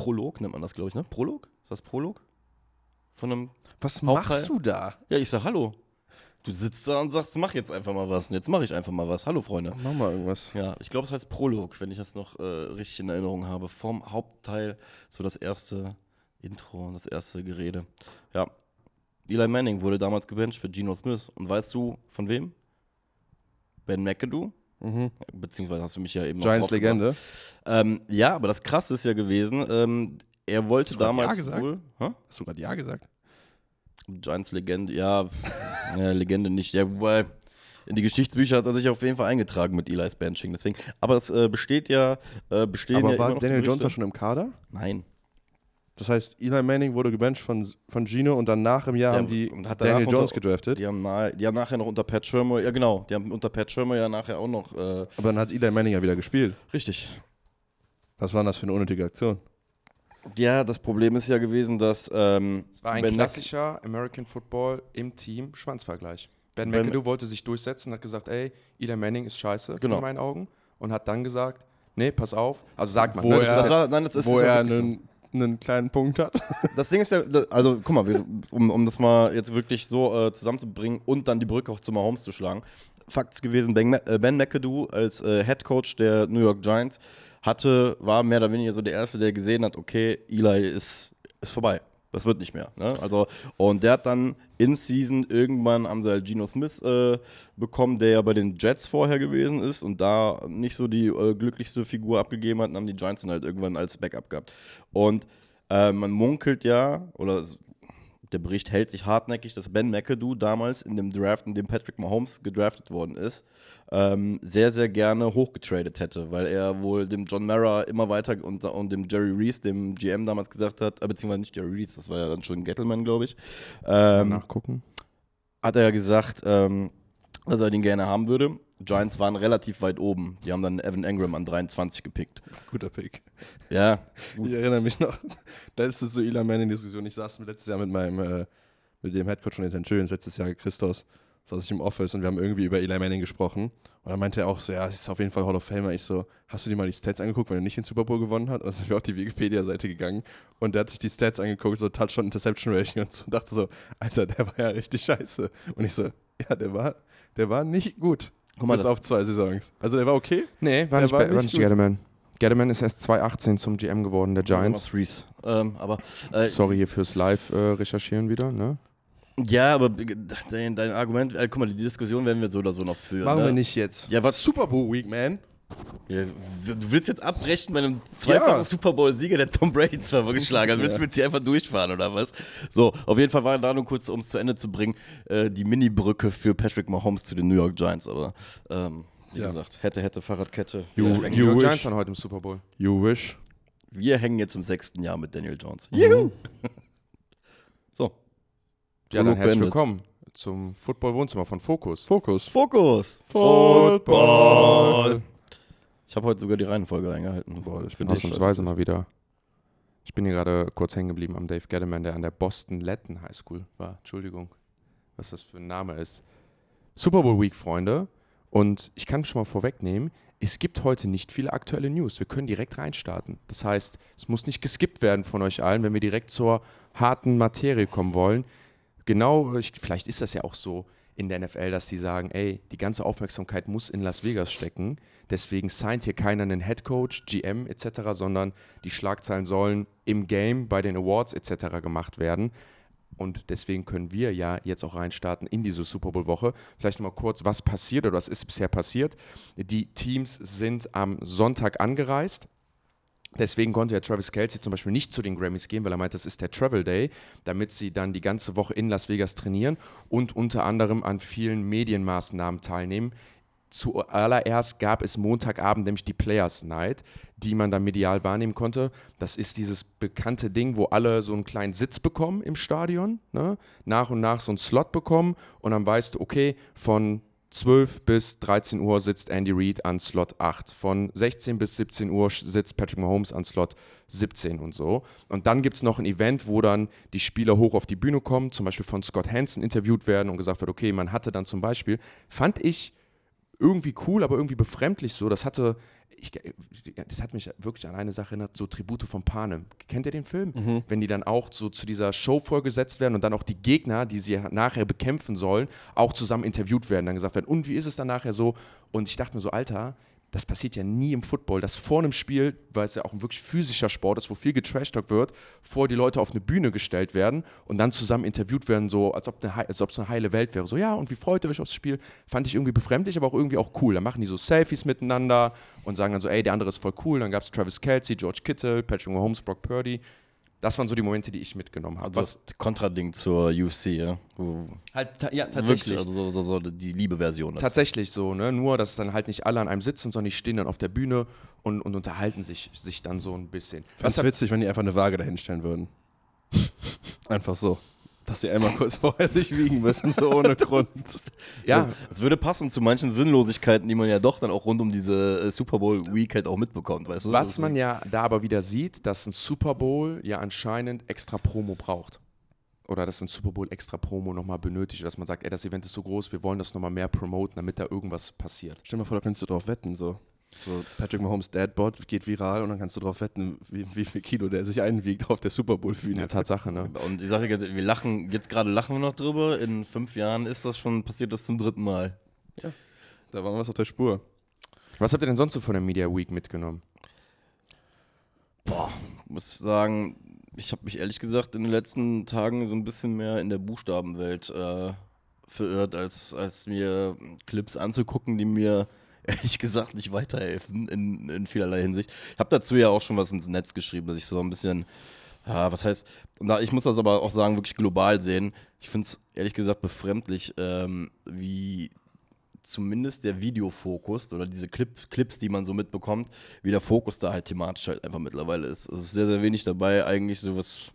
Prolog nennt man das, glaube ich, ne? Prolog? Ist das Prolog? Von einem Was Hauptteil? machst du da? Ja, ich sag Hallo. Du sitzt da und sagst, mach jetzt einfach mal was. Und jetzt mache ich einfach mal was. Hallo, Freunde. Mach mal irgendwas. Ja, ich glaube, es heißt Prolog, wenn ich das noch richtig in Erinnerung habe. Vom Hauptteil so das erste Intro, das erste Gerede. Ja, Eli Manning wurde damals gebencht für Geno Smith. Und weißt du, von wem? Ben McAdoo. Beziehungsweise hast du mich ja eben noch Giants-Legende. Ja, aber das Krasse ist ja gewesen, er wollte damals wohl... Hast du gerade Ja gesagt? Giants-Legende, ja, Legende nicht. Ja, wobei, in die Geschichtsbücher hat er sich auf jeden Fall eingetragen mit Eli's Benching. Deswegen. Aber es besteht ja... aber ja war Daniel Jones da schon im Kader? Nein. Das heißt, Eli Manning wurde gebencht von Gino und danach im Jahr haben die Daniel Jones gedraftet? Die haben nachher noch unter Pat Shurmur, ja genau, die haben unter Pat Shurmur ja nachher auch noch... aber dann hat Eli Manning ja wieder gespielt. Richtig. Was war das für eine unnötige Aktion? Ja, das Problem ist ja gewesen, dass... Es war ein klassischer American Football im Team Schwanzvergleich. Ben McAdoo wollte sich durchsetzen, hat gesagt, ey, Eli Manning ist scheiße in meinen Augen und hat dann gesagt, nee, pass auf, also sagt man, wo er einen kleinen Punkt hat. Das Ding ist ja, also guck mal, um das mal jetzt wirklich so zusammenzubringen und dann die Brücke auch zu Mahomes zu schlagen. Fakt ist gewesen, Ben McAdoo als Head Coach der New York Giants war mehr oder weniger so der Erste, der gesehen hat, okay, Eli ist vorbei. Das wird nicht mehr. Ne? Also, und der hat dann in Season irgendwann haben sie halt Geno Smith bekommen, der ja bei den Jets vorher gewesen ist und da nicht so die glücklichste Figur abgegeben hat, und haben die Giants dann halt irgendwann als Backup gehabt. Und man munkelt ja, oder der Bericht hält sich hartnäckig, dass Ben McAdoo damals in dem Draft, in dem Patrick Mahomes gedraftet worden ist, sehr, sehr gerne hochgetradet hätte, weil er wohl dem John Mara immer weiter und dem Jerry Reese, dem GM damals gesagt hat, beziehungsweise nicht Jerry Reese, das war ja dann schon Gettleman, glaube ich. Nachgucken. Hat er ja gesagt, dass er den gerne haben würde. Giants waren relativ weit oben. Die haben dann Evan Engram an 23 gepickt. Guter Pick. Ja. Ich erinnere mich noch, da ist es so Eli Manning-Diskussion. Ich saß letztes Jahr mit dem Headcoach von den Centurions, letztes Jahr Christos, saß ich im Office und wir haben irgendwie über Eli Manning gesprochen. Und dann meinte er auch so, ja, es ist auf jeden Fall Hall of Famer. Ich so, hast du dir mal die Stats angeguckt, wenn er nicht den Super Bowl gewonnen hat? Und dann sind wir auf die Wikipedia-Seite gegangen und der hat sich die Stats angeguckt, so Touchdown, Interception Ratio und so, und dachte so, Alter, der war ja richtig scheiße. Und ich so, ja, der war nicht gut. Guck mal, bis auf 2 Saisons. Also der war okay? Nee, war nicht Gettleman. Gettleman ist erst 2018 zum GM geworden, der Giants. Reese. Sorry hier fürs Live-Recherchieren wieder, ne? Ja, aber dein Argument, guck mal, die Diskussion werden wir so oder so noch führen. Machen wir nicht jetzt. Ja, was? Super Bowl Week, man. Ja, du willst jetzt abbrechen bei einem zweifachen Super Bowl-Sieger, der Tom Brady zweimal geschlagen hat. Willst du jetzt hier einfach durchfahren oder was? So, auf jeden Fall war da nur kurz, um es zu Ende zu bringen, die Mini-Brücke für Patrick Mahomes zu den New York Giants. Aber wie gesagt, hätte, Fahrradkette. New York Giants waren heute im Super Bowl. You wish. Wir hängen jetzt im 6. Jahr mit Daniel Jones. Juhu! So. Ja, dann herzlich willkommen zum Football-Wohnzimmer von Focus. Football! Ich habe heute sogar die Reihenfolge eingehalten. Ich finde ausnahmsweise mal wieder. Ich bin hier gerade kurz hängen geblieben am Dave Gettleman, der an der Boston Latin High School war. Entschuldigung, was das für ein Name ist. Super Bowl Week, Freunde. Und ich kann schon mal vorwegnehmen, es gibt heute nicht viele aktuelle News. Wir können direkt reinstarten. Das heißt, es muss nicht geskippt werden von euch allen, wenn wir direkt zur harten Materie kommen wollen. Genau, vielleicht ist das ja auch so in der NFL, dass die sagen, ey, die ganze Aufmerksamkeit muss in Las Vegas stecken. Deswegen signed hier keiner einen Headcoach, GM etc., sondern die Schlagzeilen sollen im Game, bei den Awards etc. gemacht werden. Und deswegen können wir ja jetzt auch reinstarten in diese Super Bowl-Woche. Vielleicht mal kurz, was passiert oder was ist bisher passiert. Die Teams sind am Sonntag angereist. Deswegen konnte ja Travis Kelce zum Beispiel nicht zu den Grammys gehen, weil er meint, das ist der Travel Day, damit sie dann die ganze Woche in Las Vegas trainieren und unter anderem an vielen Medienmaßnahmen teilnehmen. Zuallererst gab es Montagabend nämlich die Players Night, die man dann medial wahrnehmen konnte. Das ist dieses bekannte Ding, wo alle so einen kleinen Sitz bekommen im Stadion, ne? Nach und nach so einen Slot bekommen und dann weißt du, okay, von 12 bis 13 Uhr sitzt Andy Reid an Slot 8. Von 16 bis 17 Uhr sitzt Patrick Mahomes an Slot 17 und so. Und dann gibt es noch ein Event, wo dann die Spieler hoch auf die Bühne kommen, zum Beispiel von Scott Hansen interviewt werden und gesagt wird, okay, man hatte dann zum Beispiel, fand ich irgendwie cool, aber irgendwie befremdlich so. Das hat mich wirklich an eine Sache erinnert, so Tribute von Panem. Kennt ihr den Film? Wenn die dann auch so zu dieser Show vorgesetzt werden und dann auch die Gegner, die sie nachher bekämpfen sollen, auch zusammen interviewt werden, dann gesagt werden, und wie ist es dann nachher so? Und ich dachte mir so, Alter, das passiert ja nie im Football, dass vor einem Spiel, weil es ja auch ein wirklich physischer Sport ist, wo viel getrashtalkt wird, vor die Leute auf eine Bühne gestellt werden und dann zusammen interviewt werden, so als ob es eine heile Welt wäre. So, ja, und wie freut ihr euch aufs Spiel? Fand ich irgendwie befremdlich, aber auch irgendwie auch cool. Dann machen die so Selfies miteinander und sagen dann so, ey, der andere ist voll cool. Dann gab es Travis Kelce, George Kittle, Patrick Mahomes, Brock Purdy. Das waren so die Momente, die ich mitgenommen habe. Also das Kontrading zur UFC, ja? Ja, tatsächlich. Wirklich, also so die Liebe-Version. Tatsächlich so, ne? Nur, dass dann halt nicht alle an einem sitzen, sondern die stehen dann auf der Bühne und unterhalten sich dann so ein bisschen. Das ist witzig, wenn die einfach eine Waage dahinstellen würden. Einfach so. Dass die einmal kurz vorher sich wiegen müssen, so ohne Grund. Ja. Das würde passen zu manchen Sinnlosigkeiten, die man ja doch dann auch rund um diese Super Bowl Week halt auch mitbekommt, weißt du? Was man ja da aber wieder sieht, dass ein Super Bowl ja anscheinend extra Promo braucht. Oder dass ein Super Bowl extra Promo nochmal benötigt, dass man sagt, ey, das Event ist so groß, wir wollen das nochmal mehr promoten, damit da irgendwas passiert. Stell dir mal vor, da könntest du drauf wetten, so Patrick Mahomes Dadbot geht viral und dann kannst du drauf wetten, wie viel Kilo der sich einwiegt auf der Super Bowl-Bühne. Ja, Tatsache, ne? Und ich sage dir, wir lachen wir noch drüber, in 5 Jahren ist das schon, passiert das zum 3. Mal. Ja, da waren wir auf der Spur. Was habt ihr denn sonst so von der Media Week mitgenommen? Ich muss sagen, ich habe mich ehrlich gesagt in den letzten Tagen so ein bisschen mehr in der Buchstabenwelt verirrt, als mir Clips anzugucken, die mir ehrlich gesagt nicht weiterhelfen in vielerlei Hinsicht. Ich habe dazu ja auch schon was ins Netz geschrieben, dass ich so ein bisschen, ja, was heißt, ich muss das aber auch sagen, wirklich global sehen. Ich finde es ehrlich gesagt befremdlich, wie zumindest der Videofokus oder diese Clips, die man so mitbekommt, wie der Fokus da halt thematisch halt einfach mittlerweile ist. Es ist sehr, sehr wenig dabei, eigentlich so was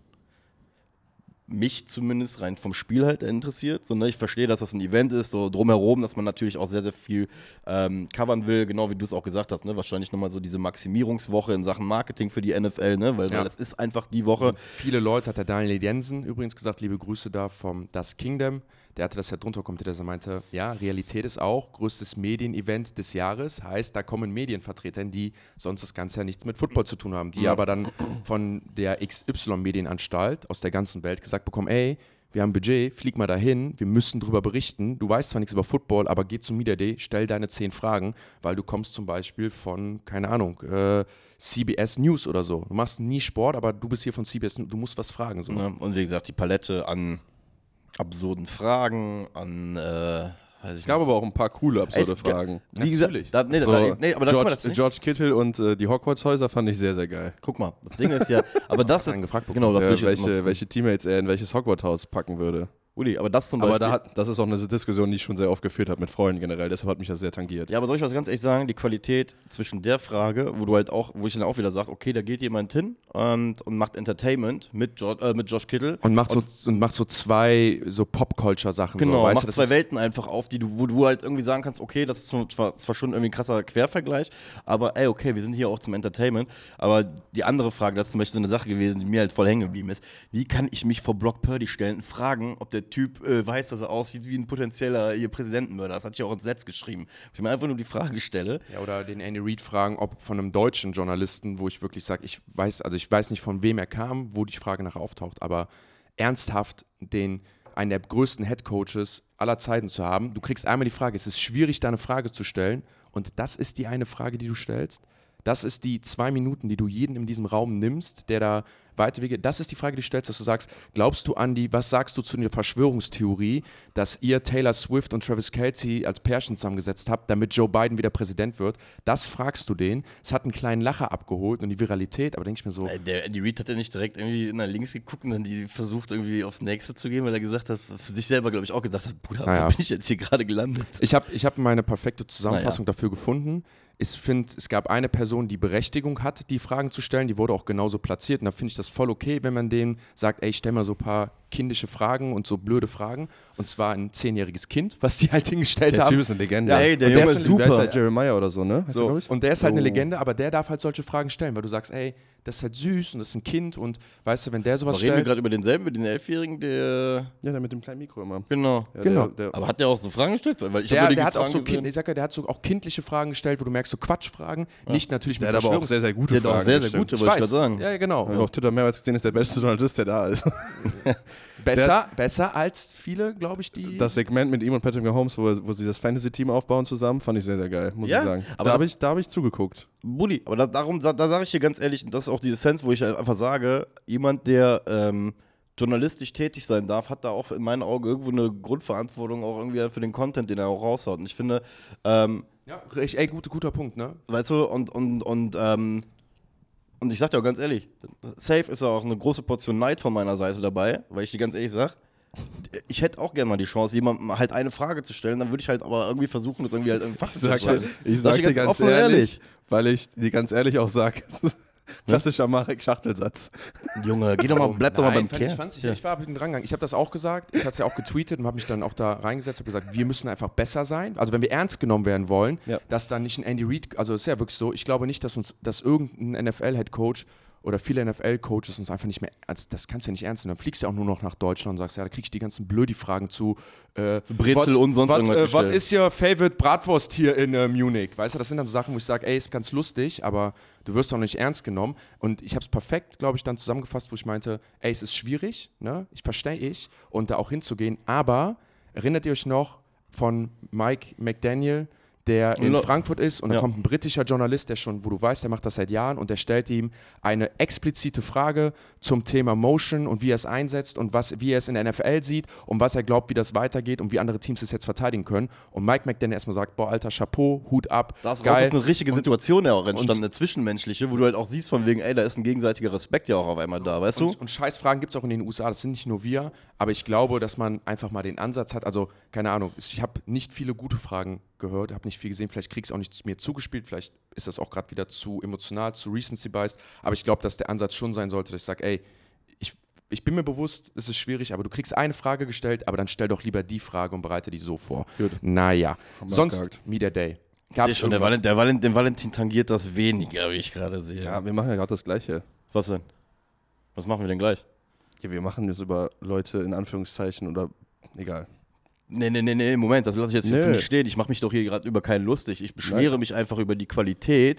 mich zumindest rein vom Spiel halt interessiert. So, ne? Ich verstehe, dass das ein Event ist, so drumherum, dass man natürlich auch sehr, sehr viel covern will, genau wie du es auch gesagt hast, ne? Wahrscheinlich nochmal so diese Maximierungswoche in Sachen Marketing für die NFL, ne? Weil das ist einfach die Woche. Viele Leute, hat der Daniel Jensen übrigens gesagt, liebe Grüße da vom Das Kingdom, der hatte das ja drunter kommentiert, dass er meinte, ja, Realität ist auch größtes Medienevent des Jahres, heißt, da kommen Medienvertreter, die sonst das Ganze ja nichts mit Football zu tun haben, die aber dann von der XY-Medienanstalt aus der ganzen Welt gesagt bekommen, ey, wir haben Budget, flieg mal dahin, wir müssen drüber berichten, du weißt zwar nichts über Football, aber geh zum Media Day, stell deine 10 Fragen, weil du kommst zum Beispiel von, keine Ahnung, CBS News oder so. Du machst nie Sport, aber du bist hier von CBS News, du musst was fragen. So. Ja, und wie gesagt, die Palette an absurden Fragen, an Es gab aber auch ein paar coole absurde Fragen. Wie gesagt, George Kittle und die Hogwarts-Häuser fand ich sehr, sehr geil. Guck mal, das Ding ist ja, aber das ist, genau, das will ich jetzt welche Teammates er in welches Hogwarts-Haus packen würde. Uli, aber das zum Beispiel. Aber das ist auch eine Diskussion, die ich schon sehr oft geführt habe mit Freunden generell, deshalb hat mich das sehr tangiert. Ja, aber soll ich was ganz ehrlich sagen, die Qualität zwischen der Frage, wo ich dann auch wieder sage, okay, da geht jemand hin und macht Entertainment mit Josh Kittle. Und macht so zwei so Pop-Culture-Sachen. Genau, so, weißt macht zwei Welten einfach auf, wo du halt irgendwie sagen kannst, okay, das ist zwar schon irgendwie ein krasser Quervergleich, aber ey, okay, wir sind hier auch zum Entertainment. Aber die andere Frage, das ist zum Beispiel so eine Sache gewesen, die mir halt voll hängen geblieben ist. Wie kann ich mich vor Brock Purdy stellen und fragen, ob der Typ weiß, dass er aussieht wie ein potenzieller Präsidentenmörder. Das hatte ich auch ins Netz geschrieben. Ich mir einfach nur die Frage stelle. Ja, oder den Andy Reid fragen, ob von einem deutschen Journalisten, wo ich wirklich sage, ich weiß nicht, von wem er kam, wo die Frage nachher auftaucht, aber ernsthaft einen der größten Headcoaches aller Zeiten zu haben. Du kriegst einmal die Frage, es ist schwierig, da eine Frage zu stellen und das ist die eine Frage, die du stellst. Das ist die 2 Minuten, die du jeden in diesem Raum nimmst, der da weite Wege. Das ist die Frage, die du stellst, dass du sagst, glaubst du an was sagst du zu der Verschwörungstheorie, dass ihr Taylor Swift und Travis Kelce als Pärchen zusammengesetzt habt, damit Joe Biden wieder Präsident wird? Das fragst du den. Es hat einen kleinen Lacher abgeholt und die Viralität, aber denke ich mir so. Der Andy Reid hat ja nicht direkt irgendwie nach links geguckt und dann die versucht irgendwie aufs Nächste zu gehen, weil er gesagt hat, für sich selber, glaube ich, auch gedacht hat, Bruder, wo bin ich jetzt hier gerade gelandet? Ich hab meine perfekte Zusammenfassung dafür gefunden. Ich finde, es gab eine Person, die Berechtigung hat, die Fragen zu stellen, die wurde auch genauso platziert und da finde ich das voll okay, wenn man denen sagt, ey, stell mal so ein paar kindische Fragen und so blöde Fragen. Und zwar ein 10-jähriges Kind, was die halt hingestellt Der haben. Typ ist eine Legende. Ja, Ey, der und Junge ist ist ein- Der ist super. halt Jeremiah oder so, ne? Heißt der, glaub ich? Und der ist halt eine Oh. Legende, aber der darf halt solche Fragen stellen, weil du sagst, ey, das ist halt süß und das ist ein Kind und weißt du, wenn der sowas Aber reden wir stellt. gerade über denselben, mit den 11-Jährigen, der. Ja, der mit dem kleinen Mikro immer. Genau. Ja, Genau. Der, Aber hat der auch so Fragen gestellt? Weil ich habe nur die Der hat auch Fragen so, gesehen. ich sag ja, der hat so auch kindliche Fragen gestellt, wo du merkst, so Quatschfragen. Nicht natürlich der mit hat aber auch Verschwörungs- sehr, sehr gute Der hat Fragen. auch sehr, sehr gestellt. gute, Ich wollte ich weiß. gerade sagen. Ja, genau. Auf Twitter mehrmals gesehen ist der beste Journalist, der da ist. Besser als viele, glaube ich, die. Das Segment mit ihm und Patrick Mahomes, wo sie das Fantasy-Team aufbauen zusammen, fand ich sehr, sehr geil, muss Ja, ich sagen. aber Da das- habe ich zugeguckt. Buddy, aber da sage ich dir ganz ehrlich, und das ist auch die Essenz, wo ich halt einfach sage, jemand, der journalistisch tätig sein darf, hat da auch in meinen Augen irgendwo eine Grundverantwortung auch irgendwie für den Content, den er auch raushaut. Und ich finde, ja, ey, guter Punkt, ne? weißt du, und ich sag dir auch ganz ehrlich, safe ist auch eine große Portion Neid von meiner Seite dabei, weil ich dir ganz ehrlich sag, ich hätte auch gerne mal die Chance, jemandem halt eine Frage zu stellen, dann würde ich halt aber irgendwie versuchen, das irgendwie halt in Fakten zu schreiben. Ich sag dir ganz offen und ehrlich, weil ich dir ganz ehrlich auch sage, klassischer Marek-Schachtelsatz. Junge, geh doch mal, bleib doch mal beim Kern. Kern. Ich war mit dem Drangang. Ich habe das auch gesagt. Ich hatte es ja auch getweetet und habe mich dann auch da reingesetzt und gesagt, wir müssen einfach besser sein. Also wenn wir ernst genommen werden wollen, Ja. dass dann nicht ein Andy Reid, also es ist ja wirklich so, ich glaube nicht, dass irgendein NFL-Headcoach oder viele NFL-Coaches uns einfach nicht mehr, also das kannst du ja nicht ernst nehmen. Dann fliegst du ja auch nur noch nach Deutschland und sagst, ja, da krieg ich die ganzen Blödi-Fragen zu. Brezel und sonst irgendwas Was gestellt. ist your favorite Bratwurst hier in Munich? Weißt du, das sind dann so Sachen, wo ich sage, ey, ist ganz lustig, aber du wirst auch nicht ernst genommen. Und ich habe es perfekt, glaube ich, dann zusammengefasst, wo ich meinte, ey, es ist schwierig, ne? Verstehe ich, und da auch hinzugehen. Aber erinnert ihr euch noch von Mike McDaniel, der in Frankfurt ist und da kommt ein britischer Journalist, der schon, wo du weißt, der macht das seit Jahren und der stellt ihm eine explizite Frage zum Thema Motion und wie er es einsetzt und wie er es in der NFL sieht und was er glaubt, wie das weitergeht und wie andere Teams es jetzt verteidigen können. Und Mike McDaniel erstmal sagt, boah, Alter, Chapeau, Hut ab, Daraus geil. ist eine richtige Situation ja auch entstanden, eine zwischenmenschliche, wo du halt auch siehst von wegen, ey, da ist ein gegenseitiger Respekt ja auch auf einmal da, weißt du? Und Scheißfragen gibt es auch in den USA, das sind nicht nur wir, aber ich glaube, dass man einfach mal den Ansatz hat, also keine Ahnung, ich habe nicht viele gute Fragen gehört, habe nicht viel gesehen, vielleicht krieg ich es auch nicht mir zugespielt, vielleicht ist das auch gerade wieder zu emotional, zu recency-biased, aber ich glaube, dass der Ansatz schon sein sollte, dass ich sage, ey, ich bin mir bewusst, es ist schwierig, aber du kriegst eine Frage gestellt, aber dann stell doch lieber die Frage und bereite die so vor. Gut. Naja, Haben wir sonst abgehakt. Media Day. Ich sehe Gab's schon, irgendwas? den Valentin tangiert das weniger, wie ich gerade sehe. Ja, wir machen ja gerade das Gleiche. Was denn? Was machen wir denn gleich? Ja, wir machen jetzt über Leute in Anführungszeichen oder egal. Nee, Moment, das lasse ich jetzt hier für mich stehen. Ich mache mich doch hier gerade über keinen lustig. Ich beschwere mich einfach über die Qualität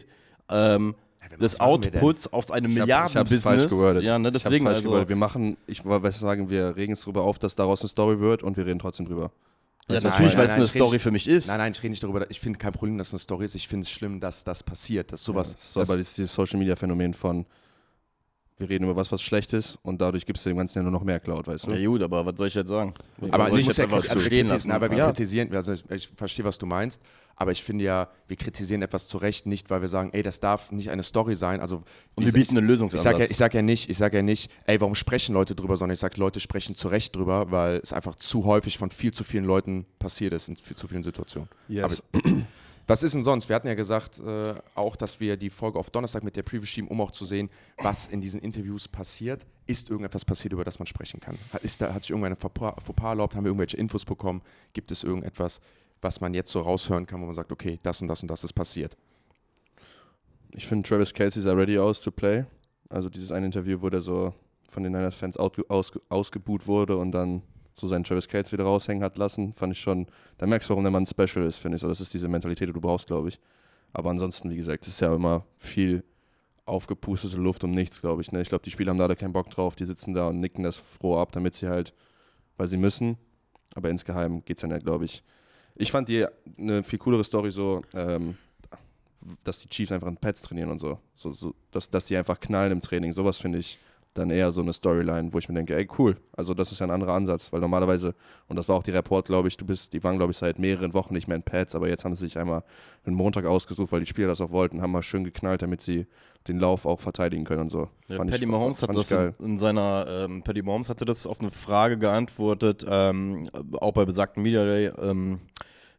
des machen wir denn? Outputs auf einem Ich hab's Milliarden-Business. falsch gewordet. Ja, ne, Ich hab's deswegen falsch also. gewordet. Wir machen, ich wollte sagen, wir regen es darüber auf, dass daraus eine Story wird und wir reden trotzdem drüber. Ja, Weißt du, was natürlich, ich weil meine? es eine ich rede Story nicht- für mich ist. Nein, ich rede nicht darüber. Ich finde kein Problem, dass es eine Story ist. Ich finde es schlimm, dass das passiert, dass sowas. Das ist so, aber dieses Social-Media-Phänomen von, wir reden über was schlecht ist und dadurch gibt es dem Ganzen ja nur noch mehr Cloud, weißt du? Ja gut, aber was soll ich jetzt sagen? aber soll ich muss ja einfach also so wir stehen kritisieren, lassen? aber wir Ja. kritisieren, also ich verstehe, was du meinst, aber ich finde ja, wir kritisieren etwas zu Recht nicht, weil wir sagen, ey, das darf nicht eine Story sein. Also Und wir bieten einen Lösungsansatz. Ich sag ja nicht, ey, warum sprechen Leute drüber, sondern ich sage, Leute sprechen zu Recht drüber, weil es einfach zu häufig von viel zu vielen Leuten passiert ist in viel zu vielen Situationen. Yes. Was ist denn sonst? Wir hatten ja gesagt, auch, dass wir die Folge auf Donnerstag mit der Preview schieben, um auch zu sehen, was in diesen Interviews passiert. Ist irgendetwas passiert, über das man sprechen kann? Hat sich irgendeine Fauxpas erlaubt? Haben wir irgendwelche Infos bekommen? Gibt es irgendetwas, was man jetzt so raushören kann, wo man sagt, okay, das und das und das ist passiert? Ich finde, Travis Kelce sah ready aus to play. Also dieses eine Interview, wo der so von den Niners-Fans ausgebuht wurde und dann so seinen Travis Kelce wieder raushängen hat lassen, fand ich schon, da merkst du, warum der Mann special ist, finde ich. So, das ist diese Mentalität, die du brauchst, glaube ich. Aber ansonsten, wie gesagt, es ist ja immer viel aufgepustete Luft und nichts, glaube ich. Ne? Ich glaube, die Spieler haben da alle keinen Bock drauf, die sitzen da und nicken das froh ab, damit sie halt, weil sie müssen. Aber insgeheim geht es dann ja, glaube ich. Ich fand die eine viel coolere Story so, dass die Chiefs einfach in Pads trainieren und so dass die einfach knallen im Training. Sowas finde ich dann eher so eine Storyline, wo ich mir denke, ey, cool. Also das ist ja ein anderer Ansatz, weil normalerweise, und das war auch die Report, glaube ich, die waren, glaube ich, seit mehreren Wochen nicht mehr in Pads, aber jetzt haben sie sich einmal einen Montag ausgesucht, weil die Spieler das auch wollten, haben mal schön geknallt, damit sie den Lauf auch verteidigen können und so. Ja, Paddy Mahomes hat das in seiner, Paddy Mahomes hatte das auf eine Frage geantwortet, auch bei besagten Media Day,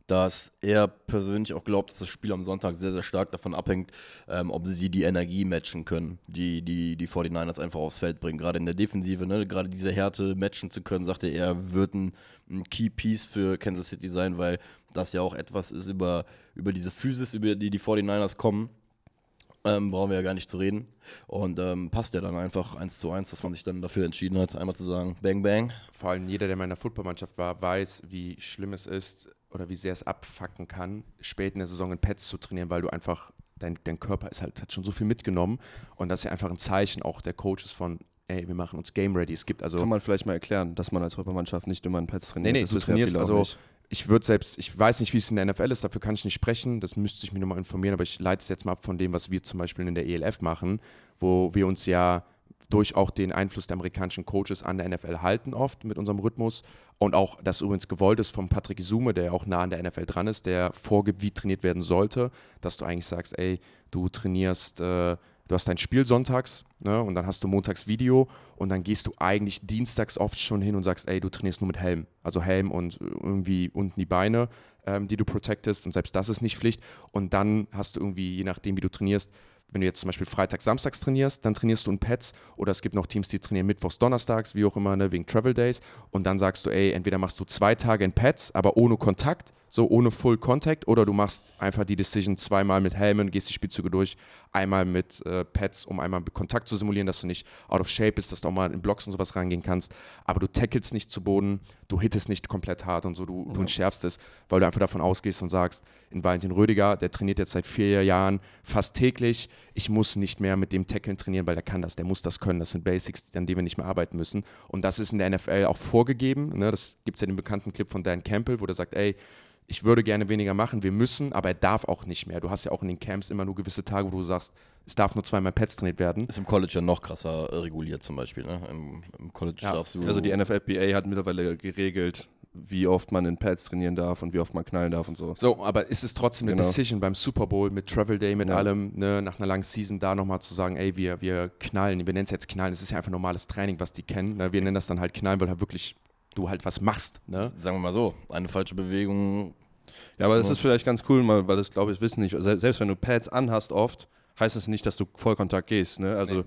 dass er persönlich auch glaubt, dass das Spiel am Sonntag sehr, sehr stark davon abhängt, ob sie die Energie matchen können, die 49ers einfach aufs Feld bringen. Gerade in der Defensive, ne? Gerade diese Härte matchen zu können, sagte er, wird ein Key Piece für Kansas City sein, weil das ja auch etwas ist über diese Physis, über die 49ers kommen. Brauchen wir ja gar nicht zu reden. Und passt ja dann einfach 1:1, dass man sich dann dafür entschieden hat, einmal zu sagen, bang, bang. Vor allem jeder, der in meiner Footballmannschaft war, weiß, wie schlimm es ist oder wie sehr es abfacken kann, spät in der Saison in Pads zu trainieren, weil du einfach, dein Körper hat schon so viel mitgenommen und das ist ja einfach ein Zeichen auch der Coaches von, ey, wir machen uns game ready. Es gibt also... Kann man vielleicht mal erklären, dass man als Footballmannschaft nicht immer in Pads trainiert? Nee, das du trainierst also... Ich weiß nicht, wie es in der NFL ist, dafür kann ich nicht sprechen, das müsste ich mir nochmal informieren, aber ich leite es jetzt mal ab von dem, was wir zum Beispiel in der ELF machen, wo wir uns ja durch auch den Einfluss der amerikanischen Coaches an der NFL halten oft mit unserem Rhythmus und auch, das übrigens gewollt ist von Patrick Isume, der auch nah an der NFL dran ist, der vorgibt, wie trainiert werden sollte, dass du eigentlich sagst, ey, du trainierst... Du hast dein Spiel sonntags, ne, und dann hast du montags Video und dann gehst du eigentlich dienstags oft schon hin und sagst, ey, du trainierst nur mit Helm. Also Helm und irgendwie unten die Beine, die du protectest und selbst das ist nicht Pflicht. Und dann hast du irgendwie, je nachdem wie du trainierst, wenn du jetzt zum Beispiel freitags, samstags trainierst, dann trainierst du in Pads oder es gibt noch Teams, die trainieren mittwochs, donnerstags, wie auch immer, ne, wegen Travel Days und dann sagst du, ey, entweder machst du 2 Tage in Pads, aber ohne Kontakt, so ohne Full Contact oder du machst einfach die Decision 2-mal mit Helmen, gehst die Spielzüge durch, einmal mit Pads, um einmal Kontakt zu simulieren, dass du nicht out of shape bist, dass du auch mal in Blocks und sowas reingehen kannst, aber du tackelst nicht zu Boden, du hittest nicht komplett hart und so, du entschärfst es, weil du einfach davon ausgehst und sagst, in Valentin Rödiger, der trainiert jetzt seit 4 Jahren fast täglich, ich muss nicht mehr mit dem Tackeln trainieren, weil der kann das, der muss das können, das sind Basics, an denen wir nicht mehr arbeiten müssen und das ist in der NFL auch vorgegeben, ne? Das gibt es ja den bekannten Clip von Dan Campbell, wo der sagt, ey, ich würde gerne weniger machen, wir müssen, aber er darf auch nicht mehr. Du hast ja auch in den Camps immer nur gewisse Tage, wo du sagst, es darf nur 2-mal Pads trainiert werden. Ist im College ja noch krasser reguliert zum Beispiel. Ne? Im College darfst du... Also die NFLPA hat mittlerweile geregelt, wie oft man in Pads trainieren darf und wie oft man knallen darf und so. So, aber ist es trotzdem eine Decision beim Super Bowl mit Travel Day, mit allem, ne, nach einer langen Season da nochmal zu sagen, ey, wir knallen, wir nennen es jetzt knallen, es ist ja einfach normales Training, was die kennen. Ne? Wir nennen das dann halt knallen, weil halt wirklich du halt was machst. Ne? Sagen wir mal so, eine falsche Bewegung... Ja, aber das ist vielleicht ganz cool, weil das, glaube ich, wissen nicht. Selbst wenn du Pads anhast oft, heißt das nicht, dass du Vollkontakt gehst. Ne? Also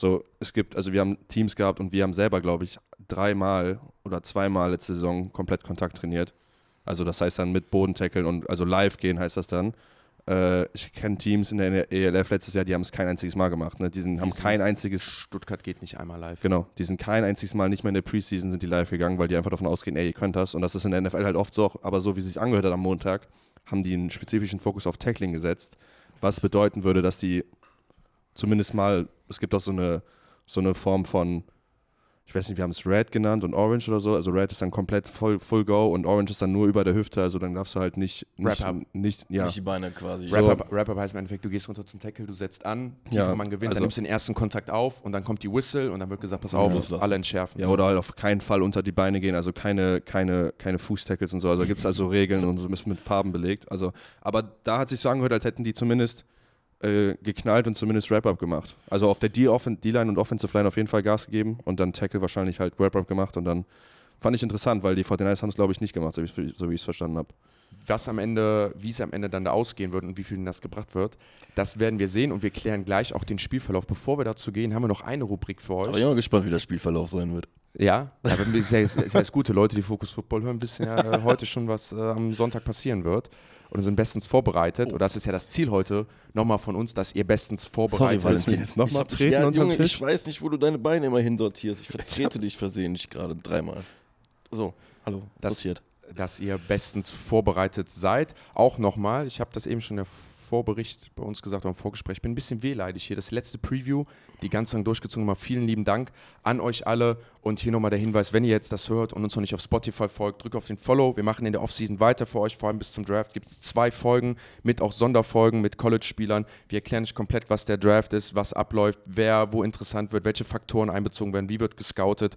wir haben Teams gehabt und wir haben selber, glaube ich, 3-mal oder 2-mal letzte Saison komplett Kontakt trainiert. Also das heißt dann mit Bodentackeln und also live gehen heißt das dann. Ich kenne Teams in der ELF letztes Jahr, die haben es kein einziges Mal gemacht. Ne? Haben kein einziges... Stuttgart geht nicht einmal live. Genau, die sind kein einziges Mal nicht mehr in der Preseason sind die live gegangen, weil die einfach davon ausgehen, ey, ihr könnt das. Und das ist in der NFL halt oft so, aber so wie es sich angehört hat am Montag, haben die einen spezifischen Fokus auf Tackling gesetzt, was bedeuten würde, dass die zumindest mal, es gibt auch so eine Form von, ich weiß nicht, wir haben es Red genannt und Orange oder so, also Red ist dann komplett Full Go und Orange ist dann nur über der Hüfte, also dann darfst du halt nicht nicht die Beine quasi. Wrap-Up heißt im Endeffekt, du gehst runter zum Tackle, du setzt an, tiefer man gewinnt, dann nimmst du den ersten Kontakt auf und dann kommt die Whistle und dann wird gesagt, pass auf, alle entschärfen. Ja, oder halt auf keinen Fall unter die Beine gehen, also keine Fußtackles und so, also gibt es also Regeln und so ist mit Farben belegt, also, aber da hat sich so angehört, als hätten die zumindest geknallt und zumindest Wrap-Up gemacht. Also auf der D-Line und Offensive Line auf jeden Fall Gas gegeben und dann Tackle wahrscheinlich halt Wrap-Up gemacht und dann fand ich interessant, weil die 49ers haben es, glaube ich, nicht gemacht, so wie ich es verstanden habe. Wie es am Ende dann da ausgehen wird und wie viel das gebracht wird, das werden wir sehen und wir klären gleich auch den Spielverlauf. Bevor wir dazu gehen, haben wir noch eine Rubrik für euch. Aber ich bin mal gespannt, wie der Spielverlauf sein wird. Ja, aber ist ja das Gute. Leute, die Focus Football hören, wissen ja heute schon, was am Sonntag passieren wird. Und sind bestens vorbereitet. Und das ist ja das Ziel heute nochmal von uns, dass ihr bestens vorbereitet seid. Sorry, jetzt nochmal treten unter den Tisch? Ich weiß nicht, wo du deine Beine immer hinsortierst. Ich vertrete dich versehentlich gerade 3-mal. So, hallo, dass ihr bestens vorbereitet seid. Auch nochmal, ich habe das eben schon in der Vorbericht bei uns gesagt, oder im Vorgespräch, ich bin ein bisschen wehleidig hier. Das letzte Preview, die ganz lang durchgezogen mal. Vielen lieben Dank an euch alle. Und hier nochmal der Hinweis, wenn ihr jetzt das hört und uns noch nicht auf Spotify folgt, drückt auf den Follow. Wir machen in der Offseason weiter für euch, vor allem bis zum Draft gibt es 2 Folgen mit auch Sonderfolgen mit College-Spielern. Wir erklären euch komplett, was der Draft ist, was abläuft, wer wo interessant wird, welche Faktoren einbezogen werden, wie wird gescoutet.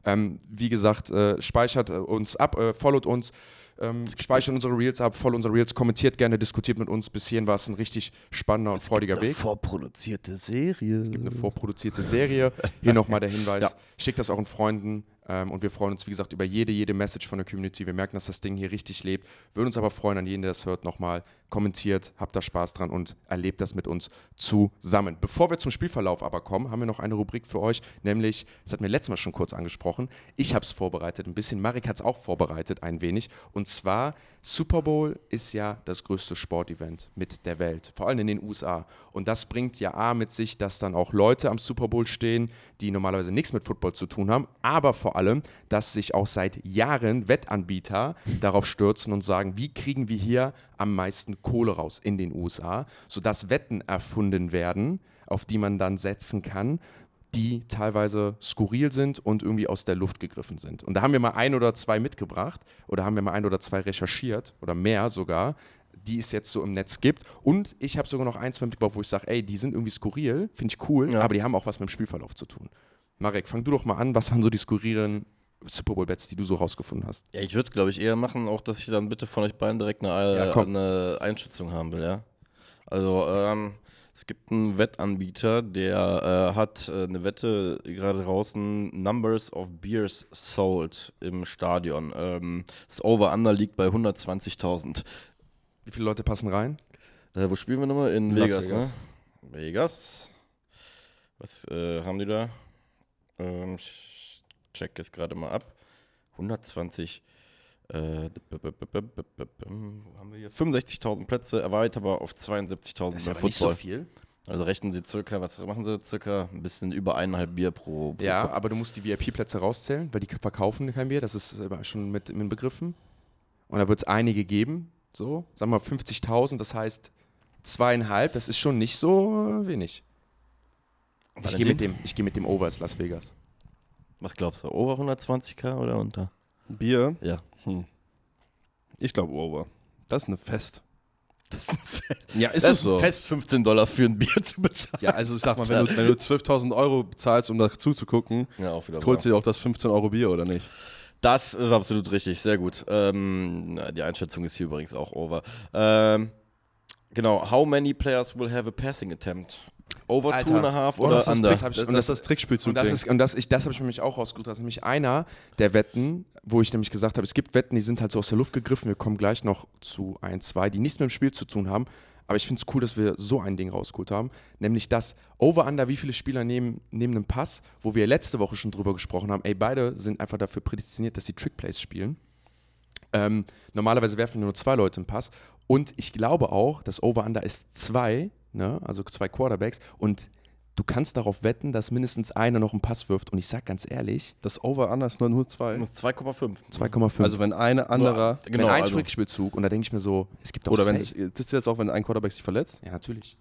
Wie gesagt, speichert uns ab, followt uns, speichert unsere Reels ab, folgt unsere Reels, kommentiert gerne, diskutiert mit uns. Bis hierhin war es ein richtig spannender und freudiger Weg. Es gibt eine vorproduzierte Serie. Hier nochmal der Hinweis, schickt das euren Freunden, Und wir freuen uns, wie gesagt, über jede Message von der Community. Wir merken, dass das Ding hier richtig lebt. Würden uns aber freuen an jeden, der das hört, nochmal kommentiert, habt da Spaß dran und erlebt das mit uns zusammen. Bevor wir zum Spielverlauf aber kommen, haben wir noch eine Rubrik für euch, nämlich, das hatten wir letztes Mal schon kurz angesprochen, ich habe es vorbereitet ein bisschen, Marek hat es auch vorbereitet ein wenig. Und zwar, Super Bowl ist ja das größte Sportevent mit der Welt, vor allem in den USA. Und das bringt ja mit sich, dass dann auch Leute am Super Bowl stehen, die normalerweise nichts mit Football zu tun haben, aber vor allem, dass sich auch seit Jahren Wettanbieter darauf stürzen und sagen, wie kriegen wir hier am meisten Kohle raus in den USA, sodass Wetten erfunden werden, auf die man dann setzen kann, die teilweise skurril sind und irgendwie aus der Luft gegriffen sind. Und da haben wir mal 1 oder 2 mitgebracht oder haben wir mal 1 oder 2 recherchiert oder mehr sogar, die es jetzt so im Netz gibt. Und ich habe sogar noch 1, 2 mitgebracht, wo ich sage, ey, die sind irgendwie skurril, finde ich cool, aber die haben auch was mit dem Spielverlauf zu tun. Marek, fang du doch mal an. Was waren so die skurrilen Super Bowl-Bets, die du so rausgefunden hast? Ja, ich würde es, glaube ich, eher machen, auch dass ich dann bitte von euch beiden direkt eine Einschätzung haben will, ja. Also, es gibt einen Wettanbieter, der hat eine Wette gerade draußen, Numbers of Beers Sold im Stadion. Das Over-Under liegt bei 120.000. Wie viele Leute passen rein? Wo spielen wir nochmal? In Las Vegas, ne? Vegas. Was haben die da? Ich check es gerade mal ab. 120. Wo haben wir hier? 65.000 Plätze, erweiterbar auf 72.000 Das ist bei aber nicht so Football. viel. Also rechnen sie circa, was machen sie circa? Ein bisschen über 1,5 Bier pro Ja, Kopf. aber du musst die VIP-Plätze rauszählen, weil die verkaufen kein Bier, das ist schon mit in den Begriffen. Und da wird es einige geben, so, sagen wir mal 50.000, das heißt 2,5, das ist schon nicht so wenig. Ich gehe mit dem Over, ist Las Vegas. Was glaubst du? Over 120k oder unter? Bier? Ja. Ich glaube over. Das ist eine Fest. Das ist ein Fest. Ja, ist Das es ist so. fest $15 für ein Bier zu bezahlen. Ja, also ich sag mal, wenn du 12.000 Euro bezahlst, um dazu zu gucken, Ja, auch wieder holst du dir auch das 15 Euro Bier, oder nicht? Das ist absolut richtig, sehr gut. Die Einschätzung ist hier übrigens auch over. Genau, how many players will have a passing attempt? Over Alter. 2,5 Oh, oder das ist under? das Trick- das ist das Trickspielzug. Das habe ich nämlich auch rausgesucht. Das ist nämlich einer der Wetten, wo ich nämlich gesagt habe, es gibt Wetten, die sind halt so aus der Luft gegriffen. Wir kommen gleich noch zu 1, 2, die nichts mit dem Spiel zu tun haben. Aber ich finde es cool, dass wir so ein Ding rausgeholt haben. Nämlich das Over-Under, wie viele Spieler nehmen einen Pass, wo wir letzte Woche schon drüber gesprochen haben. Ey, beide sind einfach dafür prädestiniert, dass sie Trickplays spielen. Normalerweise werfen nur 2 Leute einen Pass. Und ich glaube auch, das Over-Under ist 2, ne? Also 2 Quarterbacks. Und du kannst darauf wetten, dass mindestens einer noch einen Pass wirft. Und ich sag ganz ehrlich, Das Over-Under ist nur 2. Das ist 2,5. 2,5. Also wenn eine anderer... wenn ein Trickspielzug, und da denke ich mir so, es gibt doch Oder wenn safe. sich, das ist jetzt auch, wenn ein Quarterback sich verletzt? Ja, natürlich.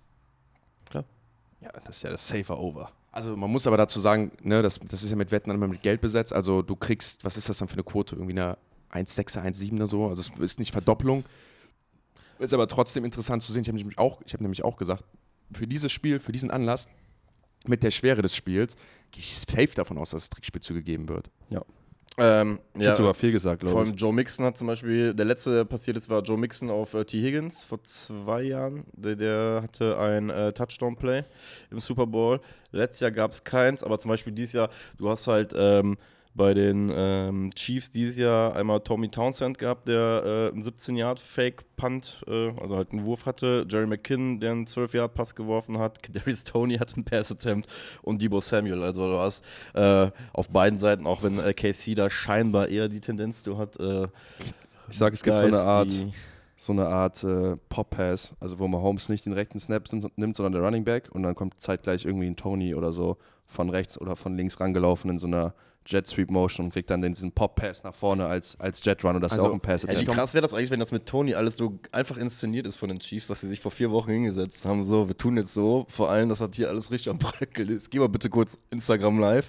Ja, das ist ja das safer Over. Also man muss aber dazu sagen, ne, das ist ja mit Wetten immer mit Geld besetzt. Also du kriegst, was ist das dann für eine Quote? Irgendwie eine 1,6er, 1,7er so. Also es ist nicht Verdopplung. Ist aber trotzdem interessant zu sehen. Ich habe nämlich auch gesagt, für dieses Spiel, für diesen Anlass, mit der Schwere des Spiels, gehe ich safe davon aus, dass es Trickspielzüge geben wird. Ja. Ja, Hat sogar viel gesagt, glaube Von ich. Joe Mixon hat zum Beispiel, der letzte, der passiert ist, war Joe Mixon auf T. Higgins vor 2 Jahren. Der hatte ein Touchdown-Play im Super Bowl. Letztes Jahr gab es keins, aber zum Beispiel dieses Jahr, du hast halt bei den Chiefs dieses Jahr einmal Tommy Townsend gehabt, der einen 17-Yard-Fake-Punt, also halt einen Wurf hatte. Jerry McKinnon, der einen 12-Yard-Pass geworfen hat. Kadarius Toney hatte einen Pass-Attempt und Debo Samuel. Also du hast auf beiden Seiten, auch wenn KC da scheinbar eher die Tendenz hat. Ich sage, es gibt so eine Art Pop-Pass, also wo Mahomes nicht den rechten Snap nimmt, sondern der Running Back und dann kommt zeitgleich irgendwie ein Tony oder so von rechts oder von links rangelaufen in so einer Jet-Sweep-Motion und kriegt dann diesen Pop-Pass nach vorne als Jet-Run und das ist Also, auch ein pass Wie krass wäre das eigentlich, wenn das mit Tony alles so einfach inszeniert ist von den Chiefs, dass sie sich vor 4 Wochen hingesetzt haben, so, wir tun jetzt so, vor allem, das hat hier alles richtig am Bröckel ist. Geh mal bitte kurz Instagram live.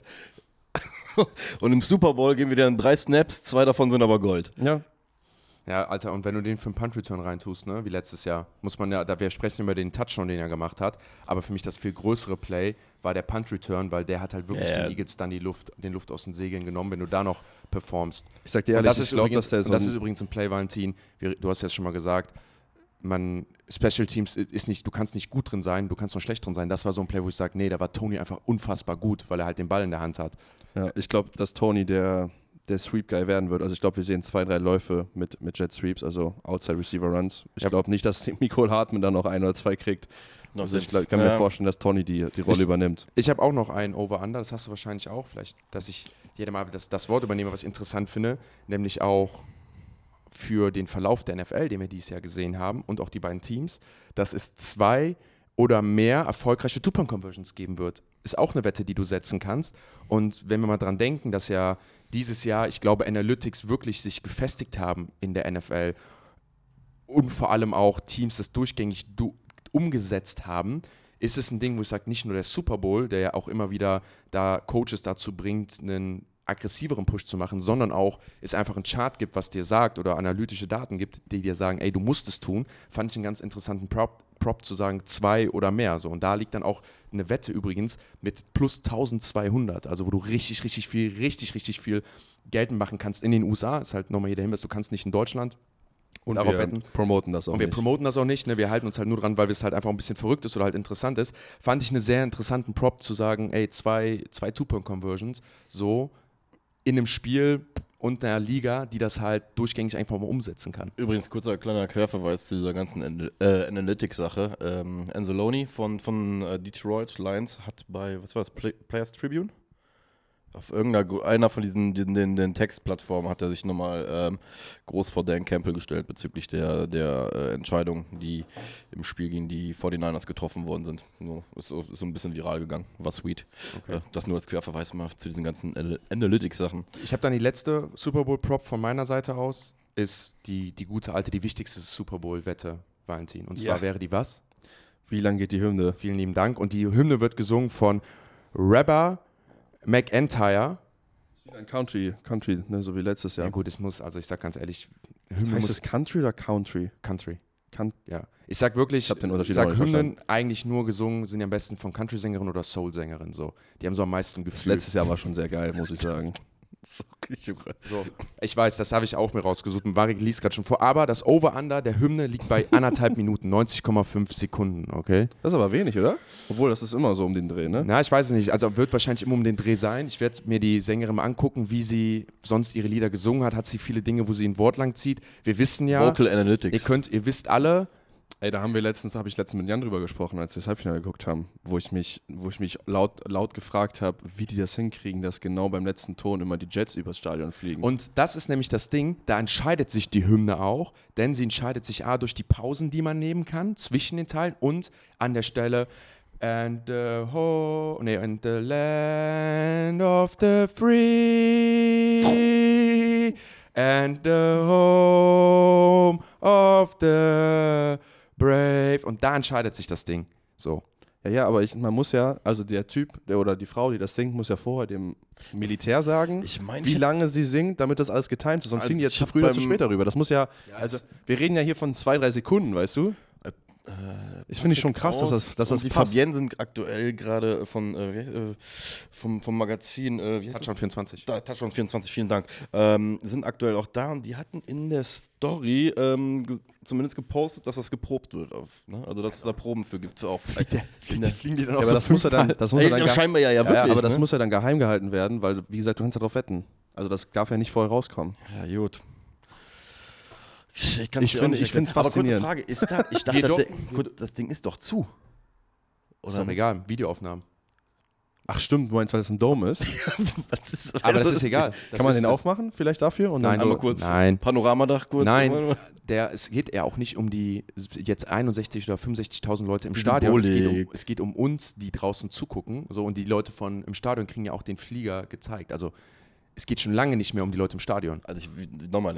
Und im Super Bowl geben wir dann 3 Snaps, 2 davon sind aber Gold. Ja. Ja, Alter, und wenn du den für einen Punt-Return reintust, ne, wie letztes Jahr, muss man ja, wir sprechen über den Touchdown, den er gemacht hat, aber für mich das viel größere Play war der Punt-Return, weil der hat halt wirklich den Eagles dann den Luft aus den Segeln genommen, wenn du da noch performst. Ich sag dir Und ehrlich, ich glaube, dass der das ist übrigens ein Play, Valentin, du hast ja schon mal gesagt, Special Teams ist nicht, du kannst nicht gut drin sein, du kannst nur schlecht drin sein. Das war so ein Play, wo ich sage, nee, da war Tony einfach unfassbar gut, weil er halt den Ball in der Hand hat. Ja, ich glaube, dass Tony der Sweep-Guy werden wird. Also ich glaube, wir sehen 2-3 Läufe mit Jet-Sweeps, also Outside-Receiver-Runs. Ich glaube nicht, dass Nicole Hartman dann noch 1 oder 2 kriegt. Also ich kann mir vorstellen, dass Tony die Rolle übernimmt. Ich habe auch noch einen Over-Under, das hast du wahrscheinlich auch, vielleicht, dass ich jedem Mal das Wort übernehme, was ich interessant finde, nämlich auch für den Verlauf der NFL, den wir dieses Jahr gesehen haben und auch die beiden Teams, dass es 2 oder mehr erfolgreiche Two-Point-Conversions geben wird. Ist auch eine Wette, die du setzen kannst. Und wenn wir mal dran denken, dass ja dieses Jahr, ich glaube, Analytics wirklich sich gefestigt haben in der NFL und vor allem auch Teams das durchgängig umgesetzt haben, ist es ein Ding, wo ich sage, nicht nur der Super Bowl, der ja auch immer wieder da Coaches dazu bringt, einen aggressiveren Push zu machen, sondern auch es einfach einen Chart gibt, was dir sagt oder analytische Daten gibt, die dir sagen, ey, du musst es tun, fand ich einen ganz interessanten Prop zu sagen, 2 oder mehr. So. Und da liegt dann auch eine Wette übrigens mit plus 1200, also wo du richtig viel Geld machen kannst in den USA. Ist halt nochmal hier der Hinweis, du kannst nicht in Deutschland. Und wir promoten das auch nicht. Und wir promoten das auch nicht, ne? Wir halten uns halt nur dran, weil es halt einfach ein bisschen verrückt ist oder halt interessant ist. Fand ich einen sehr interessanten Prop zu sagen, ey, zwei Two-Point-Conversions, so in einem Spiel und einer Liga, die das halt durchgängig einfach mal umsetzen kann. Übrigens, kurzer kleiner Querverweis zu dieser ganzen Analytics-Sache. Anzalone von Detroit Lions hat bei, was war das, Players Tribune? Auf einer von den Textplattformen hat er sich nochmal groß vor Dan Campbell gestellt bezüglich der Entscheidung, die im Spiel gegen die 49ers getroffen worden sind. Ist so ein bisschen viral gegangen, war sweet. Okay. Das nur als Querverweis mal zu diesen ganzen Analytics-Sachen. Ich habe dann die letzte Super Bowl-Prop von meiner Seite aus, ist die gute alte, die wichtigste Super Bowl-Wette, Valentin. Und zwar wäre die was? Wie lang geht die Hymne? Vielen lieben Dank. Und die Hymne wird gesungen von Rabba McEntire. Das ist wieder ein Country, ne, so wie letztes Jahr. Ja gut, es muss, also ich sag ganz ehrlich, heißt es Country oder Country? Country. Ja. Ich sag wirklich, Hymnen eigentlich nur gesungen, sind ja am besten von Country-Sängerinnen oder Soul-Sängerinnen so. Die haben so am meisten Gefühl. Letztes Jahr war schon sehr geil, muss ich sagen. So. Ich weiß, das habe ich auch mir rausgesucht. Marek liest gerade schon vor. Aber das Over-Under der Hymne liegt bei 1,5 Minuten, 90,5 Sekunden, okay? Das ist aber wenig, oder? Obwohl, das ist immer so um den Dreh, ne? Na, ich weiß es nicht. Also wird wahrscheinlich immer um den Dreh sein. Ich werde mir die Sängerin mal angucken, wie sie sonst ihre Lieder gesungen hat. Hat sie viele Dinge, wo sie ein Wort lang zieht. Wir wissen ja, Vocal Analytics. ihr wisst alle. Ey, da habe ich letztens mit Jan drüber gesprochen, als wir das Halbfinale geguckt haben, wo ich mich laut gefragt habe, wie die das hinkriegen, dass genau beim letzten Ton immer die Jets übers Stadion fliegen. Und das ist nämlich das Ding, da entscheidet sich die Hymne auch, denn sie entscheidet sich durch die Pausen, die man nehmen kann zwischen den Teilen und an der Stelle and the land of the free and the home of the brave. Und da entscheidet sich das Ding. So. Ja, aber man muss ja, also der Typ oder die Frau, die das singt, muss ja vorher dem Militär sagen, wie lange sie singt, damit das alles getimed ist. Sonst fliegen die jetzt zu früh oder zu spät darüber. Das muss ja, also wir reden ja hier von 2-3 Sekunden, weißt du? Ich finde es schon krass, dass das die passt. Fabienne sind aktuell gerade vom Magazin Touchdown 24. Touchdown 24, vielen Dank. Sind aktuell auch da und die hatten in der Story zumindest gepostet, dass das geprobt wird. Also dass es da Proben für gibt. Fliegen die dann auch aber so das muss ja dann scheinbar ja wirklich. Aber das muss ja dann geheim gehalten werden, weil, wie gesagt, du kannst darauf wetten. Also das darf ja nicht vorher rauskommen. Ja, gut. Ich finde es faszinierend. Aber kurze Frage, ich dachte, das Ding ist doch zu. Oder? Ist doch egal, Videoaufnahmen. Ach stimmt, du meinst, weil es ein Dome ist? Aber das ist egal. Kann man den aufmachen vielleicht dafür? Und nein, dann einmal kurz. Nein. Panoramadach kurz. Nein, es geht ja auch nicht um die jetzt 61 oder 65.000 Leute im Stadion. Es geht um uns, die draußen zugucken. So, und die Leute im Stadion kriegen ja auch den Flieger gezeigt. Also es geht schon lange nicht mehr um die Leute im Stadion. Also ich würde mal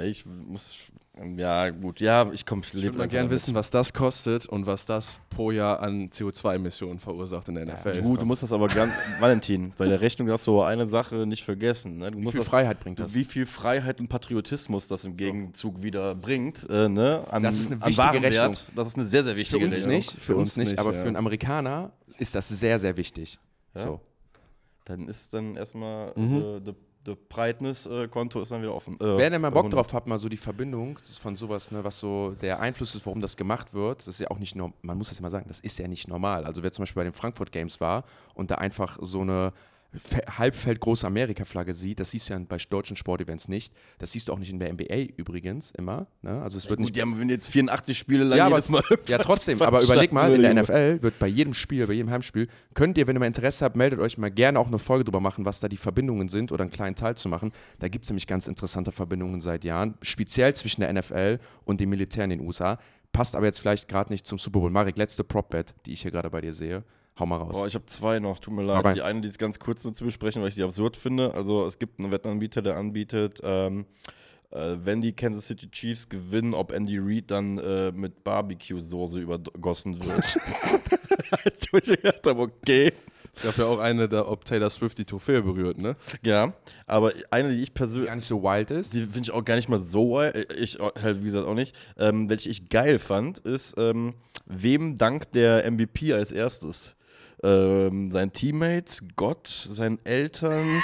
gerne wissen, was das kostet und was das pro Jahr an CO2-Emissionen verursacht in der NFL. Gut, du musst das aber Valentin, bei der Rechnung darfst du eine Sache nicht vergessen. Ne? Wie viel Freiheit bringt das? Wie viel Freiheit und Patriotismus das im Gegenzug wieder bringt. Ne? Das ist eine wichtige Rechnung. Das ist eine sehr, sehr wichtige Rechnung. Für uns nicht, aber für einen Amerikaner ist das sehr, sehr wichtig. Ja? So. dann ist dann erstmal der Brightness-Konto ist dann wieder offen. Wer denn mal Bock 100. drauf hat, mal so die Verbindung von sowas, ne, was so der Einfluss ist, warum das gemacht wird, das ist ja auch nicht normal, man muss das ja mal sagen, das ist ja nicht normal. Also wer zum Beispiel bei den Frankfurt Games war und da einfach so eine halbfeldgroße Amerika-Flagge sieht, das siehst du ja bei deutschen Sportevents nicht. Das siehst du auch nicht in der NBA übrigens immer. Ne? Also es wird Gut, nicht. die haben jetzt 84 Spiele lang Ja, jedes Mal. Ja, trotzdem, aber überleg mal, in der NFL wird bei jedem Spiel, bei jedem Heimspiel, könnt ihr, wenn ihr mal Interesse habt, meldet euch mal gerne auch eine Folge drüber machen, was da die Verbindungen sind oder einen kleinen Teil zu machen. Da gibt es nämlich ganz interessante Verbindungen seit Jahren, speziell zwischen der NFL und dem Militär in den USA. Passt aber jetzt vielleicht gerade nicht zum Super Bowl. Marek, letzte Prop-Bet, die ich hier gerade bei dir sehe. Hau mal raus. Boah, ich habe 2 noch, tut mir Hau rein. leid. Die eine, die ist ganz kurz nur zu besprechen, weil ich die absurd finde. Also es gibt einen Wettanbieter, der anbietet, wenn die Kansas City Chiefs gewinnen, ob Andy Reid dann mit Barbecue-Soße übergossen wird. Ich gedacht habe, okay. Es gab ja auch eine, da, ob Taylor Swift die Trophäe berührt, ne? Ja, aber eine, die ich Die persönlich, gar nicht so wild ist. die finde ich auch gar nicht mal so wild, ich halt wie gesagt auch nicht. Welche ich geil fand, ist, wem dankt der MVP als erstes? Seinen Teammates, Gott, seinen Eltern,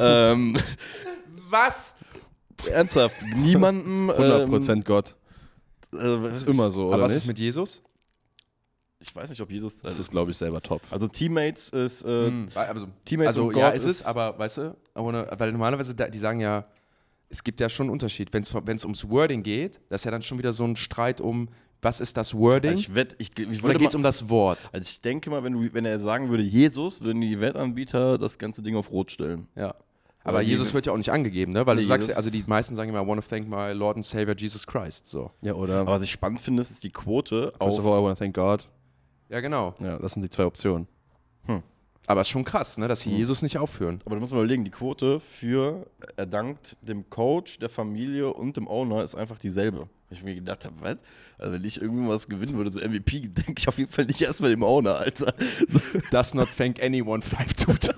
Was? ernsthaft, niemandem. 100% Gott. Ist Immer so, Aber oder was nicht? ist mit Jesus? Ich weiß nicht, ob Jesus. Das ist, glaube ich, selber top. Also Teammates ist Teammates Also und ja, Gott ist es, aber weißt du, weil normalerweise, die sagen ja, es gibt ja schon einen Unterschied. Wenn es ums Wording geht, das ist ja dann schon wieder so ein Streit um, was ist das Wording? Also ich oder würde geht es mal, um das Wort? also ich denke mal, wenn er sagen würde Jesus, würden die Wettanbieter das ganze Ding auf Rot stellen. Ja. Aber Oder Jesus wird ja auch nicht angegeben, ne? Weil Nee, du sagst, Jesus- also die meisten sagen immer, I want to thank my Lord and Savior Jesus Christ. So. Ja, oder? Aber was ich spannend finde, ist die Quote First of auf. all, I want to thank God. Ja, genau. Ja, das sind die 2 Optionen. Aber es ist schon krass, ne, dass sie Jesus nicht aufführen. Aber du musst mal überlegen, die Quote für er dankt dem Coach, der Familie und dem Owner ist einfach dieselbe. Ich mir gedacht habe, was? Also wenn ich irgendwas gewinnen würde, so MVP, denke ich auf jeden Fall nicht erstmal dem Owner, Alter. So. Does not thank anyone 5-2.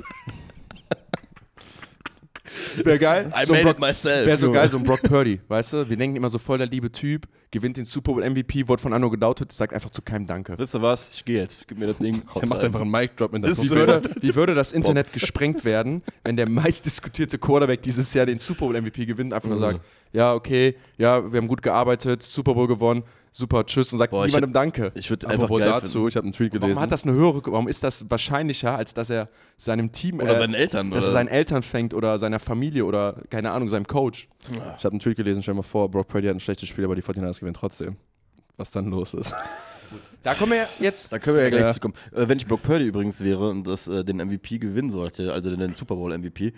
Wäre geil. I So ein made Brock- it myself. Wäre so Junge. geil, so ein Brock Purdy, weißt du? Wir denken immer so voll der liebe Typ, gewinnt den Super Bowl MVP, wurde von Anno gedautet, sagt einfach zu keinem Danke. Wisst ihr was? Ich gehe jetzt. Gib mir das Ding. Er macht einfach einen Mic-Drop in der Das ist Trophäe. Wie würde das Internet gesprengt werden, wenn der meistdiskutierte Quarterback dieses Jahr den Super Bowl MVP gewinnt, einfach nur sagt, ja, okay, ja, wir haben gut gearbeitet, Super Bowl gewonnen, super, tschüss und sagt Boah, ich niemandem Danke. Ich würde einfach Apropos geil dazu, ich habe einen Tweet gelesen. Warum hat das eine höhere, warum ist das wahrscheinlicher, als dass er seinem Team, Oder seinen Eltern, dass oder? er seinen Eltern fängt oder seiner Familie oder, keine Ahnung, seinem Coach? Ich habe einen Tweet gelesen, stell dir mal vor, Brock Purdy hat ein schlechtes Spiel, aber die 49ers gewinnen trotzdem. Was dann los ist. Da kommen wir jetzt. Da können wir ja gleich Ja. zu kommen. Wenn ich Brock Purdy übrigens wäre und das den MVP gewinnen sollte, also den Super Bowl MVP,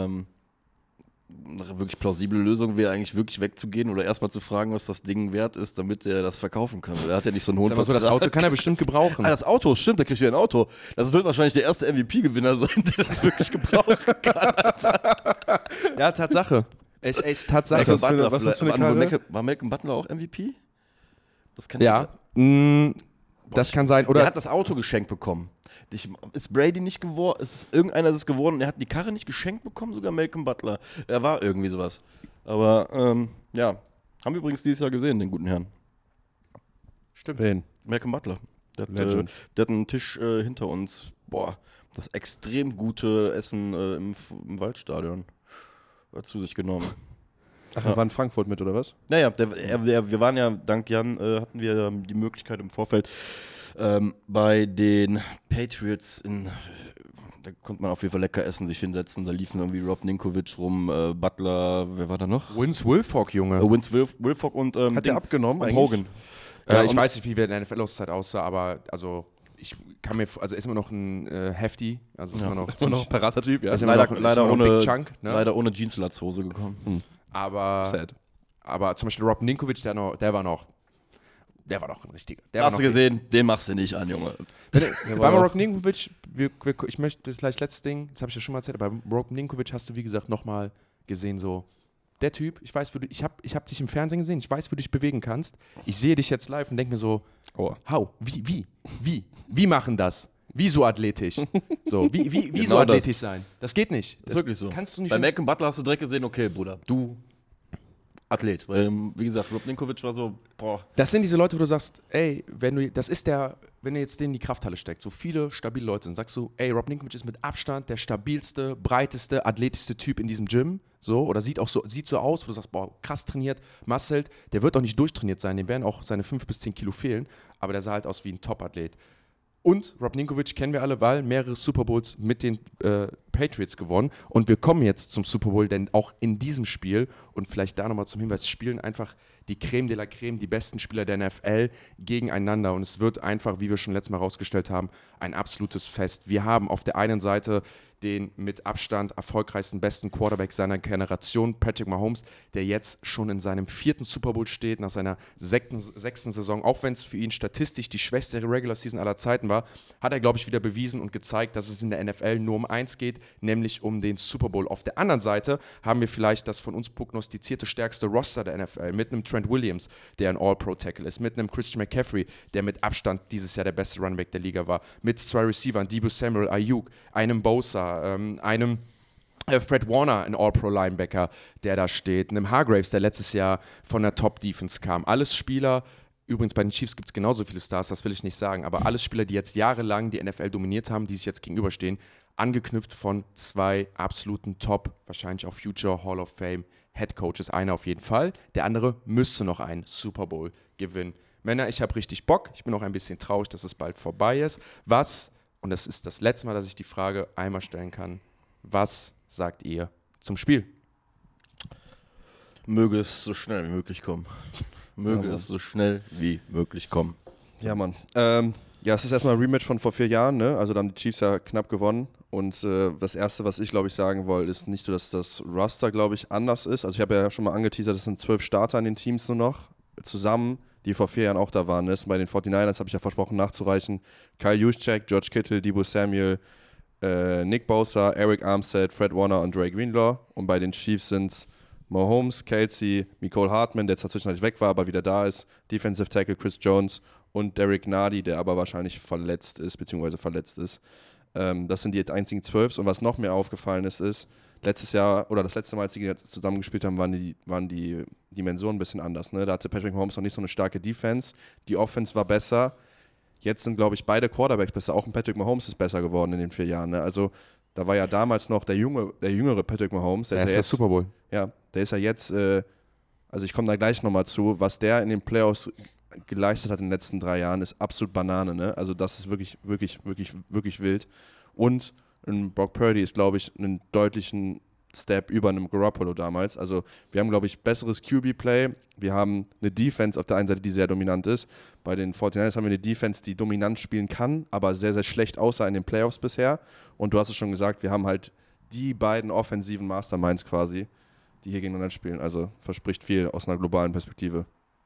eine wirklich plausible Lösung wäre eigentlich wirklich wegzugehen oder erstmal zu fragen, was das Ding wert ist, damit er das verkaufen kann. Er hat ja nicht so einen hohen Sag mal so, das Vertrag. Auto kann er bestimmt gebrauchen. Ah, das Auto, stimmt, da kriegt er ein Auto. Das wird wahrscheinlich der erste MVP-Gewinner sein, der das wirklich gebrauchen kann. Ja, Tatsache. Es ist Tatsache. Was ist das für- was ist das für eine Karre? War Malcolm Butler auch MVP? Das kann ich Ja, das kann sein. Der Oder hat das Auto geschenkt bekommen. Ist Brady nicht geworden? Irgendeiner ist es geworden und er hat die Karre nicht geschenkt bekommen, sogar Malcolm Butler. Er war irgendwie sowas. Aber ja, haben wir übrigens dieses Jahr gesehen, den guten Herrn. stimmt. Wen? Malcolm Butler. Der Legend. hat einen Tisch hinter uns. Boah, das extrem gute Essen im Waldstadion zu sich genommen. Ach, er war in Frankfurt mit, oder was? Naja, wir waren ja, dank Jan, hatten wir die Möglichkeit im Vorfeld bei den Patriots da konnte man auf jeden Fall lecker essen, sich hinsetzen. Da liefen irgendwie Rob Ninkovich rum, Butler, wer war da noch? Vince Wilfork, Junge. Vince Wilfork und Hat der Dings, abgenommen und eigentlich? Hogan. Ich und- weiß nicht, wie wer in der NFL-Auszeit aussah, aber also ich kann mir, also ist immer noch ein Hefty, also ist immer noch Immer noch Parater-Typ, ja. ist immer Leider, noch, leider, ist immer noch ohne, Big Chunk, ne? leider ohne Jeanslatzhose gekommen. aber Sad. zum Beispiel Rob Ninkovich, der war noch ein richtiger. Der Hast war du noch gesehen? Den machst du nicht an, Junge. Bei Rob Ninkovich, ich möchte das gleich letzte Ding, das habe ich ja schon mal erzählt, aber bei Rob Ninkovich hast du, wie gesagt, nochmal gesehen, so, der Typ, ich weiß, ich hab dich im Fernsehen gesehen, ich weiß, wie du dich bewegen kannst, ich sehe dich jetzt live und denke mir so, wie machen das? Wie so athletisch? So, wie Genau so athletisch sein? Das geht nicht. Das ist wirklich so. Kannst du nicht. Bei Malcolm Butler hast du direkt gesehen, okay, Bruder, du Athlet. Weil, wie gesagt, Rob Ninkovich war so, boah. Das sind diese Leute, wo du sagst, ey, wenn du jetzt den in die Krafthalle steckst, so viele stabile Leute, dann sagst du, ey, Rob Ninkovich ist mit Abstand der stabilste, breiteste, athletischste Typ in diesem Gym, so, oder sieht so aus, wo du sagst, boah, krass trainiert, Muscled, der wird auch nicht durchtrainiert sein, dem werden auch seine 5 bis 10 Kilo fehlen, aber der sah halt aus wie ein Top-Athlet. Und Rob Ninkovich kennen wir alle, weil mehrere Super Bowls mit den Patriots gewonnen. Und wir kommen jetzt zum Super Bowl, denn auch in diesem Spiel, und vielleicht da nochmal zum Hinweis, spielen einfach die Creme de la Creme, die besten Spieler der NFL gegeneinander. Und es wird einfach, wie wir schon letztes Mal rausgestellt haben, ein absolutes Fest. Wir haben auf der einen Seite den mit Abstand erfolgreichsten, besten Quarterback seiner Generation, Patrick Mahomes, der jetzt schon in seinem 4. Super Bowl steht, nach seiner 6. Saison. Auch wenn es für ihn statistisch die schwächste Regular Season aller Zeiten war, hat er, glaube ich, wieder bewiesen und gezeigt, dass es in der NFL nur um eins geht, nämlich um den Super Bowl. Auf der anderen Seite haben wir vielleicht das von uns prognostizierte stärkste Roster der NFL mit einem Trent Williams, der ein All-Pro-Tackle ist, mit einem Christian McCaffrey, der mit Abstand dieses Jahr der beste Runback der Liga war, mit 2 Receivern, Deebo Samuel, Ayuk, einem Bosa, einem Fred Warner, ein All-Pro-Linebacker, der da steht, einem Hargraves, der letztes Jahr von der Top-Defense kam. Alles Spieler, übrigens bei den Chiefs gibt es genauso viele Stars, das will ich nicht sagen, aber alles Spieler, die jetzt jahrelang die NFL dominiert haben, die sich jetzt gegenüberstehen, angeknüpft von 2 absoluten Top, wahrscheinlich auch Future Hall of Fame Head Coaches. Einer auf jeden Fall, der andere müsste noch einen Super Bowl gewinnen. Männer, ich habe richtig Bock, ich bin auch ein bisschen traurig, dass es bald vorbei ist. Und das ist das letzte Mal, dass ich die Frage einmal stellen kann. Was sagt ihr zum Spiel? Möge es so schnell wie möglich kommen. Möge es so schnell wie möglich kommen. Ja, Mann. Ja, es ist erstmal ein Rematch von vor 4 Jahren, ne? Also da haben die Chiefs ja knapp gewonnen. Und das Erste, was ich, glaube ich, sagen wollte, ist nicht so, dass das Roster, glaube ich, anders ist. Also ich habe ja schon mal angeteasert, es sind 12 Starter in den Teams nur noch. Zusammen, die vor 4 Jahren auch da waren. Bei den 49ers habe ich ja versprochen nachzureichen. Kyle Juszczyk, George Kittle, Deebo Samuel, Nick Bosa, Eric Armstead, Fred Warner und Dre Greenlaw. Und bei den Chiefs sind es Mahomes, Kelsey, Mecole Hardman, der zwar zwischendurch weg war, aber wieder da ist, Defensive Tackle Chris Jones und Derek Nardi, der aber wahrscheinlich verletzt ist. Das sind die jetzt einzigen 12. Und was noch mehr aufgefallen ist, letztes Jahr oder das letzte Mal, als die zusammengespielt haben, waren die Dimensionen ein bisschen anders. Ne? Da hatte Patrick Mahomes noch nicht so eine starke Defense. Die Offense war besser. Jetzt sind, glaube ich, beide Quarterbacks besser. Auch ein Patrick Mahomes ist besser geworden in den 4 Jahren. Ne? Also da war ja damals noch der jüngere Patrick Mahomes. Der ist ja jetzt Super Bowl. Ja, der ist ja jetzt, also ich komme da gleich nochmal zu, was der in den Playoffs geleistet hat in den letzten 3 Jahren, ist absolut Banane. Ne? Also das ist wirklich, wirklich, wirklich, wirklich wild. Und Brock Purdy ist, glaube ich, einen deutlichen Step über einem Garoppolo damals. Also wir haben, glaube ich, besseres QB-Play. Wir haben eine Defense auf der einen Seite, die sehr dominant ist. Bei den 49ers haben wir eine Defense, die dominant spielen kann, aber sehr, sehr schlecht aussah in den Playoffs bisher. Und du hast es schon gesagt, wir haben halt die beiden offensiven Masterminds quasi, die hier gegeneinander spielen. Also verspricht viel aus einer globalen Perspektive.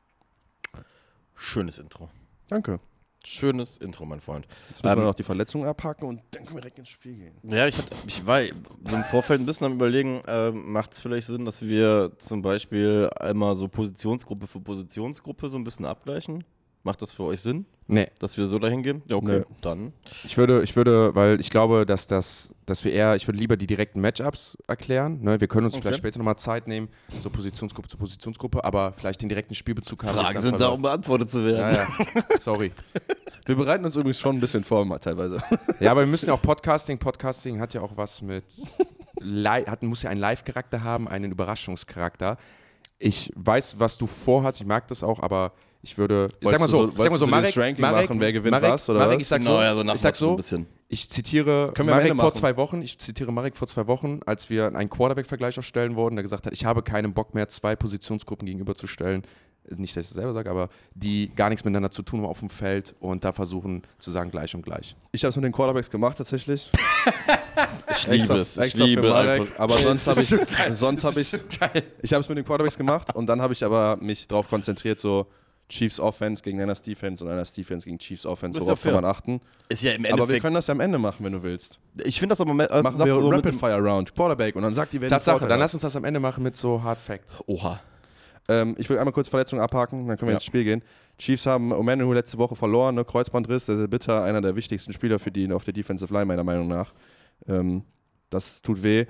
Schönes Intro. Danke. Schönes Intro, mein Freund. Jetzt müssen wir noch die Verletzungen abhaken und dann können wir direkt ins Spiel gehen. Ja, ich war so im Vorfeld ein bisschen am Überlegen, macht es vielleicht Sinn, dass wir zum Beispiel einmal so Positionsgruppe für Positionsgruppe so ein bisschen abgleichen? Macht das für euch Sinn? Nee. Dass wir so dahin gehen? Ja, okay, Nee. dann. Ich würde, weil ich glaube, ich würde lieber die direkten Matchups erklären. Ne? Wir können uns vielleicht später nochmal Zeit nehmen, so Positionsgruppe zu Positionsgruppe, aber vielleicht den direkten Spielbezug haben. Fragen sind da, um beantwortet zu werden. Ja. Sorry. Wir bereiten uns übrigens schon ein bisschen vor, mal teilweise. Ja, aber wir müssen ja auch Podcasting hat ja auch was mit, muss ja einen Live-Charakter haben, einen Überraschungscharakter. Ich weiß, was du vorhast, ich mag das auch, aber ich würde, Wolltest du so Marek, das Ranking machen, wer gewinnt was, oder was? Ich sag Genau, so, ja, so ich sag so, ein bisschen. ich zitiere Können wir am Ende Marek vor machen. 2 Wochen, als wir einen Quarterback-Vergleich aufstellen wurden, der gesagt hat, ich habe keinen Bock mehr, 2 Positionsgruppen gegenüberzustellen. Nicht, dass ich das selber sage, aber die gar nichts miteinander zu tun haben auf dem Feld und da versuchen zu sagen gleich und gleich. Ich habe es mit den Quarterbacks gemacht tatsächlich. Ich liebe es. Ich liebe einfach. Aber sonst habe ich habe es mit den Quarterbacks gemacht und dann habe ich aber mich darauf konzentriert, so Chiefs Offense gegen Niners Defense und Niners Defense gegen Chiefs Offense, Das ist worauf ja kann fair. man achten. Ist ja im Aber wir Endeffekt. können das ja am Ende machen, wenn du willst. Ich finde das aber Machen das wir so mit Rapid dem, Fire Round, Quarterback und dann sagt die, wer Tatsache, den dann Vorteil lass uns das am Ende machen mit so Hard Facts. Oha. Ich will einmal kurz Verletzungen abhaken, dann können wir ins Spiel gehen. Chiefs haben Omenihu letzte Woche verloren, ne? Kreuzbandriss, sehr, sehr bitter, einer der wichtigsten Spieler für die auf der Defensive Line, meiner Meinung nach. Das tut weh.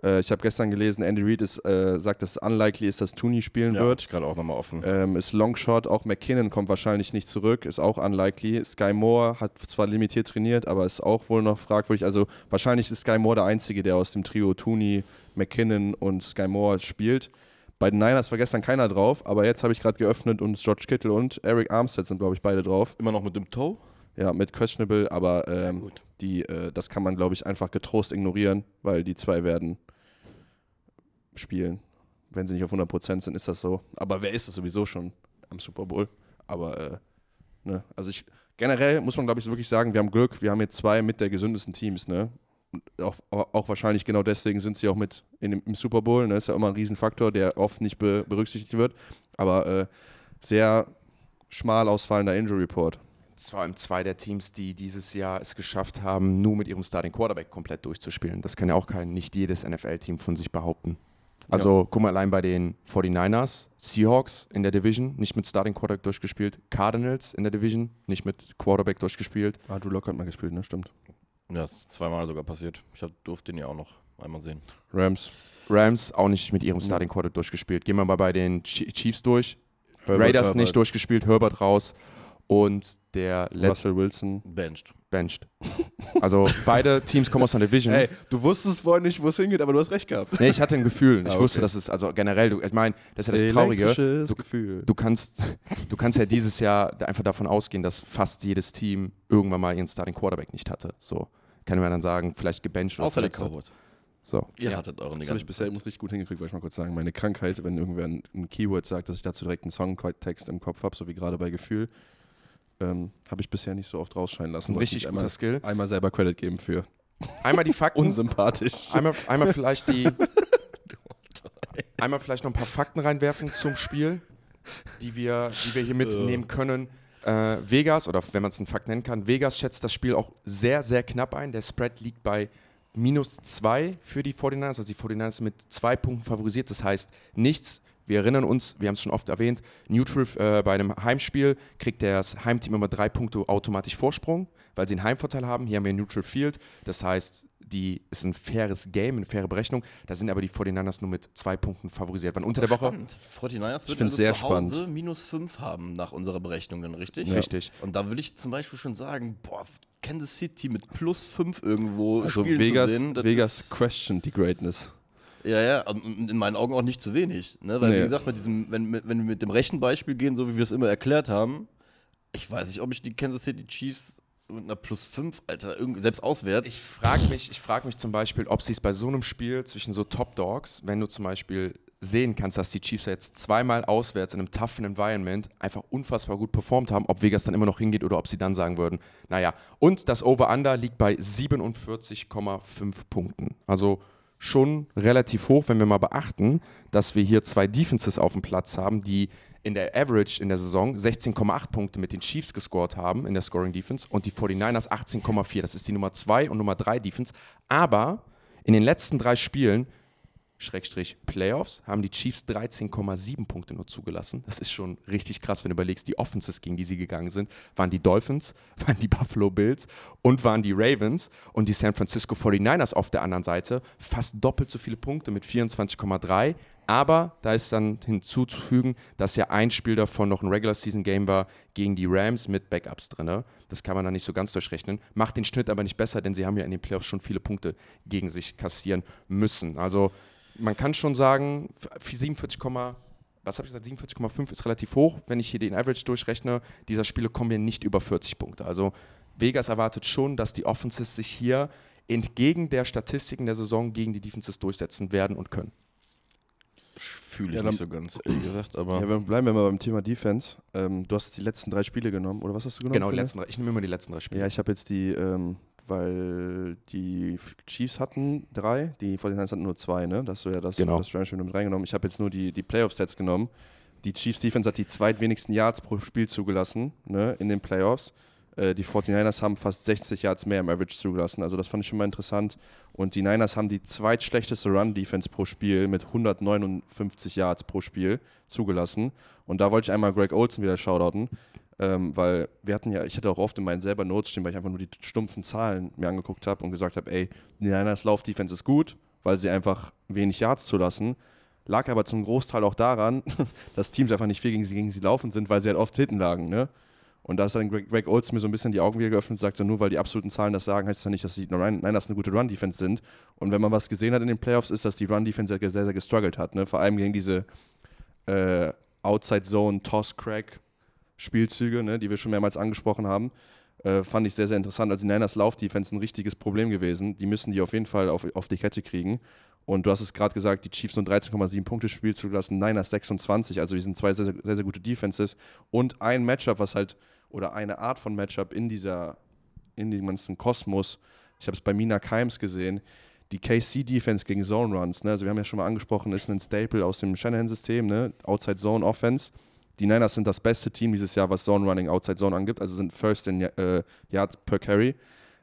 Ich habe gestern gelesen, Andy Reid sagt, dass es unlikely ist, dass Tooney spielen Ja, wird. ich gerade auch nochmal offen. Ist Longshot, auch McKinnon kommt wahrscheinlich nicht zurück, ist auch unlikely. Sky Moore hat zwar limitiert trainiert, aber ist auch wohl noch fragwürdig. Also wahrscheinlich ist Sky Moore der Einzige, der aus dem Trio Tooney, McKinnon und Sky Moore spielt. Bei den Niners war gestern keiner drauf, aber jetzt habe ich gerade geöffnet und George Kittle und Eric Armstead sind, glaube ich, beide drauf. Immer noch mit dem Toe? Ja, mit questionable, aber gut. das kann man, glaube ich, einfach getrost ignorieren, weil die zwei werden spielen. Wenn sie nicht auf 100% sind, ist das so. Aber wer ist das sowieso schon am Super Bowl? Aber, ne, also generell muss man, glaube ich, wirklich sagen, wir haben Glück, wir haben jetzt zwei mit der gesündesten Teams, ne? Auch wahrscheinlich genau deswegen sind sie auch mit im Super Bowl, ne? Ist ja immer ein Riesenfaktor, der oft nicht berücksichtigt wird. Aber sehr schmal ausfallender Injury Report. Es war allem zwei der Teams, die dieses Jahr es geschafft haben, nur mit ihrem Starting Quarterback komplett durchzuspielen. Das kann ja auch nicht jedes NFL-Team von sich behaupten. Also guck mal allein bei den 49ers, Seahawks in der Division, nicht mit Starting Quarterback durchgespielt, Cardinals in der Division, nicht mit Quarterback durchgespielt. Drew Lock hat mal gespielt, ne? Stimmt. Ja, das ist zweimal sogar passiert. Ich durfte den ja auch noch einmal sehen. Rams auch nicht mit ihrem Starting Quarterback durchgespielt. Gehen wir mal bei den Chiefs durch. Raiders nicht durchgespielt, Herbert raus und der Russell Wilson benched. Also beide Teams kommen aus einer Division. Ey, du wusstest vorhin nicht, wo es hingeht, aber du hast recht gehabt. Nee, ich hatte ein Gefühl. Ich okay. wusste, dass es, also generell, ich meine, das ist ja das Traurige. Du kannst ja dieses Jahr einfach davon ausgehen, dass fast jedes Team irgendwann mal ihren Starting Quarterback nicht hatte. So kann man dann sagen, vielleicht gebencht oder außer der Cowboys. So. Ihr hattet euren Das habe ich bisher richtig gut hingekriegt, wollte ich mal kurz sagen. Meine Krankheit, wenn irgendwer ein Keyword sagt, dass ich dazu direkt einen Songtext im Kopf habe, so wie gerade bei Gefühl, habe ich bisher nicht so oft rausscheinen lassen. Ein richtig guter Skill. Einmal selber Credit geben für. Einmal die Fakten. Unsympathisch. Einmal vielleicht noch ein paar Fakten reinwerfen zum Spiel, die wir hier mitnehmen können. Vegas, oder wenn man es einen Fakt nennen kann, Vegas schätzt das Spiel auch sehr, sehr knapp ein. Der Spread liegt bei -2 für die 49ers, also die 49ers mit 2 Punkten favorisiert. Das heißt nichts. Wir erinnern uns, wir haben es schon oft erwähnt, Neutral bei einem Heimspiel kriegt das Heimteam immer 3 Punkte automatisch Vorsprung, weil sie einen Heimvorteil haben. Hier haben wir Neutral Field, das heißt, ist ein faires Game, eine faire Berechnung. Da sind aber die 49ers nur mit 2 Punkten favorisiert. Wann unter der Woche? Spannend. 49ers wird also sehr zu Hause spannend. -5 haben nach unserer Berechnung dann, richtig? Ja. Richtig. Und da will ich zum Beispiel schon sagen, Kansas City mit +5 irgendwo Also spielen Vegas, zu sehen. Vegas questioned die Greatness. Ja, und in meinen Augen auch nicht zu wenig. Ne? Weil, wie gesagt, wenn wir mit dem rechten Beispiel gehen, so wie wir es immer erklärt haben, ich weiß nicht, ob ich die Kansas City Chiefs mit einer +5, Alter, selbst auswärts. Ich frag mich zum Beispiel, ob sie es bei so einem Spiel zwischen so Top Dogs, wenn du zum Beispiel sehen kannst, dass die Chiefs jetzt zweimal auswärts in einem toughen Environment einfach unfassbar gut performt haben, ob Vegas dann immer noch hingeht oder ob sie dann sagen würden, naja. Und das Over-Under liegt bei 47,5 Punkten. Also schon relativ hoch, wenn wir mal beachten, dass wir hier 2 Defenses auf dem Platz haben, die in der Average in der Saison 16,8 Punkte mit den Chiefs gescored haben in der Scoring Defense und die 49ers 18,4. Das ist die Nummer 2 und Nummer 3 Defense. Aber in den letzten 3 Spielen Playoffs haben die Chiefs 13,7 Punkte nur zugelassen. Das ist schon richtig krass, wenn du überlegst, die Offenses, gegen die sie gegangen sind, waren die Dolphins, waren die Buffalo Bills und waren die Ravens und die San Francisco 49ers auf der anderen Seite fast doppelt so viele Punkte mit 24,3. Aber da ist dann hinzuzufügen, dass ja ein Spiel davon noch ein Regular-Season-Game war gegen die Rams mit Backups drin. Das kann man dann nicht so ganz durchrechnen. Macht den Schnitt aber nicht besser, denn sie haben ja in den Playoffs schon viele Punkte gegen sich kassieren müssen. Also man kann schon sagen, 47,5 ist relativ hoch. Wenn ich hier den Average durchrechne, dieser Spiele kommen wir nicht über 40 Punkte. Also Vegas erwartet schon, dass die Offenses sich hier entgegen der Statistiken der Saison gegen die Defenses durchsetzen werden und können. Fühle ich nicht so ganz, ehrlich gesagt. Aber Ja, bleiben wir mal beim Thema Defense. Du hast die letzten 3 Spiele genommen, oder was hast du genommen? Genau, ich nehme immer die letzten 3 Spiele. Ja, ich habe jetzt die, weil die Chiefs hatten 3, die 49ers hatten nur 2, ne? Das ist so das Rams-Spiel mit reingenommen. Ich habe jetzt nur die Playoff-Stats genommen. Die Chiefs-Defense hat die zweitwenigsten Yards pro Spiel zugelassen, ne, in den Playoffs. Die 49ers haben fast 60 Yards mehr im Average zugelassen, also das fand ich schon mal interessant. Und die Niners haben die zweitschlechteste Run-Defense pro Spiel mit 159 Yards pro Spiel zugelassen. Und da wollte ich einmal Greg Olsen wieder shoutouten, weil ich hatte auch oft in meinen selber Notes stehen, weil ich einfach nur die stumpfen Zahlen mir angeguckt habe und gesagt habe, ey, die Niners Lauf-Defense ist gut weil sie einfach wenig Yards zulassen. Lag aber zum Großteil auch daran, dass Teams einfach nicht viel gegen sie laufen sind, weil sie halt oft hinten lagen. Ne? Und da ist dann Greg Olds mir so ein bisschen die Augen wieder geöffnet und sagte, nur weil die absoluten Zahlen das sagen, heißt das ja nicht, dass die Niners eine gute Run-Defense sind. Und wenn man was gesehen hat in den Playoffs, ist, dass die Run-Defense sehr, sehr gestruggelt hat. Ne? Vor allem gegen diese Outside-Zone-Toss-Crack-Spielzüge, ne? Die wir schon mehrmals angesprochen haben. Fand ich sehr, sehr interessant. Also die Niners Lauf-Defense ein richtiges Problem gewesen. Die müssen die auf jeden Fall auf die Kette kriegen. Und du hast es gerade gesagt, die Chiefs nur 13,7 Punkte Spiel zugelassen, Niners 26. Also wir sind zwei sehr, sehr, sehr gute Defenses. Und ein Matchup, oder eine Art von Matchup in dem ganzen Kosmos, ich habe es bei Mina Kimes gesehen, die KC-Defense gegen Zone-Runs. Ne? Also wir haben ja schon mal angesprochen, ist ein Staple aus dem Shanahan-System, ne? Outside-Zone-Offense. Die Niners sind das beste Team dieses Jahr, was Zone-Running, Outside-Zone angibt, also sind first in Yards per Carry.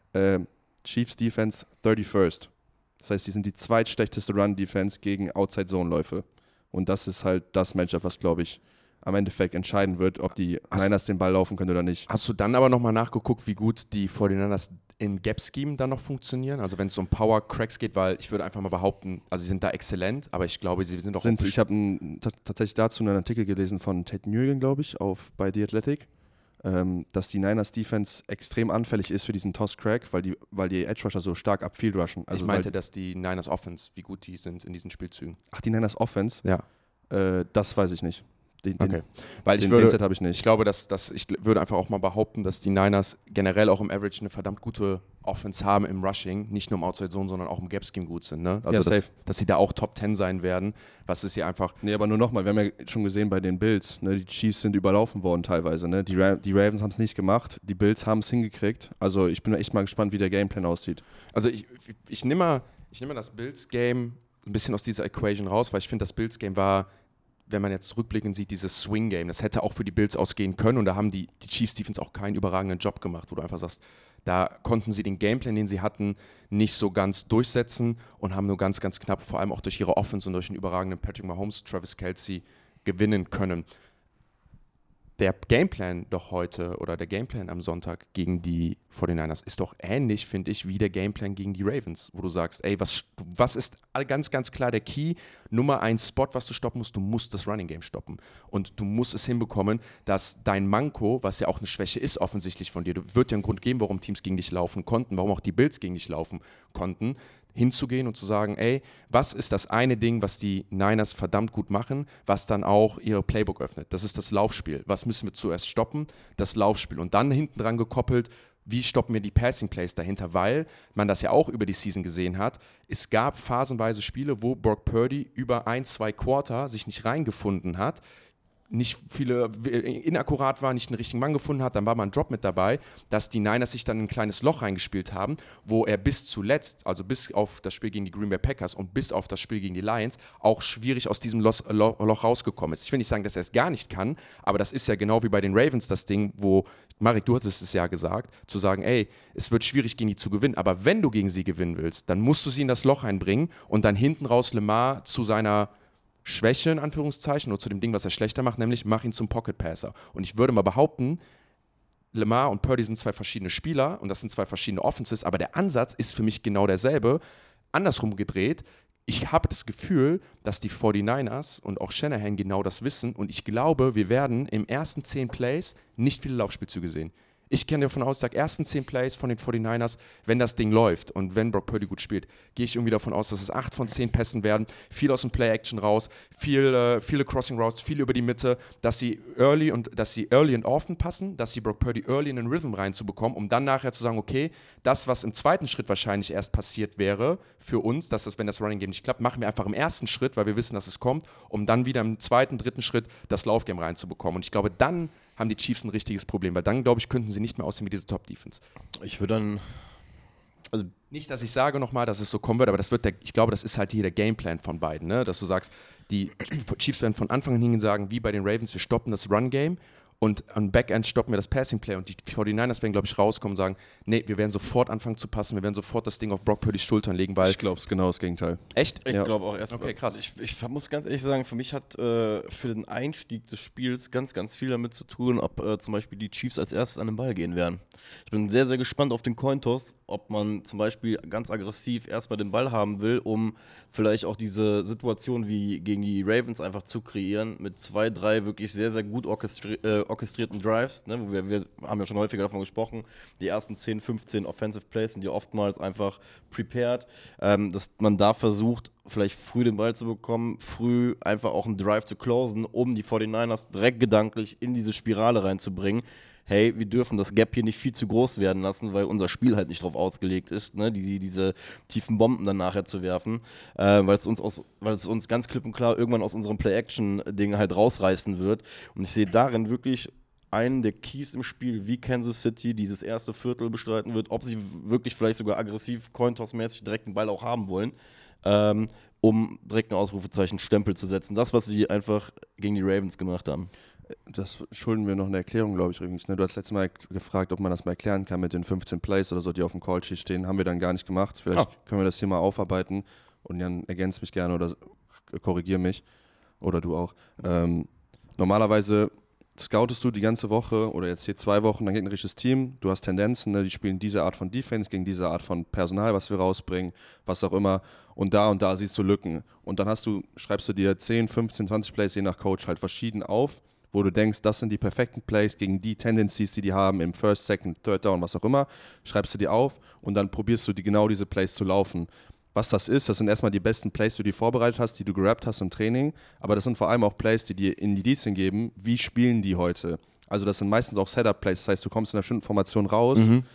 Chiefs Defense 31st. Das heißt, die sind die zweitschlechteste Run-Defense gegen Outside-Zone-Läufe. Und das ist halt das Matchup, was, glaube ich, am Endeffekt entscheiden wird, ob die Niners den Ball laufen können oder nicht. Hast du dann aber nochmal nachgeguckt, wie gut die 49ers im Gap-Scheme dann noch funktionieren? Also wenn es um Power-Cracks geht, weil ich würde einfach mal behaupten, also sie sind da exzellent, aber ich glaube, sie sind auch... Ich habe tatsächlich dazu einen Artikel gelesen von Ted Nugent, glaube ich, bei The Athletic, dass die Niners Defense extrem anfällig ist für diesen Toss-Crack, weil die Edge-Rusher so stark upfield rushen. Also ich meinte, dass die Niners Offense, wie gut die sind in diesen Spielzügen. Ach, die Niners Offense? Ja. Das weiß ich nicht. Okay. Weil den Set habe ich nicht. Ich glaube, ich würde einfach auch mal behaupten, dass die Niners generell auch im Average eine verdammt gute Offense haben im Rushing, nicht nur im Outside Zone, sondern auch im Gap Scheme gut sind. Ne? Also ja, dass sie da auch Top 10 sein werden, was ist hier einfach... Nee, aber nur nochmal, wir haben ja schon gesehen bei den Bills, ne, die Chiefs sind überlaufen worden teilweise. Ne? Die Ravens haben es nicht gemacht, die Bills haben es hingekriegt. Also ich bin echt mal gespannt, wie der Gameplan aussieht. Also ich nehme das Bills-Game ein bisschen aus dieser Equation raus, weil ich finde, das Bills-Game war, wenn man jetzt rückblickend sieht, dieses Swing-Game, das hätte auch für die Bills ausgehen können und da haben die Chiefs-Defense auch keinen überragenden Job gemacht, wo du einfach sagst, da konnten sie den Gameplan, den sie hatten, nicht so ganz durchsetzen und haben nur ganz, ganz knapp, vor allem auch durch ihre Offense und durch den überragenden Patrick Mahomes, Travis Kelce gewinnen können. Der Gameplan doch heute oder der Gameplan am Sonntag gegen die 49ers ist doch ähnlich, finde ich, wie der Gameplan gegen die Ravens, wo du sagst, ey, was ist ganz, ganz klar der Key? Nummer 1 Spot, was du stoppen musst, du musst das Running Game stoppen. Und du musst es hinbekommen, dass dein Manko, was ja auch eine Schwäche ist offensichtlich von dir, wird ja einen Grund geben, warum Teams gegen dich laufen konnten, warum auch die Bills gegen dich laufen konnten, hinzugehen und zu sagen, ey, was ist das eine Ding, was die Niners verdammt gut machen, was dann auch ihre Playbook öffnet? Das ist das Laufspiel. Was müssen wir zuerst stoppen? Das Laufspiel. Und dann hinten dran gekoppelt, wie stoppen wir die Passing Plays dahinter? Weil man das ja auch über die Season gesehen hat. Es gab phasenweise Spiele, wo Brock Purdy über 1-2 Quarter sich nicht reingefunden hat, nicht viele inakkurat war, nicht einen richtigen Mann gefunden hat, dann war mal ein Drop mit dabei, dass die Niners sich dann ein kleines Loch reingespielt haben, wo er bis zuletzt, also bis auf das Spiel gegen die Green Bay Packers und bis auf das Spiel gegen die Lions, auch schwierig aus diesem Loch rausgekommen ist. Ich will nicht sagen, dass er es gar nicht kann, aber das ist ja genau wie bei den Ravens das Ding, wo, Marek, du hattest es ja gesagt, zu sagen, ey, es wird schwierig gegen die zu gewinnen, aber wenn du gegen sie gewinnen willst, dann musst du sie in das Loch einbringen und dann hinten raus Lamar zu seiner Schwäche, in Anführungszeichen, oder zu dem Ding, was er schlechter macht, nämlich mach ihn zum Pocket Passer. Und ich würde mal behaupten, Lamar und Purdy sind zwei verschiedene Spieler und das sind zwei verschiedene Offenses, aber der Ansatz ist für mich genau derselbe. Andersrum gedreht, ich habe das Gefühl, dass die 49ers und auch Shanahan genau das wissen und ich glaube, wir werden im ersten 10 Plays nicht viele Laufspielzüge sehen. Ich gehe davon aus, sage ersten 10 Plays von den 49ers, wenn das Ding läuft und wenn Brock Purdy gut spielt, gehe ich irgendwie davon aus, dass es 8 von 10 Pässen werden, viel aus dem Play-Action raus, viele Crossing Routes, viel über die Mitte, dass sie early und often passen, dass sie Brock Purdy early in den Rhythm reinzubekommen, um dann nachher zu sagen, okay, das, was im zweiten Schritt wahrscheinlich erst passiert wäre für uns, dass das, wenn das Running Game nicht klappt, machen wir einfach im ersten Schritt, weil wir wissen, dass es kommt, um dann wieder im zweiten, dritten Schritt das Laufgame reinzubekommen. Und ich glaube, dann haben die Chiefs ein richtiges Problem, weil dann, glaube ich, könnten sie nicht mehr aussehen wie diese Top-Defense. Ich würde dann, also nicht, dass ich sage nochmal, dass es so kommen wird, aber ich glaube, das ist halt hier der Gameplan von beiden, ne? Dass du sagst, die Chiefs werden von Anfang an hingehen sagen, wie bei den Ravens, wir stoppen das Run-Game und am Backend stoppen wir das Passing-Play und die 49ers werden, glaube ich, rauskommen und sagen, nee, wir werden sofort anfangen zu passen, wir werden sofort das Ding auf Brock Purdy's Schultern legen, weil... Ich glaube, es ist genau das Gegenteil. Echt? Ich glaube auch erstmal. Okay, krass. Ich muss ganz ehrlich sagen, für mich hat für den Einstieg des Spiels ganz, ganz viel damit zu tun, ob zum Beispiel die Chiefs als erstes an den Ball gehen werden. Ich bin sehr, sehr gespannt auf den Cointoss, ob man zum Beispiel ganz aggressiv erstmal den Ball haben will, um vielleicht auch diese Situation wie gegen die Ravens einfach zu kreieren, mit 2, 3 wirklich sehr, sehr gut orchestrierten Drives. Ne? Wir haben ja schon häufiger davon gesprochen, die ersten 10, 15 Offensive Plays sind ja oftmals einfach prepared, dass man da versucht, vielleicht früh den Ball zu bekommen, früh einfach auch einen Drive zu closen, um die 49ers direkt gedanklich in diese Spirale reinzubringen. Hey, wir dürfen das Gap hier nicht viel zu groß werden lassen, weil unser Spiel halt nicht darauf ausgelegt ist, ne, diese tiefen Bomben dann nachher zu werfen, weil es uns ganz klipp und klar irgendwann aus unserem Play-Action-Ding halt rausreißen wird. Und ich sehe darin wirklich einen der Keys im Spiel, wie Kansas City dieses erste Viertel bestreiten wird, ob sie wirklich vielleicht sogar aggressiv Cointoss-mäßig direkt den Ball auch haben wollen, um direkt ein Ausrufezeichen Stempel zu setzen. Das, was sie einfach gegen die Ravens gemacht haben. Das schulden wir noch eine Erklärung, glaube ich, übrigens. Ne? Du hast letztes Mal gefragt, ob man das mal erklären kann mit den 15 Plays oder so, die auf dem Callsheet stehen. Haben wir dann gar nicht gemacht. Vielleicht können wir das hier mal aufarbeiten und Jan ergänzt mich gerne oder korrigier mich. Oder du auch. Normalerweise scoutest du die ganze Woche oder jetzt hier 2 Wochen, dann geht ein richtiges Team. Du hast Tendenzen, ne? Die spielen diese Art von Defense gegen diese Art von Personal, was wir rausbringen, was auch immer. Und da siehst du Lücken. Und dann schreibst du dir 10, 15, 20 Plays je nach Coach halt verschieden auf, wo du denkst, das sind die perfekten Plays gegen die Tendencies, die haben im First, Second, Third Down, was auch immer, schreibst du dir auf und dann probierst du genau diese Plays zu laufen. Was das sind erstmal die besten Plays, die du vorbereitet hast, die du gerappt hast im Training, aber das sind vor allem auch Plays, die dir Indizien geben, wie spielen die heute. Also das sind meistens auch Setup-Plays, das heißt, du kommst in einer bestimmten Formation raus,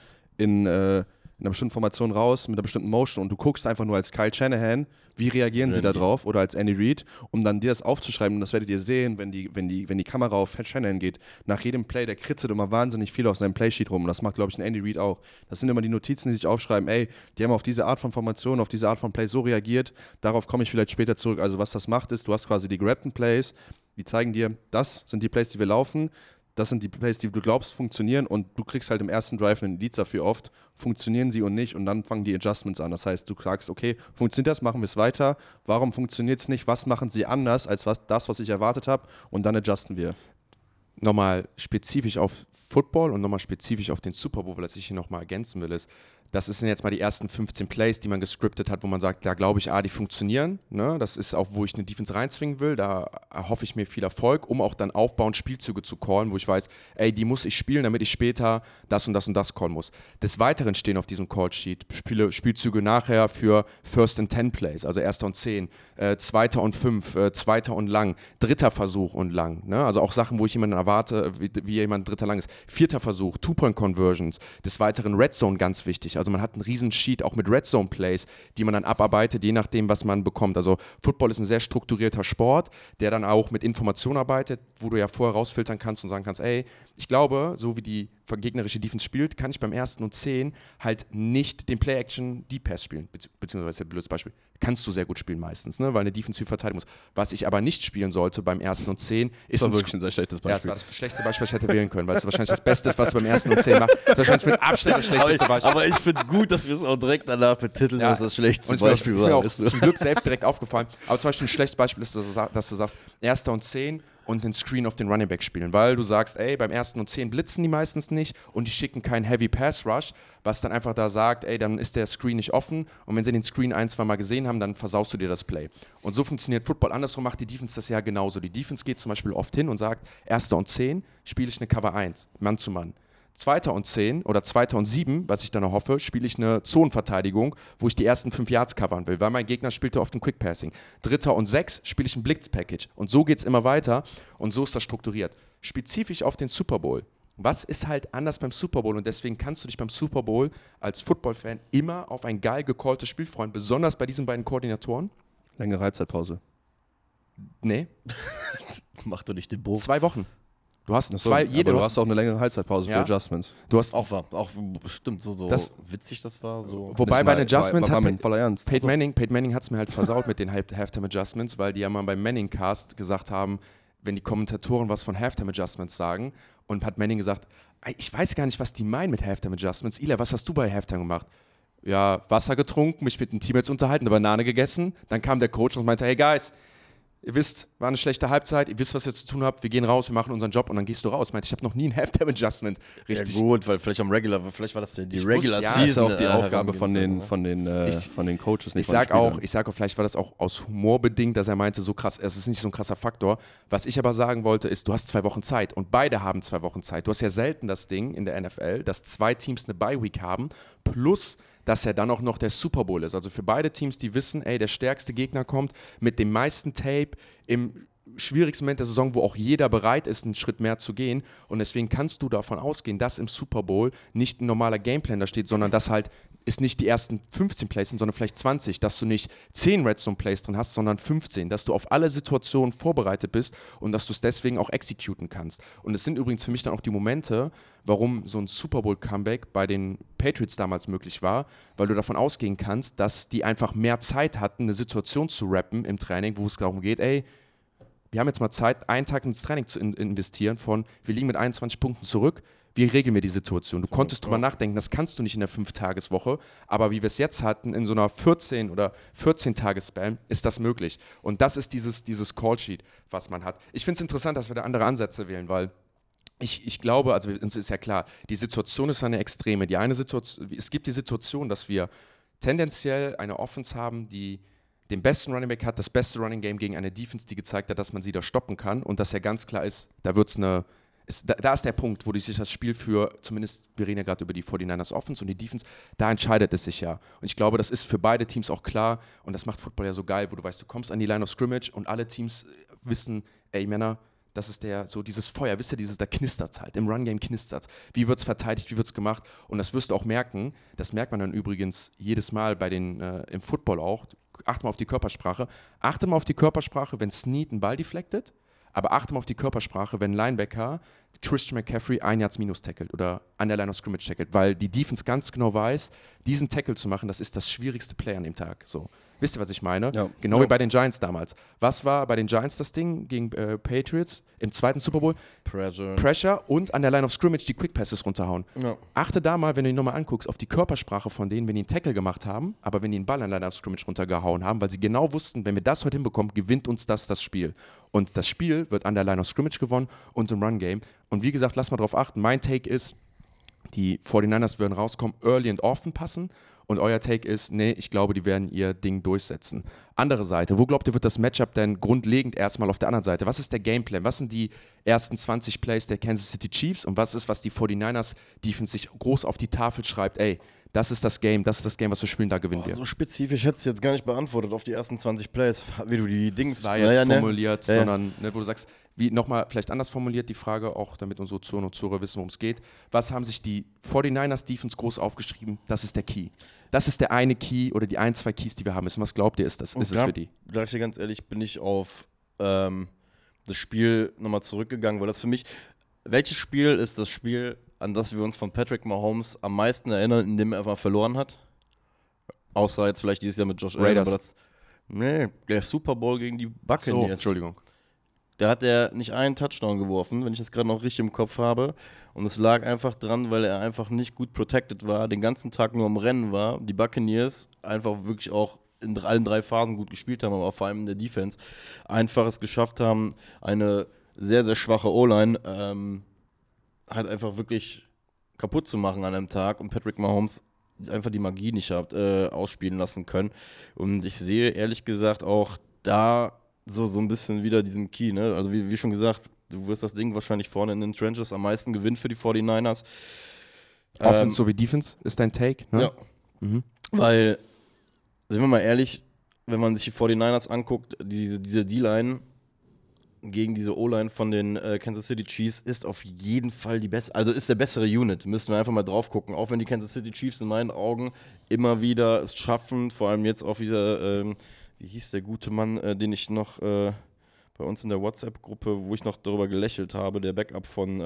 in einer bestimmten Formation raus, mit einer bestimmten Motion und du guckst einfach nur als Kyle Shanahan, wie reagieren sie da drauf oder als Andy Reid, um dann dir das aufzuschreiben und das werdet ihr sehen, wenn die Kamera auf Shanahan geht, nach jedem Play, der kritzelt immer wahnsinnig viel aus seinem Playsheet rum und das macht, glaube ich, ein Andy Reid auch. Das sind immer die Notizen, die sich aufschreiben, ey, die haben auf diese Art von Formation, auf diese Art von Play so reagiert, darauf komme ich vielleicht später zurück. Also was das macht ist, du hast quasi die gerappten Plays, die zeigen dir, das sind die Plays, die wir laufen, das sind die Plays, die du glaubst funktionieren und du kriegst halt im ersten Drive einen Indiz dafür oft, funktionieren sie und nicht und dann fangen die Adjustments an. Das heißt, du sagst, okay, funktioniert das, machen wir es weiter, warum funktioniert es nicht, was machen sie anders als was ich erwartet habe und dann adjusten wir. Nochmal spezifisch auf Football und nochmal spezifisch auf den Super Bowl, was ich hier nochmal ergänzen will, ist, das sind jetzt mal die ersten 15 Plays, die man gescriptet hat, wo man sagt, da glaube ich, die funktionieren. Ne? Das ist auch, wo ich eine Defense reinzwingen will. Da erhoffe ich mir viel Erfolg, um auch dann aufbauend Spielzüge zu callen, wo ich weiß, ey, die muss ich spielen, damit ich später das und das callen muss. Des Weiteren stehen auf diesem Callsheet Spielzüge nachher für First and 10 Plays, also 1. und 10, 2. und 5, 2. und lang, 3. Versuch und lang. Ne? Also auch Sachen, wo ich jemanden erwarte, wie jemand 3. lang ist. 4. Versuch, Two-Point-Conversions. Des Weiteren Red Zone, ganz wichtig. Also man hat einen riesen Sheet auch mit Red Zone Plays, die man dann abarbeitet, je nachdem, was man bekommt. Also Football ist ein sehr strukturierter Sport, der dann auch mit Information arbeitet, wo du ja vorher rausfiltern kannst und sagen kannst, ey, ich glaube, so wie die gegnerische Defense spielt, kann ich beim 1. und 10 halt nicht den Play-Action-Deep-Pass spielen, beziehungsweise ein blödes Beispiel, kannst du sehr gut spielen meistens, ne? Weil eine Defense viel verteidigen muss. Was ich aber nicht spielen sollte beim 1. und 10 ist das war wirklich ein sehr schlechtes Beispiel. Ja, das war das schlechteste Beispiel, was ich hätte wählen können, weil es wahrscheinlich das Beste ist, was du beim 1. und 10 machst. Das ist wahrscheinlich mit Abstand das schlechteste Beispiel. Aber ich finde gut, dass wir es auch direkt danach betiteln, dass das schlechteste Beispiel war. Ist mir auch zum Glück selbst direkt aufgefallen. Aber zum Beispiel ein schlechtes Beispiel ist, dass du sagst, 1. und 10 und den Screen auf den Running Back spielen, weil du sagst, ey, beim 1. und 10 blitzen die meistens nicht und die schicken keinen Heavy Pass Rush, was dann einfach da sagt, ey, dann ist der Screen nicht offen und wenn sie den Screen 1, 2 Mal gesehen haben, dann versaust du dir das Play. Und so funktioniert Football. Andersrum macht die Defense das ja genauso. Die Defense geht zum Beispiel oft hin und sagt, 1. und 10 spiele ich eine Cover 1, Mann zu Mann. 2. und 10 oder 2. und 7, was ich dann hoffe, spiele ich eine Zonenverteidigung, wo ich die ersten 5 Yards covern will, weil mein Gegner spielte oft ein Quick Passing. 3. und 6 spiele ich ein Blitz-Package. Und so geht es immer weiter und so ist das strukturiert. Spezifisch auf den Super Bowl. Was ist halt anders beim Super Bowl und deswegen kannst du dich beim Super Bowl als Football-Fan immer auf ein geil gecalltes Spiel freuen, besonders bei diesen beiden Koordinatoren? Längere Halbzeitpause. Nee. Mach doch nicht den Bogen. 2 Wochen. Du hast du hast auch eine längere Halbzeitpause für Adjustments. Du hast auch stimmt, so witzig das war. So. Wobei bei den Adjustments Peyton Manning hat es mir halt versaut mit den Halftime Adjustments, weil die ja mal beim Manning Cast gesagt haben, wenn die Kommentatoren was von Halftime-Adjustments sagen und hat Manning gesagt, ich weiß gar nicht, was die meinen mit Halftime-Adjustments. Eli, was hast du bei Halftime gemacht? Ja, Wasser getrunken, mich mit den Teammates unterhalten, eine Banane gegessen. Dann kam der Coach und meinte, hey Guys, ihr wisst, war eine schlechte Halbzeit, ihr wisst, was ihr zu tun habt, wir gehen raus, wir machen unseren Job und dann gehst du raus. Meinte, ich habe noch nie ein Halftime-Adjustment richtig. Ja gut, weil vielleicht vielleicht war das ja die Ich Regular wusste, Season. Das ist auch die Aufgabe von den Coaches, nicht Ich von den sag auch, Spielern. vielleicht war das auch aus Humor bedingt, dass er meinte, so krass, es ist nicht so ein krasser Faktor. Was ich aber sagen wollte, ist, du hast 2 Wochen Zeit und beide haben 2 Wochen Zeit. Du hast ja selten das Ding in der NFL, dass 2 Teams eine Bye-Week haben, plus dass ja dann auch noch der Super Bowl ist. Also für beide Teams, die wissen, ey, der stärkste Gegner kommt mit dem meisten Tape im schwierigsten Moment der Saison, wo auch jeder bereit ist, einen Schritt mehr zu gehen. Und deswegen kannst du davon ausgehen, dass im Super Bowl nicht ein normaler Gameplan da steht, sondern dass halt es nicht die ersten 15 Plays sind, sondern vielleicht 20, dass du nicht 10 Red Zone Plays drin hast, sondern 15, dass du auf alle Situationen vorbereitet bist und dass du es deswegen auch executen kannst. Und es sind übrigens für mich dann auch die Momente, warum so ein Super Bowl Comeback bei den Patriots damals möglich war, weil du davon ausgehen kannst, dass die einfach mehr Zeit hatten, eine Situation zu rappen im Training, wo es darum geht, ey, wir haben jetzt mal Zeit, einen Tag ins Training zu investieren von, wir liegen mit 21 Punkten zurück, wie regeln wir die Situation? Du konntest drüber nachdenken, das kannst du nicht in der 5-Tages-Woche, aber wie wir es jetzt hatten, in so einer 14- oder 14-Tages-Span, ist das möglich. Und das ist dieses Call-Sheet, was man hat. Ich finde es interessant, dass wir da andere Ansätze wählen, weil ich glaube, also uns ist ja klar, die Situation ist eine extreme. Es gibt die Situation, dass wir tendenziell eine Offense haben, die den besten Running Back hat, das beste Running Game gegen eine Defense, die gezeigt hat, dass man sie da stoppen kann und dass ja ganz klar ist, da wird's da ist der Punkt, wo sich das Spiel für, zumindest, wir reden ja gerade über die 49ers Offense und die Defense, da entscheidet es sich ja. Und ich glaube, das ist für beide Teams auch klar und das macht Football ja so geil, wo du weißt, du kommst an die Line of Scrimmage und alle Teams wissen, ey Männer, das ist dieses Feuer, wisst ihr, da knistert's halt, im Run-Game knistert's. Wie wird's verteidigt, wie wird's gemacht? Und das wirst du auch merken, das merkt man dann übrigens jedes Mal im Football auch, achte mal auf die Körpersprache, wenn Snead einen Ball deflected, aber achte mal auf die Körpersprache, wenn Linebacker Christian McCaffrey 1 Yards minus tackelt oder an der Line of Scrimmage tackelt, weil die Defense ganz genau weiß, diesen Tackle zu machen, das ist das schwierigste Play an dem Tag. So. Wisst ihr, was ich meine? Ja. Genau wie bei den Giants damals. Was war bei den Giants das Ding gegen Patriots im 2. Super Bowl? Pressure und an der Line of Scrimmage die Quick Passes runterhauen. Ja. Achte da mal, wenn du ihn nochmal anguckst, auf die Körpersprache von denen, wenn die einen Tackle gemacht haben, aber wenn die einen Ball an der Line of Scrimmage runtergehauen haben, weil sie genau wussten, wenn wir das heute hinbekommen, gewinnt uns das Spiel. Und das Spiel wird an der Line of Scrimmage gewonnen und im Run-Game. Und wie gesagt, lass mal drauf achten. Mein Take ist, die 49ers würden rauskommen, early and often passen. Und euer Take ist, nee, ich glaube, die werden ihr Ding durchsetzen. Andere Seite, wo glaubt ihr, wird das Matchup denn grundlegend erstmal auf der anderen Seite? Was ist der Gameplan? Was sind die ersten 20 Plays der Kansas City Chiefs? Und was die 49ers Defense sich groß auf die Tafel schreibt? Ey, das ist das Game, was wir spielen, da gewinnen wir. So spezifisch hätte ich jetzt gar nicht beantwortet auf die ersten 20 Plays, wie du die Dings... Das war jetzt formuliert, sondern wo du sagst, wie nochmal vielleicht anders formuliert die Frage, auch damit unsere Zuhörer und Zuhörer wissen, worum es geht. Was haben sich die 49ers Defense groß aufgeschrieben? Das ist der Key. Das ist der eine Key oder die 1, 2 Keys, die wir haben müssen. Was glaubt ihr, ist es für die? Sag ich dir ganz ehrlich, bin ich auf das Spiel nochmal zurückgegangen, weil das für mich, welches Spiel ist das Spiel, an das wir uns von Patrick Mahomes am meisten erinnern, in dem er einfach verloren hat? Außer jetzt vielleicht dieses Jahr mit Josh Allen. Nee, der Super Bowl gegen die Buccaneers. So, Entschuldigung. Da hat er nicht einen Touchdown geworfen, wenn ich das gerade noch richtig im Kopf habe. Und es lag einfach dran, weil er einfach nicht gut protected war, den ganzen Tag nur am Rennen war. Die Buccaneers einfach wirklich auch in allen 3 Phasen gut gespielt haben, aber vor allem in der Defense einfach es geschafft haben, eine sehr, sehr schwache O-Line halt einfach wirklich kaputt zu machen an einem Tag und Patrick Mahomes einfach die Magie nicht ausspielen lassen können. Und ich sehe ehrlich gesagt auch da so ein bisschen wieder diesen Key, ne? Also wie schon gesagt, du wirst das Ding wahrscheinlich vorne in den Trenches am meisten gewinnen für die 49ers. Offense sowie Defense ist dein Take, ne? Ja. Weil, sind wir mal ehrlich, wenn man sich die 49ers anguckt, diese D-Line gegen diese O-Line von den Kansas City Chiefs ist auf jeden Fall die beste, also ist der bessere Unit, müssen wir einfach mal drauf gucken, auch wenn die Kansas City Chiefs in meinen Augen immer wieder es schaffen, vor allem jetzt auch wieder, wie hieß der gute Mann, den ich noch bei uns in der WhatsApp-Gruppe, wo ich noch darüber gelächelt habe, der Backup von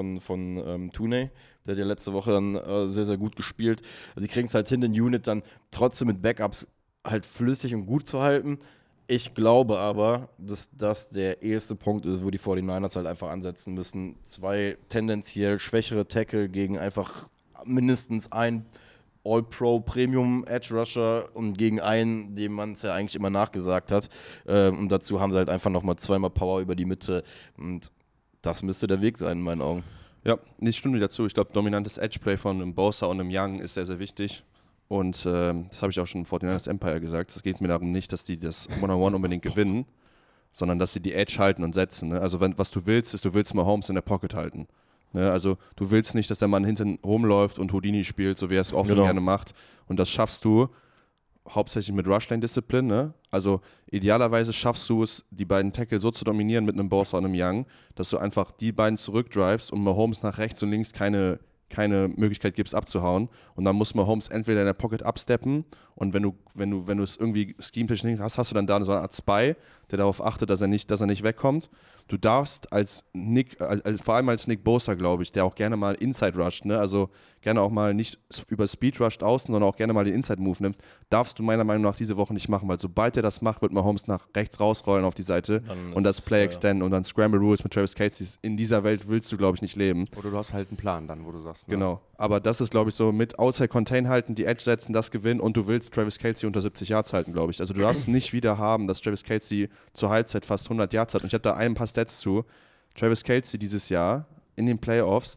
Tooney, der hat ja letzte Woche dann sehr, sehr gut gespielt. Also die kriegen es halt hin, den Unit dann trotzdem mit Backups halt flüssig und gut zu halten. Ich glaube aber, dass das der erste Punkt ist, wo die 49ers halt einfach ansetzen müssen. 2 tendenziell schwächere Tackle gegen einfach mindestens ein All-Pro Premium Edge Rusher und gegen einen, dem man es ja eigentlich immer nachgesagt hat. Und dazu haben sie halt einfach nochmal 2-mal Power über die Mitte. Und das müsste der Weg sein, in meinen Augen. Ja, ich stimme dir dazu. Ich glaube, dominantes Edge-Play von einem Bosa und einem Young ist sehr, sehr wichtig. Und das habe ich auch schon im 49ers Empire gesagt. Es geht mir darum nicht, dass die das One-on-One unbedingt gewinnen, sondern dass sie die Edge halten und setzen. Ne? Also was du willst, ist, du willst Mahomes in der Pocket halten. Ne? Also du willst nicht, dass der Mann hinten rumläuft und Houdini spielt, so wie er es oft gerne macht. Und das schaffst du hauptsächlich mit Rushlane-Disziplin. Ne? Also idealerweise schaffst du es, die beiden Tackle so zu dominieren mit einem Bosa und einem Young, dass du einfach die beiden zurückdrivest und Mahomes nach rechts und links keine Möglichkeit gibst abzuhauen, und dann muss Mahomes entweder in der Pocket absteppen, und wenn du es irgendwie scheme-technisch hast du dann da so eine Art Spy, der darauf achtet, dass er nicht wegkommt. Du darfst vor allem als Nick Bosa, glaube ich, der auch gerne mal Inside rusht, ne? Also gerne auch mal nicht über Speed rusht außen, sondern auch gerne mal den Inside-Move nimmt, darfst du meiner Meinung nach diese Woche nicht machen, weil sobald er das macht, wird Mahomes nach rechts rausrollen auf die Seite und das Play extenden und dann Scramble Rules mit Travis Kelce. In dieser Welt willst du, glaube ich, nicht leben. Oder du hast halt einen Plan dann, wo du sagst, ne? Genau, aber das ist, glaube ich, so mit Outside Contain halten, die Edge setzen, das gewinnen, und du willst Travis Kelce unter 70 Yards halten, glaube ich. Also du darfst nicht wieder haben, dass Travis Kelce zur Halbzeit fast 100 Yards hat, und ich habe da ein paar Stats zu. Travis Kelce dieses Jahr in den Playoffs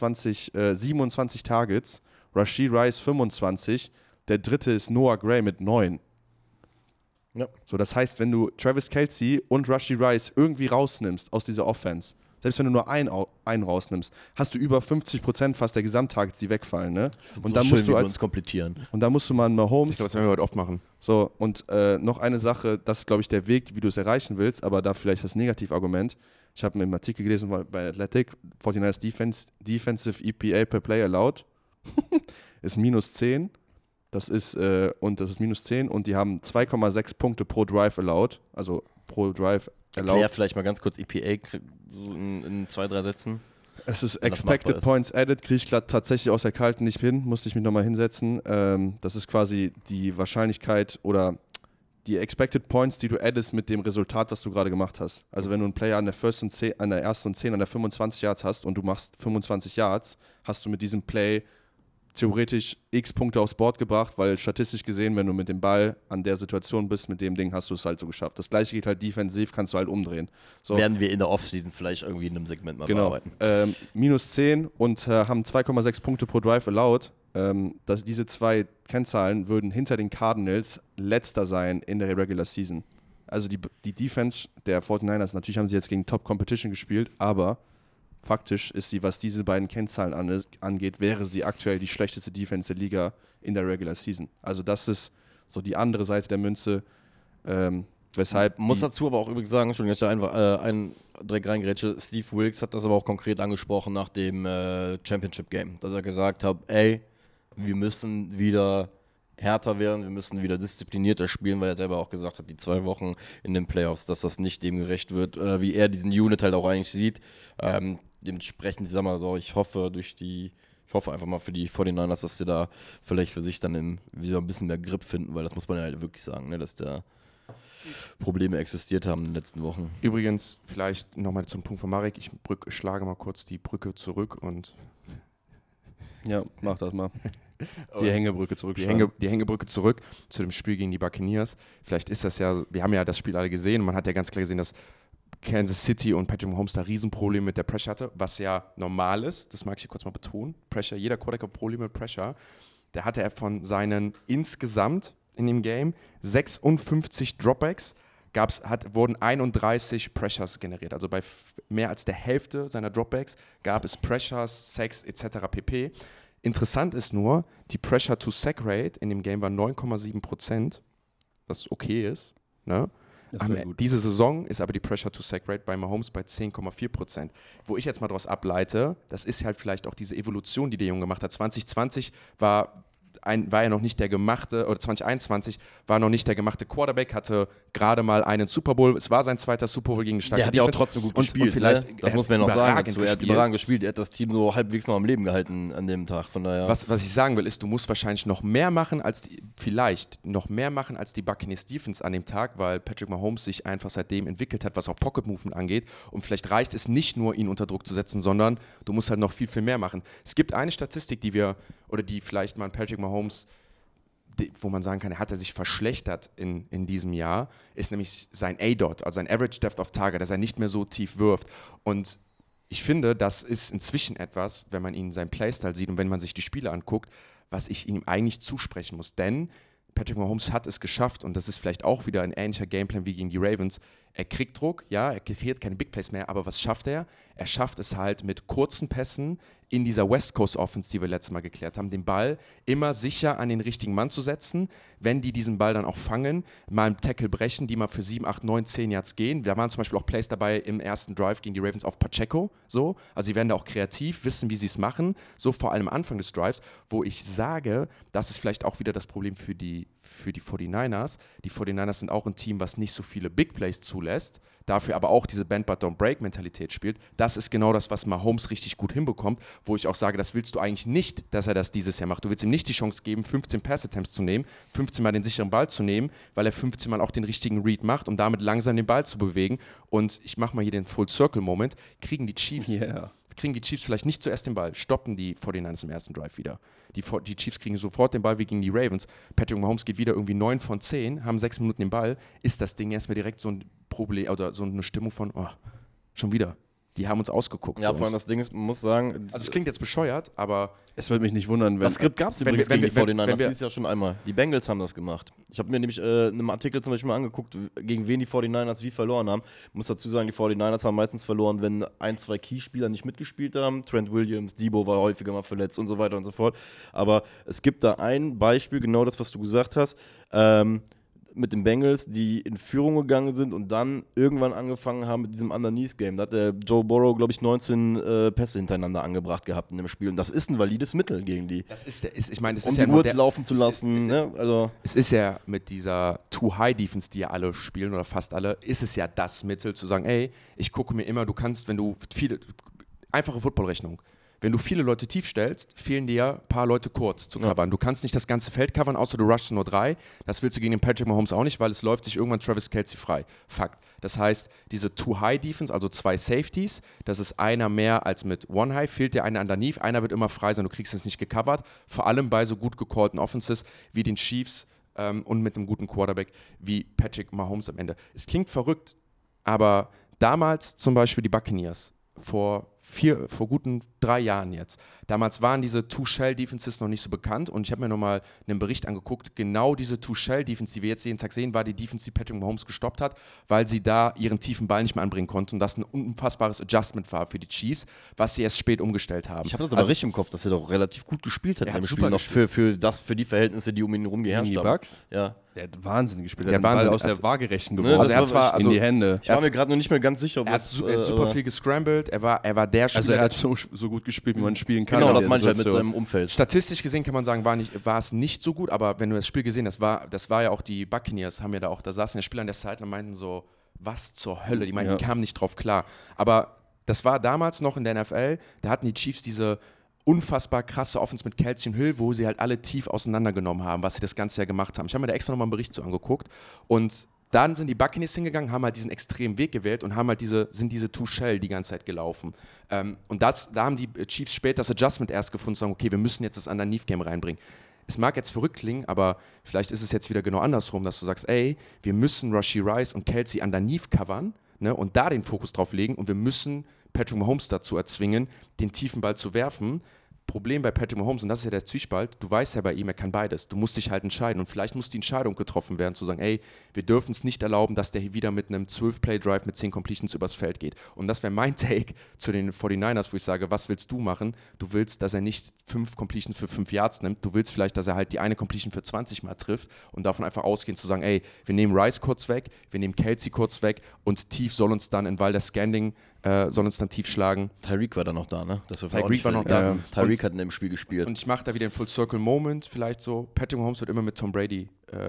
27 Targets, Rashee Rice 25, der dritte ist Noah Gray mit 9. Ja. So, das heißt, wenn du Travis Kelce und Rashee Rice irgendwie rausnimmst aus dieser Offense, selbst wenn du nur einen rausnimmst, hast du über 50% fast der Gesamttargets, die wegfallen. Ne? Und dann musst du uns komplettieren. Und da musst du mal Mahomes. Ich glaube, das werden wir heute oft machen. So, und noch eine Sache, das ist, glaube ich, der Weg, wie du es erreichen willst, aber da vielleicht das Negativargument. Ich habe einen Artikel gelesen bei Athletic, 49ers Defensive EPA per Play allowed ist -10. Das ist -10, und die haben 2,6 Punkte pro Drive allowed, also pro Drive allowed. Erklär vielleicht mal ganz kurz EPA so in 2-3 Sätzen. Es ist Expected Points Added, kriege ich tatsächlich aus der Kalten nicht hin, musste ich mich nochmal hinsetzen. Das ist quasi die Wahrscheinlichkeit oder die Expected Points, die du addest mit dem Resultat, was du gerade gemacht hast. Also wenn du einen Player an der ersten und 10 an der 25 Yards hast und du machst 25 Yards, hast du mit diesem Play theoretisch x Punkte aufs Board gebracht, weil statistisch gesehen, wenn du mit dem Ball an der Situation bist, mit dem Ding hast du es halt so geschafft. Das gleiche geht halt defensiv, kannst du halt umdrehen. So. Werden wir in der Offseason vielleicht irgendwie in einem Segment mal bearbeiten. -10 und haben 2,6 Punkte pro Drive allowed. Dass diese zwei Kennzahlen würden hinter den Cardinals letzter sein in der Regular Season. Also die Defense der 49ers, natürlich haben sie jetzt gegen Top Competition gespielt, aber faktisch ist sie, was diese beiden Kennzahlen angeht, wäre sie aktuell die schlechteste Defense der Liga in der Regular Season. Also das ist so die andere Seite der Münze, weshalb... Muss dazu aber auch übrigens sagen, Entschuldigung, ich da einfach einen direkt reingrätsche, Steve Wilkes hat das aber auch konkret angesprochen nach dem Championship-Game, dass er gesagt hat, ey, wir müssen wieder härter werden, wir müssen wieder disziplinierter spielen, weil er selber auch gesagt hat, die 2 Wochen in den Playoffs, dass das nicht dem gerecht wird, wie er diesen Unit halt auch eigentlich sieht. Dementsprechend, ich sag mal so, ich hoffe einfach mal für die 49ers, dass sie da vielleicht für sich dann wieder ein bisschen mehr Grip finden, weil das muss man ja halt wirklich sagen, ne, dass da Probleme existiert haben in den letzten Wochen. Übrigens, vielleicht nochmal zum Punkt von Marek, ich schlage mal kurz die Brücke zurück und... Ja, mach das mal. Die Hängebrücke zurück. Die Hängebrücke zurück zu dem Spiel gegen die Buccaneers. Vielleicht ist das ja, wir haben ja das Spiel alle gesehen und man hat ja ganz klar gesehen, dass Kansas City und Patrick Mahomes da Riesenprobleme mit der Pressure hatte, was ja normal ist, das mag ich hier kurz mal betonen. Pressure, jeder Quarterback hat Probleme mit Pressure. Da hatte er von seinen insgesamt in dem Game 56 Dropbacks, wurden 31 Pressures generiert. Also bei mehr als der Hälfte seiner Dropbacks gab es Pressures, Sacks etc. pp. Interessant ist nur, die Pressure-to-Sack-Rate in dem Game war 9,7%, was okay ist. Ne? Diese Saison ist aber die Pressure-to-Sack-Rate bei Mahomes bei 10,4%. Wo ich jetzt mal daraus ableite, das ist halt vielleicht auch diese Evolution, die der Junge gemacht hat. 2020 war war ja noch nicht der gemachte, oder 2021 war noch nicht der gemachte Quarterback, hatte gerade mal einen Super Bowl, es war sein zweiter Super Bowl gegen die starke Der hat ja auch Defense. trotzdem gut Und gespielt. vielleicht, Ne? Das muss man ja noch sagen. überragend Dazu. Er hat gespielt. überragend gespielt. Er hat das Team so halbwegs noch am Leben gehalten an dem Tag. Von daher. Was ich sagen will, ist, du musst wahrscheinlich noch mehr machen als die Buccaneers Defense an dem Tag, weil Patrick Mahomes sich einfach seitdem entwickelt hat, was auch Pocket Movement angeht. Und vielleicht reicht es nicht nur, ihn unter Druck zu setzen, sondern du musst halt noch viel, viel mehr machen. Es gibt eine Statistik, die vielleicht mal Patrick Mahomes, wo man sagen kann, hat er sich verschlechtert in diesem Jahr, ist nämlich sein A-Dot, also sein Average Depth of Target, dass er nicht mehr so tief wirft. Und ich finde, das ist inzwischen etwas, wenn man ihn seinen Playstyle sieht und wenn man sich die Spiele anguckt, was ich ihm eigentlich zusprechen muss. Denn Patrick Mahomes hat es geschafft, und das ist vielleicht auch wieder ein ähnlicher Gameplan wie gegen die Ravens. Er kriegt Druck, ja, er kreiert keine Big Plays mehr, aber was schafft er? Er schafft es halt mit kurzen Pässen in dieser West Coast Offense, die wir letztes Mal geklärt haben, den Ball immer sicher an den richtigen Mann zu setzen, wenn die diesen Ball dann auch fangen, mal einen Tackle brechen, die mal für 7, 8, 9, 10 Yards gehen. Da waren zum Beispiel auch Plays dabei im ersten Drive gegen die Ravens auf Pacheco, so. Also sie werden da auch kreativ, wissen, wie sie es machen, so vor allem am Anfang des Drives, wo ich sage, das ist vielleicht auch wieder das Problem für die 49ers. Die 49ers sind auch ein Team, was nicht so viele Big Plays zulässt, dafür aber auch diese Bend-But-Don't-Break-Mentalität spielt. Das ist genau das, was Mahomes richtig gut hinbekommt, wo ich auch sage, das willst du eigentlich nicht, dass er das dieses Jahr macht. Du willst ihm nicht die Chance geben, 15 Pass-Attempts zu nehmen, 15 Mal den sicheren Ball zu nehmen, weil er 15 Mal auch den richtigen Read macht, um damit langsam den Ball zu bewegen. Und ich mache mal hier den Full-Circle-Moment, kriegen die Chiefs vielleicht nicht zuerst den Ball, stoppen die 49ers im ersten Drive wieder. Die Chiefs kriegen sofort den Ball wie gegen die Ravens. Patrick Mahomes geht wieder irgendwie 9 von 10, haben 6 Minuten den Ball, ist das Ding erstmal direkt so ein Problem oder so eine Stimmung von, oh, schon wieder. Die haben uns ausgeguckt. Ja, so. vor allem das Ding ist, man muss sagen. Also es klingt jetzt bescheuert, aber Es würde mich nicht wundern, wenn... Das Skript gab es übrigens gegen die 49ers wir- dieses Jahr schon einmal. Die Bengals haben das gemacht. Ich habe mir nämlich in einem Artikel zum Beispiel mal angeguckt, gegen wen die 49ers wie verloren haben. Ich muss dazu sagen, die 49ers haben meistens verloren, wenn 1, 2 Key-Spieler nicht mitgespielt haben. Trent Williams, Debo war häufiger mal verletzt und so weiter und so fort. Aber es gibt da ein Beispiel, genau das, was du gesagt hast, mit den Bengals, die in Führung gegangen sind und dann irgendwann angefangen haben mit diesem Underneath-Game. Da hat der Joe Burrow, glaube ich, 19 Pässe hintereinander angebracht gehabt in dem Spiel. Und das ist ein valides Mittel gegen die. ich meine, das Um ist die ja Uhr immer zu laufen zu lassen. Ne? Also Es ist ja mit dieser Too-High-Defense, die ja alle spielen oder fast alle, ist es ja das Mittel zu sagen, ey, ich gucke mir immer, du kannst, wenn du einfache Footballrechnung, wenn du viele Leute tief stellst, fehlen dir ein paar Leute kurz zu covern. Du kannst nicht das ganze Feld covern, außer du rushst nur 3. Das willst du gegen den Patrick Mahomes auch nicht, weil es läuft sich irgendwann Travis Kelce frei. Fakt. Das heißt, diese Too-High-Defense, also 2 Safeties, das ist einer mehr als mit One-High, fehlt dir einer underneath, einer wird immer frei sein, du kriegst es nicht gecovert. Vor allem bei so gut gecallten Offenses wie den Chiefs und mit einem guten Quarterback wie Patrick Mahomes am Ende. Es klingt verrückt, aber damals zum Beispiel die Buccaneers, vor guten 3 Jahren jetzt. Damals waren diese Two-Shell-Defenses noch nicht so bekannt und ich habe mir nochmal einen Bericht angeguckt, genau diese Two-Shell-Defense, die wir jetzt jeden Tag sehen, war die Defense, die Patrick Mahomes gestoppt hat, weil sie da ihren tiefen Ball nicht mehr anbringen konnten und das ein unfassbares Adjustment war für die Chiefs, was sie erst spät umgestellt haben. ich habe das aber richtig im Kopf, dass er doch relativ gut gespielt hat Er in hat dem super Spiel. Noch für die Verhältnisse, die um ihn herum geherrscht Gegen die haben. Bucks? Ja. Der hat Wahnsinn gespielt. Der Der hat den Ball Wahnsinn. aus der Waagerechten Ne, geworfen. also er hat zwar- in die Hände. Ich war mir gerade noch nicht mehr ganz sicher, ob Er hat super viel gescrambled, er war der Spieler. Also er hat so gut gespielt, wie man spielen kann. Genau, in das der meine ich halt mit Situation. seinem Umfeld. Statistisch gesehen kann man sagen, war es nicht so gut, aber wenn du das Spiel gesehen hast, das war ja auch die Buccaneers, haben ja da saßen ja Spieler an der Seite und meinten so, was zur Hölle, die meinten, die kamen nicht drauf klar. Aber das war damals noch in der NFL, da hatten die Chiefs diese unfassbar krasse Offense mit Kelce und Hill, wo sie halt alle tief auseinandergenommen haben, was sie das ganze Jahr gemacht haben. Ich habe mir da extra nochmal einen Bericht zu angeguckt und dann sind die Buccaneers hingegangen, haben halt diesen extremen Weg gewählt und haben halt sind diese Two-Shell die ganze Zeit gelaufen. Und da haben die Chiefs später das Adjustment erst gefunden, zu sagen, okay, wir müssen jetzt das Underneath-Game reinbringen. Es mag jetzt verrückt klingen, aber vielleicht ist es jetzt wieder genau andersrum, dass du sagst, ey, wir müssen Rashee Rice und Kelce underneath covern, ne, und da den Fokus drauf legen und wir müssen Patrick Mahomes dazu erzwingen, den tiefen Ball zu werfen. Problem bei Patrick Mahomes, und das ist ja der Zwiespalt, du weißt ja bei ihm, er kann beides. Du musst dich halt entscheiden und vielleicht muss die Entscheidung getroffen werden, zu sagen, ey, wir dürfen es nicht erlauben, dass der hier wieder mit einem 12-Play-Drive mit 10 Completions übers Feld geht. Und das wäre mein Take zu den 49ers, wo ich sage, was willst du machen? Du willst, dass er nicht 5 Completions für 5 Yards nimmt, du willst vielleicht, dass er halt die eine Completion für 20 Mal trifft und davon einfach ausgehen, zu sagen, ey, wir nehmen Rice kurz weg, wir nehmen Kelce kurz weg und tief soll uns dann in Valdez Scandling sollen uns dann tief schlagen. Tyreek war da noch da, ne? Das Tyreek war noch da. Tyreek hat in dem Spiel gespielt. Und ich mache da wieder einen Full-Circle-Moment, vielleicht so. Patrick Mahomes wird immer mit Tom Brady,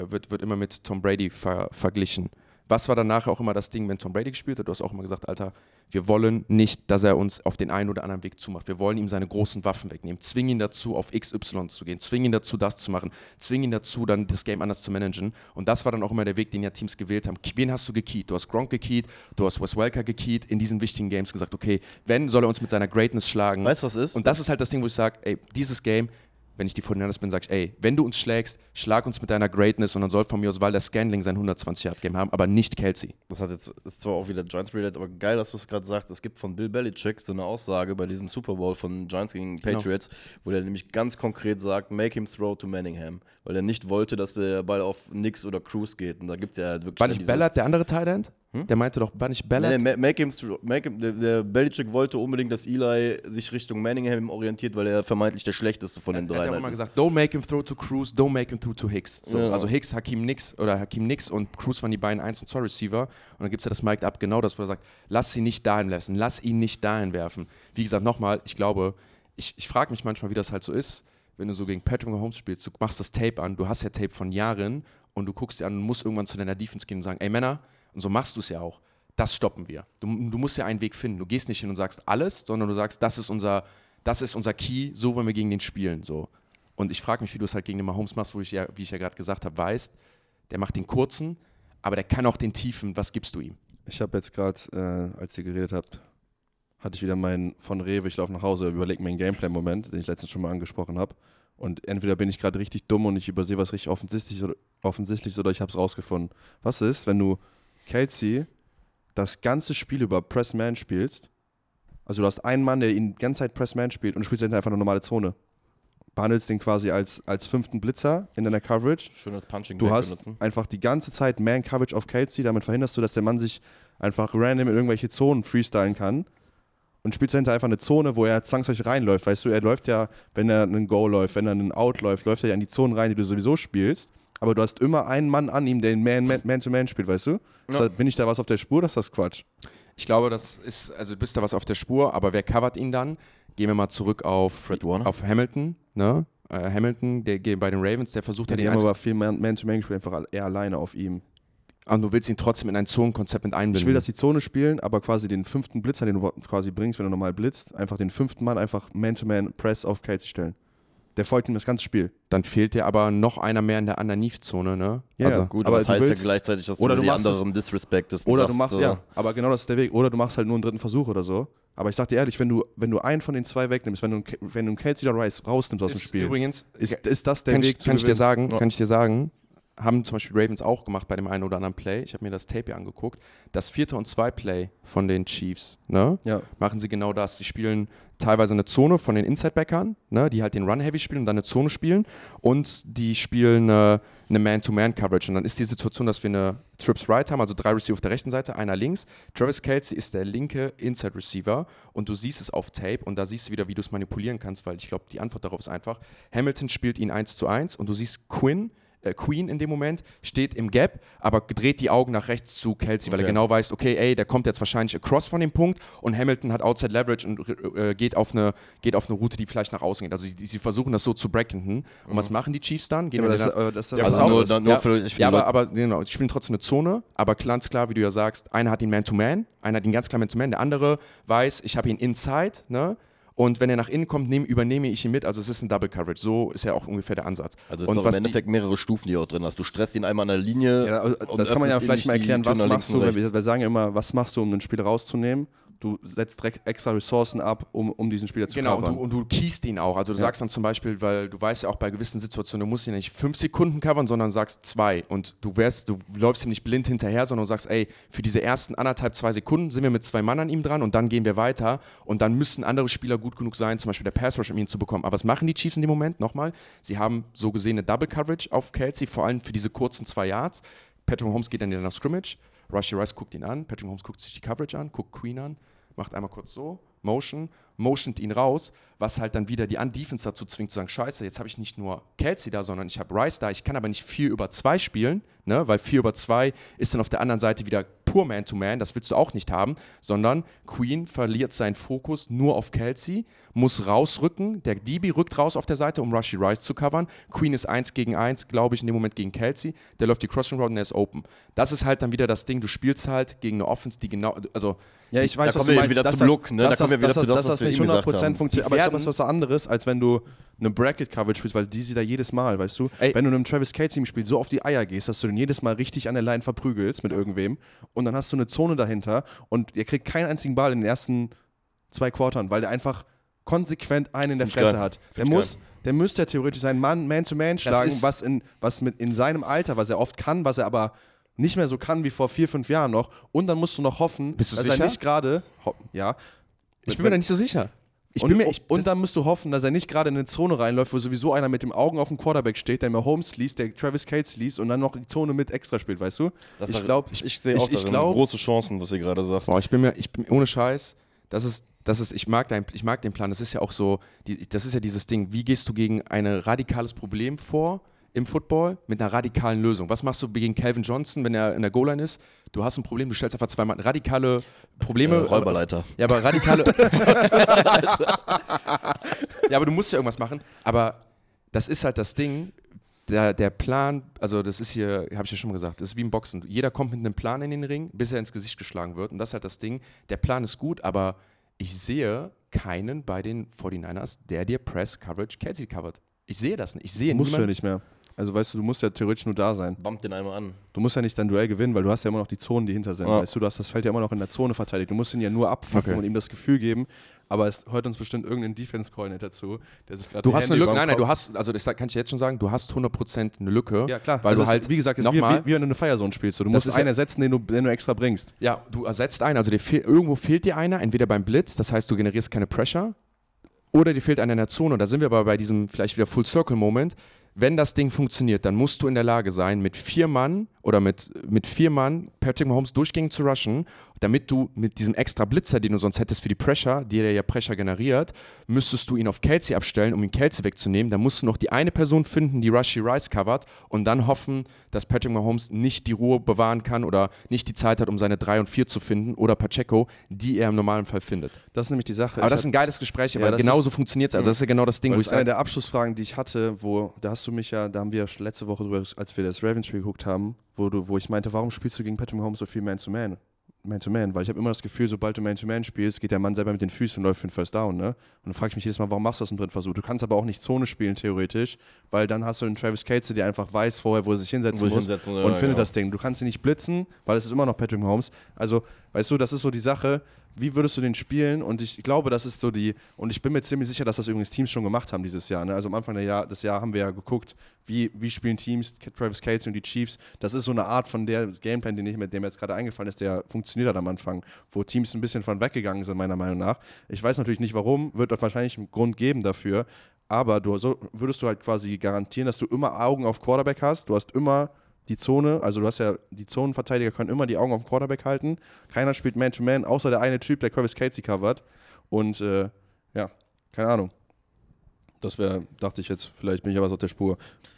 verglichen. Was war danach auch immer das Ding, wenn Tom Brady gespielt hat? Du hast auch immer gesagt, Alter, wir wollen nicht, dass er uns auf den einen oder anderen Weg zumacht. Wir wollen ihm seine großen Waffen wegnehmen. Zwingen ihn dazu, auf XY zu gehen. Zwingen ihn dazu, das zu machen. Zwingen ihn dazu, dann das Game anders zu managen. Und das war dann auch immer der Weg, den ja Teams gewählt haben. Wen hast du gekeyt? Du hast Gronk gekeyt, du hast Wes Welker gekeyt, in diesen wichtigen Games gesagt, okay, wenn, soll er uns mit seiner Greatness schlagen. Weißt du, was ist? Und das ist halt das Ding, wo ich sage, ey, dieses Game, wenn ich die 49ers bin, sage ich, ey, wenn du uns schlägst, schlag uns mit deiner Greatness und dann soll von mir aus Walter Scantling sein 120-Yard-Game haben, aber nicht Kelsey. Das ist zwar auch wieder Giants-related, aber geil, dass du es gerade sagst. Es gibt von Bill Belichick so eine Aussage bei diesem Super Bowl von Giants gegen Patriots, wo der nämlich ganz konkret sagt, make him throw to Manningham, weil er nicht wollte, dass der Ball auf Nix oder Cruz geht. Und da gibt es ja halt wirklich... War nicht Ballard der andere Tight End? Der meinte doch, war nicht Ballard? Nee, der Belichick wollte unbedingt, dass Eli sich Richtung Manningham orientiert, weil er vermeintlich der schlechteste von den drei ist. Er hat auch immer gesagt, don't make him throw to Cruz, don't make him throw to Hicks. So, ja. Also Hicks, Hakeem Nicks und Cruz waren die beiden 1 und 2 Receiver. Und dann gibt es ja das Mic'd Up, genau das, wo er sagt, lass ihn nicht dahin lassen, lass ihn nicht dahin werfen. Wie gesagt, nochmal, ich glaube, ich frage mich manchmal, wie das halt so ist, wenn du so gegen Patrick Mahomes spielst, du machst das Tape an, du hast ja Tape von Jahren und du guckst dir an und musst irgendwann zu deiner Defense gehen und sagen, ey Männer, und so machst du es ja auch. Das stoppen wir. Du musst ja einen Weg finden. Du gehst nicht hin und sagst alles, sondern du sagst, das ist unser Key, so wollen wir gegen den spielen. So. Und ich frage mich, wie du es halt gegen den Mahomes machst, wie ich ja gerade gesagt habe, weißt, der macht den kurzen, aber der kann auch den tiefen. Was gibst du ihm? Ich habe jetzt gerade, als ihr geredet habt, hatte ich wieder meinen von Rewe, ich laufe nach Hause, überlege mir einen Gameplay-Moment, den ich letztens schon mal angesprochen habe. Und entweder bin ich gerade richtig dumm und ich übersehe was richtig offensichtliches oder ich habe es rausgefunden. Was ist, wenn du Kelsey das ganze Spiel über Press-Man spielst, also du hast einen Mann, der ihn die ganze Zeit Press-Man spielt und du spielst einfach eine normale Zone. Behandelst den quasi als fünften Blitzer in deiner Coverage. Schönes Punching. Du hast einfach die ganze Zeit Man-Coverage auf Kelsey, damit verhinderst du, dass der Mann sich einfach random in irgendwelche Zonen freestylen kann und spielst dahinter einfach eine Zone, wo er zwangsläufig reinläuft. Weißt du, er läuft ja, wenn er einen Go läuft, wenn er einen Out läuft er ja in die Zonen rein, die du sowieso spielst. Aber du hast immer einen Mann an ihm, der den Man-to-Man spielt, weißt du? Ja. Bin ich da was auf der Spur? Das ist das Quatsch. Ich glaube, du bist da was auf der Spur, aber wer covert ihn dann? Gehen wir mal zurück auf Hamilton, ne? Hamilton, der bei den Ravens, der versucht ja den die haben aber viel Man-to-Man gespielt, einfach eher alleine auf ihm. Und du willst ihn trotzdem in ein Zonenkonzept mit einbinden. Ich will, dass die Zone spielen, aber quasi den fünften Blitzer, den du quasi bringst, wenn du normal blitzt, einfach den fünften Mann einfach Man-to-Man-Press auf Kelsey stellen. Der folgt ihm das ganze Spiel. Dann fehlt dir aber noch einer mehr in der Underneath-Zone, ne? Ja, also, gut, aber das heißt ja gleichzeitig, dass du die anderen disrespektest. Oder du machst, ja, aber genau das ist der Weg. Oder du machst halt nur einen dritten Versuch oder so. Aber ich sag dir ehrlich, wenn du einen von den zwei wegnimmst, wenn du Kelsey oder Rice rausnimmst aus dem Spiel, übrigens, ist das der Weg zu gewinnen? Kann ich dir sagen, haben zum Beispiel Ravens auch gemacht bei dem einen oder anderen Play. Ich habe mir das Tape hier angeguckt. Das 4. und 2 Play von den Chiefs, ne? Ja. Machen sie genau das. Sie spielen teilweise eine Zone von den Inside-Backern, ne? Die halt den Run-Heavy spielen und dann eine Zone spielen. Und die spielen eine Man-to-Man-Coverage. Und dann ist die Situation, dass wir eine Trips Right haben, also 3 Receiver auf der rechten Seite, einer links. Travis Kelce ist der linke Inside-Receiver und du siehst es auf Tape und da siehst du wieder, wie du es manipulieren kannst, weil ich glaube, die Antwort darauf ist einfach. Hamilton spielt ihn 1:1 und du siehst Queen in dem Moment, steht im Gap, aber dreht die Augen nach rechts zu Kelsey, weil er genau weiß, okay, ey, der kommt jetzt wahrscheinlich across von dem Punkt und Hamilton hat Outside Leverage und geht auf eine Route, die vielleicht nach außen geht. Also sie versuchen das so zu bracken. Und was machen die Chiefs dann? Gehen aber genau, sie spielen trotzdem eine Zone, aber ganz klar, wie du ja sagst, einer hat ihn Man-to-Man, einer hat ihn ganz klar Man-to-Man, der andere weiß, ich habe ihn Inside, ne? Und wenn er nach innen kommt, übernehme ich ihn mit. Also es ist ein Double Coverage. So ist ja auch ungefähr der Ansatz. Also es ist im Endeffekt mehrere Stufen, die du auch drin hast. Du stresst ihn einmal an der Linie. Ja, das kann man ja vielleicht mal erklären, was machst du, wir sagen ja immer, was machst du, um ein Spiel rauszunehmen? Du setzt direkt extra Ressourcen ab, um diesen Spieler zu covern. Genau, und du keyst ihn auch. Also du sagst dann zum Beispiel, weil du weißt ja auch bei gewissen Situationen, du musst ihn nicht 5 Sekunden covern, sondern sagst 2. Und du läufst ihm nicht blind hinterher, sondern du sagst, ey, für diese ersten 1,5-2 Sekunden sind wir mit 2 Mann an ihm dran und dann gehen wir weiter. Und dann müssen andere Spieler gut genug sein, zum Beispiel der Pass Rush, um ihn zu bekommen. Aber was machen die Chiefs in dem Moment? Nochmal, sie haben so gesehen eine Double Coverage auf Kelsey, vor allem für diese kurzen 2 Yards. Patrick Mahomes geht dann nach Scrimmage. Rashee Rice guckt ihn an, Patrick Mahomes guckt sich die Coverage an, guckt Queen an, macht einmal kurz so, motiont ihn raus, was halt dann wieder die Defense dazu zwingt zu sagen, scheiße, jetzt habe ich nicht nur Kelsey da, sondern ich habe Rice da, ich kann aber nicht 4/2 spielen, ne, weil 4/2 ist dann auf der anderen Seite wieder pur Man-to-Man, das willst du auch nicht haben, sondern Queen verliert seinen Fokus nur auf Kelsey, muss rausrücken, der DB rückt raus auf der Seite, um Rashee Rice zu covern. Queen ist 1 gegen 1, glaube ich, in dem Moment gegen Kelsey, der läuft die Crossing Route und er ist open. Das ist halt dann wieder das Ding, du spielst halt gegen eine Offense, die genau, also ja, ich weiß, da kommen wir wieder zum Look, ne? Da kommen wir wieder zu das, was wir nicht eben gesagt 100% haben. funktioniert. Aber ich glaube, das ist was anderes, als wenn du eine Bracket-Coverage spielst, weil die sie da jedes Mal, weißt du? Ey. Wenn du einem Travis Kelce im Spiel so auf die Eier gehst, dass du den jedes Mal richtig an der Line verprügelst mit irgendwem und dann hast du eine Zone dahinter und ihr kriegt keinen einzigen Ball in den ersten 2 Quartern, weil der einfach konsequent einen in der Fresse hat. Der müsste ja theoretisch seinen Mann Man-to-Man schlagen, was in seinem Alter, was er oft kann, was er aber nicht mehr so kann wie vor 4, 5 Jahren noch. Und dann musst du noch hoffen, Bist du dass sicher? er nicht gerade, ja. ich bin mir da nicht so sicher. Und dann musst du hoffen, dass er nicht gerade in eine Zone reinläuft, wo sowieso einer mit dem Augen auf dem Quarterback steht, der Mahomes liest, der Travis Kelce liest und dann noch die Zone mit extra spielt, weißt du? Ich sehe auch darin große Chancen, was ihr gerade sagt. Boah, ich bin ohne Scheiß, ich mag den Plan, das ist ja auch so, das ist ja dieses Ding, wie gehst du gegen ein radikales Problem vor im Football mit einer radikalen Lösung? Was machst du gegen Calvin Johnson, wenn er in der Goal-Line ist? Du hast ein Problem, du stellst einfach zweimal radikale Probleme. Räuberleiter. Ja, aber radikale. Ja, aber du musst ja irgendwas machen. Aber das ist halt das Ding. Der Plan, also das ist hier, habe ich ja schon mal gesagt, das ist wie im Boxen. Jeder kommt mit einem Plan in den Ring, bis er ins Gesicht geschlagen wird. Und das ist halt das Ding. Der Plan ist gut, aber ich sehe keinen bei den 49ers, der dir Press-Coverage Kelce covert. Ich sehe das nicht. Ich sehe Musst du ja nicht mehr. Also weißt du, du musst ja theoretisch nur da sein. Bump den einmal an. Du musst ja nicht dein Duell gewinnen, weil du hast ja immer noch die Zonen, die hinter sind. Ja. Weißt du, hast das Feld ja immer noch in der Zone verteidigt. Du musst ihn ja nur abfucken und ihm das Gefühl geben. Aber es hört uns bestimmt irgendein Defense-Coordinator zu, der sich gerade Du hast eine Lücke, nein, du hast, also das kann ich jetzt schon sagen, du hast 100% eine Lücke. Ja, klar. Weil also du halt, wie gesagt, es ist wie wenn du eine Firezone spielst. Du musst einen ersetzen, den du extra bringst. Ja, du ersetzt einen, also irgendwo fehlt dir einer, entweder beim Blitz, das heißt, du generierst keine Pressure, oder dir fehlt einer in der Zone. Und da sind wir aber bei diesem vielleicht wieder Full-Circle-Moment. Wenn das Ding funktioniert, dann musst du in der Lage sein, mit 4 Mann oder mit 4 Mann Patrick Mahomes durchgängig zu rushen, damit du mit diesem extra Blitzer, den du sonst hättest für die Pressure, die der ja Pressure generiert, müsstest du ihn auf Kelce abstellen, um ihn Kelce wegzunehmen. Dann musst du noch die eine Person finden, die Rashee Rice covert und dann hoffen, dass Patrick Mahomes nicht die Ruhe bewahren kann oder nicht die Zeit hat, um seine 3 und 4 zu finden oder Pacheco, die er im normalen Fall findet. Das ist nämlich die Sache. Aber das ist ein geiles Gespräch, weil genauso funktioniert es. Also das ist ja genau das Ding, wo ich eine der Abschlussfragen, die ich hatte, da haben wir letzte Woche drüber, als wir das Ravens-Spiel geguckt haben, wo ich meinte, warum spielst du gegen Patrick Mahomes so viel Man-to-Man? Man-to-Man, weil ich habe immer das Gefühl, sobald du Man-to-Man spielst, geht der Mann selber mit den Füßen und läuft für den First Down, ne? Und dann frage ich mich jedes Mal, warum machst du das im dritten Versuch? Du kannst aber auch nicht Zone spielen, theoretisch, weil dann hast du einen Travis Kelce, der einfach weiß vorher, wo er sich hinsetzen muss und findet das Ding. Du kannst ihn nicht blitzen, weil es ist immer noch Patrick Mahomes. Also, weißt du, das ist so die Sache, wie würdest du den spielen? Und ich glaube, das ist so und ich bin mir ziemlich sicher, dass das übrigens Teams schon gemacht haben dieses Jahr, ne? Also am Anfang des Jahres haben wir ja geguckt, wie spielen Teams, Travis Kelce und die Chiefs. Das ist so eine Art von der Gameplan, der mir jetzt gerade eingefallen ist, der funktioniert hat am Anfang, wo Teams ein bisschen von weggegangen sind, meiner Meinung nach. Ich weiß natürlich nicht warum, wird dort wahrscheinlich einen Grund geben dafür, aber würdest du halt quasi garantieren, dass du immer Augen auf Quarterback hast, du hast immer die Zone, also du hast ja, die Zonenverteidiger können immer die Augen auf den Quarterback halten, keiner spielt Man-to-Man, außer der eine Typ, der Travis Kelce covert und ja, keine Ahnung. Das dachte ich jetzt, vielleicht bin ich aber so auf der Spur.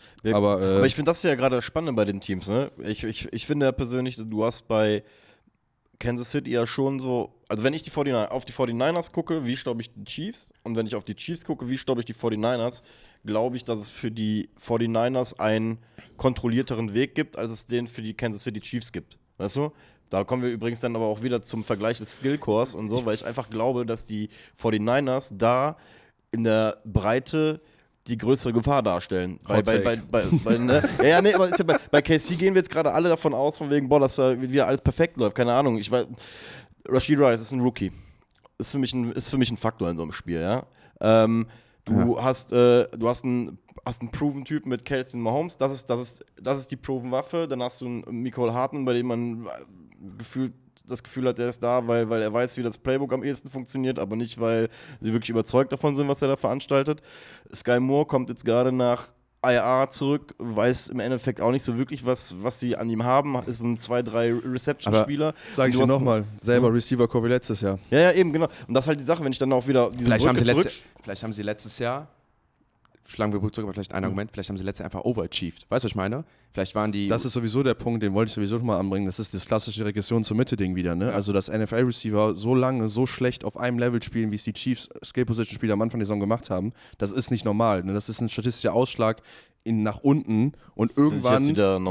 Aber ich finde das ja gerade spannend bei den Teams, ne? Ich finde ja persönlich, du hast bei Kansas City ja schon so, also wenn ich auf die 49ers gucke, wie stoppe ich die Chiefs? Und wenn ich auf die Chiefs gucke, wie stoppe ich die 49ers? Glaube ich, dass es für die 49ers einen kontrollierteren Weg gibt, als es den für die Kansas City Chiefs gibt. Weißt du? Da kommen wir übrigens dann aber auch wieder zum Vergleich des Skillcores und so, weil ich einfach glaube, dass die 49ers da in der Breite die größere Gefahr darstellen. Aber bei KC gehen wir jetzt gerade alle davon aus, von wegen, dass da wieder alles perfekt läuft. Keine Ahnung. Rashee Rice ist ein Rookie. Ist für mich ein Faktor in so einem Spiel, ja. Du hast einen Proven-Typ mit Kelce und Mahomes. Das ist die Proven-Waffe. Dann hast du einen Mecole Hardman, bei dem man das Gefühl hat, der ist da, weil er weiß, wie das Playbook am ehesten funktioniert, aber nicht, weil sie wirklich überzeugt davon sind, was er da veranstaltet. Sky Moore kommt jetzt gerade nach IR zurück, weiß im Endeffekt auch nicht so wirklich, was sie an ihm haben. Ist ein 2-3 Reception-Spieler. Sag ich dir nochmal, selber Receiver-Core wie letztes Jahr. Ja, eben, genau. Und das ist halt die Sache, wenn ich dann auch wieder diese Vielleicht haben sie letztes Jahr schlagen wir zurück, aber vielleicht ein Argument, vielleicht haben sie letztes Jahr einfach overachieved. Weißt du, was ich meine? Vielleicht waren die... Das ist sowieso der Punkt, den wollte ich sowieso schon mal anbringen. Das ist das klassische Regression zur Mitte-Ding wieder. Ne? Ja. Also, dass NFL-Receiver so lange, so schlecht auf einem Level spielen, wie es die Chiefs Skill-Position-Spieler am Anfang der Saison gemacht haben, das ist nicht normal. Ne? Das ist ein statistischer Ausschlag nach unten und irgendwann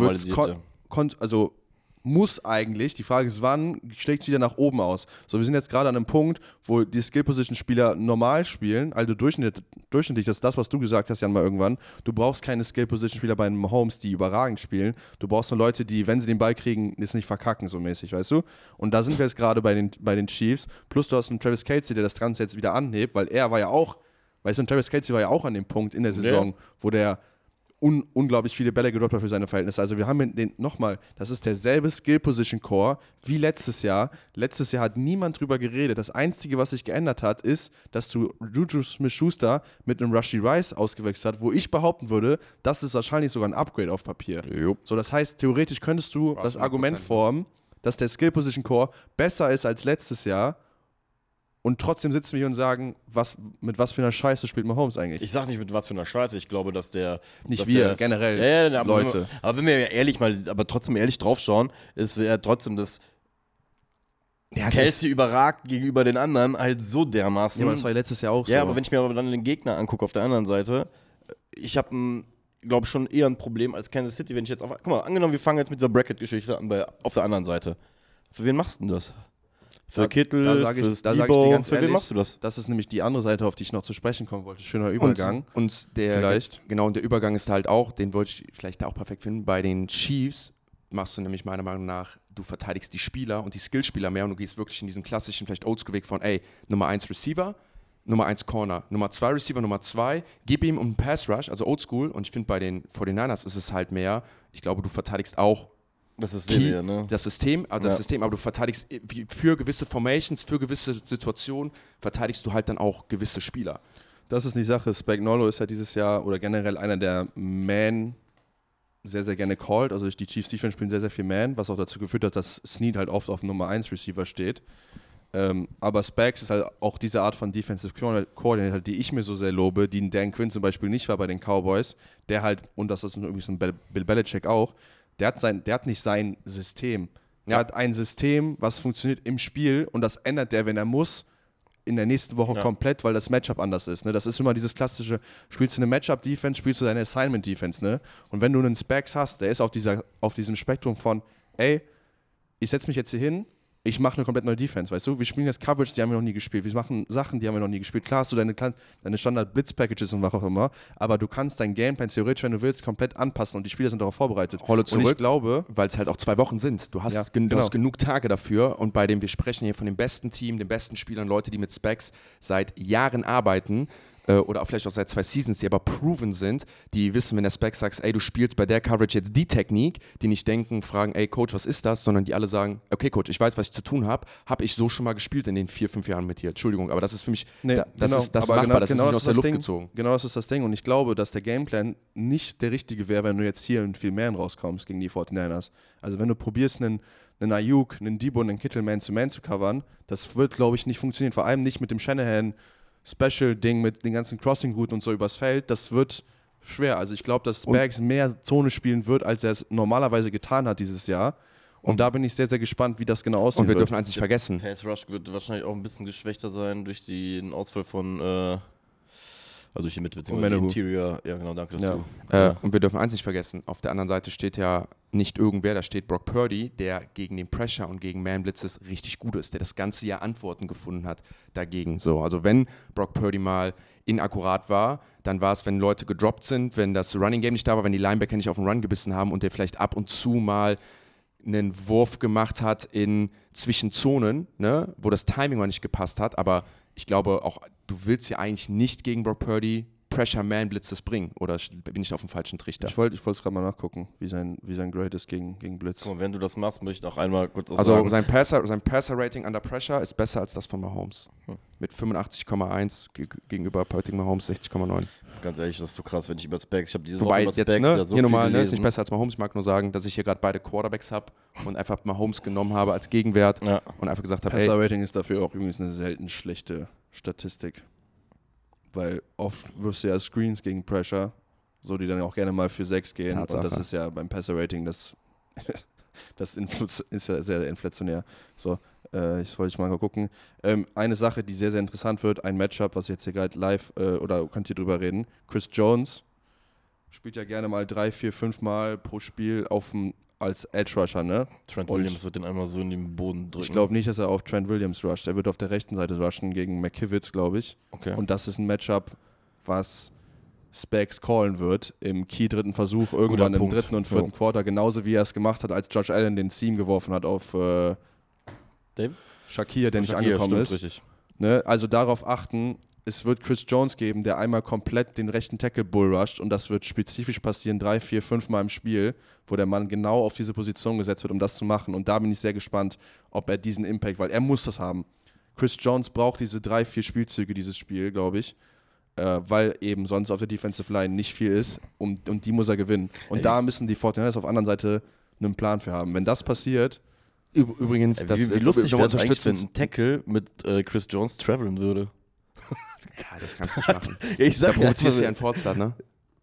muss eigentlich, die Frage ist, wann schlägt es wieder nach oben aus? So, wir sind jetzt gerade an einem Punkt, wo die Skill-Position-Spieler normal spielen, also durchschnittlich, das ist das, was du gesagt hast, Jan, mal irgendwann. Du brauchst keine Skill-Position-Spieler bei einem Mahomes, die überragend spielen. Du brauchst nur Leute, die, wenn sie den Ball kriegen, es nicht verkacken, so mäßig, weißt du? Und da sind wir jetzt gerade bei den Chiefs. Plus du hast einen Travis Kelce, der das Ganze jetzt wieder anhebt, weil er war ja auch, weißt du, Travis Kelce war ja auch an dem Punkt in der Saison, wo der unglaublich viele Bälle gedroppt hat für seine Verhältnisse. Also wir haben das ist derselbe Skill-Position-Core wie letztes Jahr. Letztes Jahr hat niemand drüber geredet. Das Einzige, was sich geändert hat, ist, dass du Juju Smith-Schuster mit einem Rashee Rice ausgewechselt hast, wo ich behaupten würde, das ist wahrscheinlich sogar ein Upgrade auf Papier. Jo. So, das heißt, theoretisch könntest du das Argument formen, dass der Skill-Position-Core besser ist als letztes Jahr. Und trotzdem sitzen wir hier und sagen, mit was für einer Scheiße spielt Mahomes eigentlich? Ich sag nicht mit was für einer Scheiße, ich glaube, dass der... Nicht wir, generell Leute. Aber wenn wir aber trotzdem ehrlich draufschauen, ist ja trotzdem das... Ja, Kelce überragt gegenüber den anderen halt so dermaßen. Ja, aber das war ja letztes Jahr auch so. Ja, aber wenn ich mir aber dann den Gegner angucke auf der anderen Seite, ich habe glaube schon eher ein Problem als Kansas City, wenn ich jetzt guck mal, angenommen, wir fangen jetzt mit dieser Bracket-Geschichte an auf der anderen Seite. Für wen machst du denn das? Für Kittel, da sag ich dir ganz für ehrlich, wen machst du das? Das ist nämlich die andere Seite, auf die ich noch zu sprechen kommen wollte. Schöner Übergang. Und der Übergang ist halt auch, den wollte ich vielleicht auch perfekt finden, bei den Chiefs machst du nämlich meiner Meinung nach, du verteidigst die Spieler und die Skillspieler mehr und du gehst wirklich in diesen klassischen, vielleicht Oldschool-Weg von, Nummer 1 Receiver, Nummer 1 Corner, Nummer 2 Receiver, Nummer 2, gib ihm einen Pass Rush, also Oldschool, und ich finde bei den 49ers ist es halt mehr, ich glaube, du verteidigst auch das System, ne? Das System, aber du verteidigst für gewisse Formations, für gewisse Situationen, verteidigst du halt dann auch gewisse Spieler. Das ist die Sache. Spagnuolo ist ja dieses Jahr oder generell einer der Man sehr, sehr gerne called. Also die Chiefs Defense spielen sehr, sehr viel Man, was auch dazu geführt hat, dass Snead halt oft auf Nummer 1 Receiver steht. Aber Spags ist halt auch diese Art von Defensive Coordinator, die ich mir so sehr lobe, die Dan Quinn zum Beispiel nicht war bei den Cowboys, der halt, und das ist irgendwie so ein Bill Belichick auch, der hat nicht sein System. Er hat ein System, was funktioniert im Spiel und das ändert der, wenn er muss, in der nächsten Woche komplett, weil das Matchup anders ist. Ne? Das ist immer dieses klassische, spielst du eine Matchup-Defense, spielst du deine Assignment-Defense. Ne? Und wenn du einen Spags hast, der ist auf diesem Spektrum von, ich setze mich jetzt hier hin, ich mache eine komplett neue Defense, weißt du? Wir spielen jetzt Coverage, die haben wir noch nie gespielt. Wir machen Sachen, die haben wir noch nie gespielt. Klar hast du deine Standard-Blitz-Packages und was auch immer, aber du kannst deinen Gameplan theoretisch, wenn du willst, komplett anpassen und die Spieler sind darauf vorbereitet. Rolle zurück, und ich glaube, weil es halt auch 2 Wochen sind. Du hast genug Tage dafür und wir sprechen hier von dem besten Team, den besten Spielern, Leute, die mit Specs seit Jahren arbeiten, oder auch vielleicht auch seit 2 Seasons, die aber proven sind, die wissen, wenn der Spec sagt, du spielst bei der Coverage jetzt die Technik, die nicht denken, fragen, Coach, was ist das, sondern die alle sagen, okay, Coach, ich weiß, was ich zu tun habe ich so schon mal gespielt in den 4-5 Jahren mit dir, Entschuldigung, aber das ist für mich, das ist machbar, das ist nicht aus der Luft gezogen. Genau, das ist das Ding und ich glaube, dass der Gameplan nicht der richtige wäre, wenn du jetzt hier in viel Man rauskommst gegen die 49ers. Also wenn du probierst, einen Ayuk, einen Debo und einen Kittle Man-to-Man zu covern, das wird, glaube ich, nicht funktionieren, vor allem nicht mit dem Shanahan Special-Ding mit den ganzen Crossing-Routen und so übers Feld, das wird schwer. Also ich glaube, dass Spags mehr Zone spielen wird, als er es normalerweise getan hat dieses Jahr. Und da bin ich sehr, sehr gespannt, wie das genau aussieht. Und wir dürfen eins nicht vergessen. Pass Rush wird wahrscheinlich auch ein bisschen geschwächter sein durch den Ausfall von durch die Mitte, beziehungsweise die Interior. Ja, genau, danke, dass du... Und wir dürfen eins nicht vergessen, auf der anderen Seite steht ja nicht irgendwer, da steht Brock Purdy, der gegen den Pressure und gegen Man-Blitzes richtig gut ist, der das ganze Jahr Antworten gefunden hat dagegen. So, also wenn Brock Purdy mal inakkurat war, dann war es, wenn Leute gedroppt sind, wenn das Running Game nicht da war, wenn die Linebacker nicht auf den Run gebissen haben und der vielleicht ab und zu mal einen Wurf gemacht hat in Zwischenzonen, ne, wo das Timing mal nicht gepasst hat, aber ich glaube auch, du willst ja eigentlich nicht gegen Brock Purdy Pressure-Man-Blitzes bringen, oder bin ich auf dem falschen Trichter? Ich wollte es gerade mal nachgucken, wie sein Grade ist gegen Blitz. Und wenn du das machst, möchte ich noch einmal kurz sagen. Also sein Passer-Rating under Pressure ist besser als das von Mahomes. Mit 85,1 gegenüber Purdy Mahomes 60,9. Ganz ehrlich, das ist so krass, wenn ich über Specs, ich habe diese Woche über Specs ja so hier normal, ist nicht besser als Mahomes. Ich mag nur sagen, dass ich hier gerade beide Quarterbacks habe und einfach Mahomes genommen habe als Gegenwert und einfach gesagt habe, Passer-Rating ist dafür auch übrigens eine selten schlechte Statistik. weil oft wirst du ja Screens gegen Pressure, so die dann auch gerne mal für 6 gehen. Tatsache. Und das ist ja beim Passer-Rating, das ist ja sehr inflationär. So, ich wollte mal gucken. Eine Sache, die sehr, sehr interessant wird, ein Matchup, was jetzt hier gerade live, oder könnt ihr drüber reden. Chris Jones spielt ja gerne mal 3, 4, 5 Mal pro Spiel als Edge-Rusher, ne? Trent Williams wird den einmal so in den Boden drücken. Ich glaube nicht, dass er auf Trent Williams rusht. Er wird auf der rechten Seite rushen gegen McKivitz, glaube ich. Okay. Und das ist ein Matchup, was Spags callen wird im Key-dritten Versuch, irgendwann im Punkt. 3. und 4. Quarter, genauso wie er es gemacht hat, als Josh Allen den Seam geworfen hat auf Dave? Shakir, der nicht Shakir, angekommen stimmt, ist. Richtig. Ne? Also darauf achten, es wird Chris Jones geben, der einmal komplett den rechten Tackle bullrusht und das wird spezifisch passieren 3, 4, 5 Mal im Spiel, wo der Mann genau auf diese Position gesetzt wird, um das zu machen. Und da bin ich sehr gespannt, ob er diesen Impact, weil er muss das haben. Chris Jones braucht diese 3, 4 Spielzüge, dieses Spiel, glaube ich, weil eben sonst auf der Defensive Line nicht viel ist und die muss er gewinnen. Und da müssen die 49ers auf der anderen Seite einen Plan für haben. Wenn das passiert... Übrigens, Wie lustig wäre es eigentlich, wenn ein Tackle mit Chris Jones traveln würde. Ja, das kannst du nicht machen. Ja, ich Da sag provozierst du ja einen Fortstart, ne?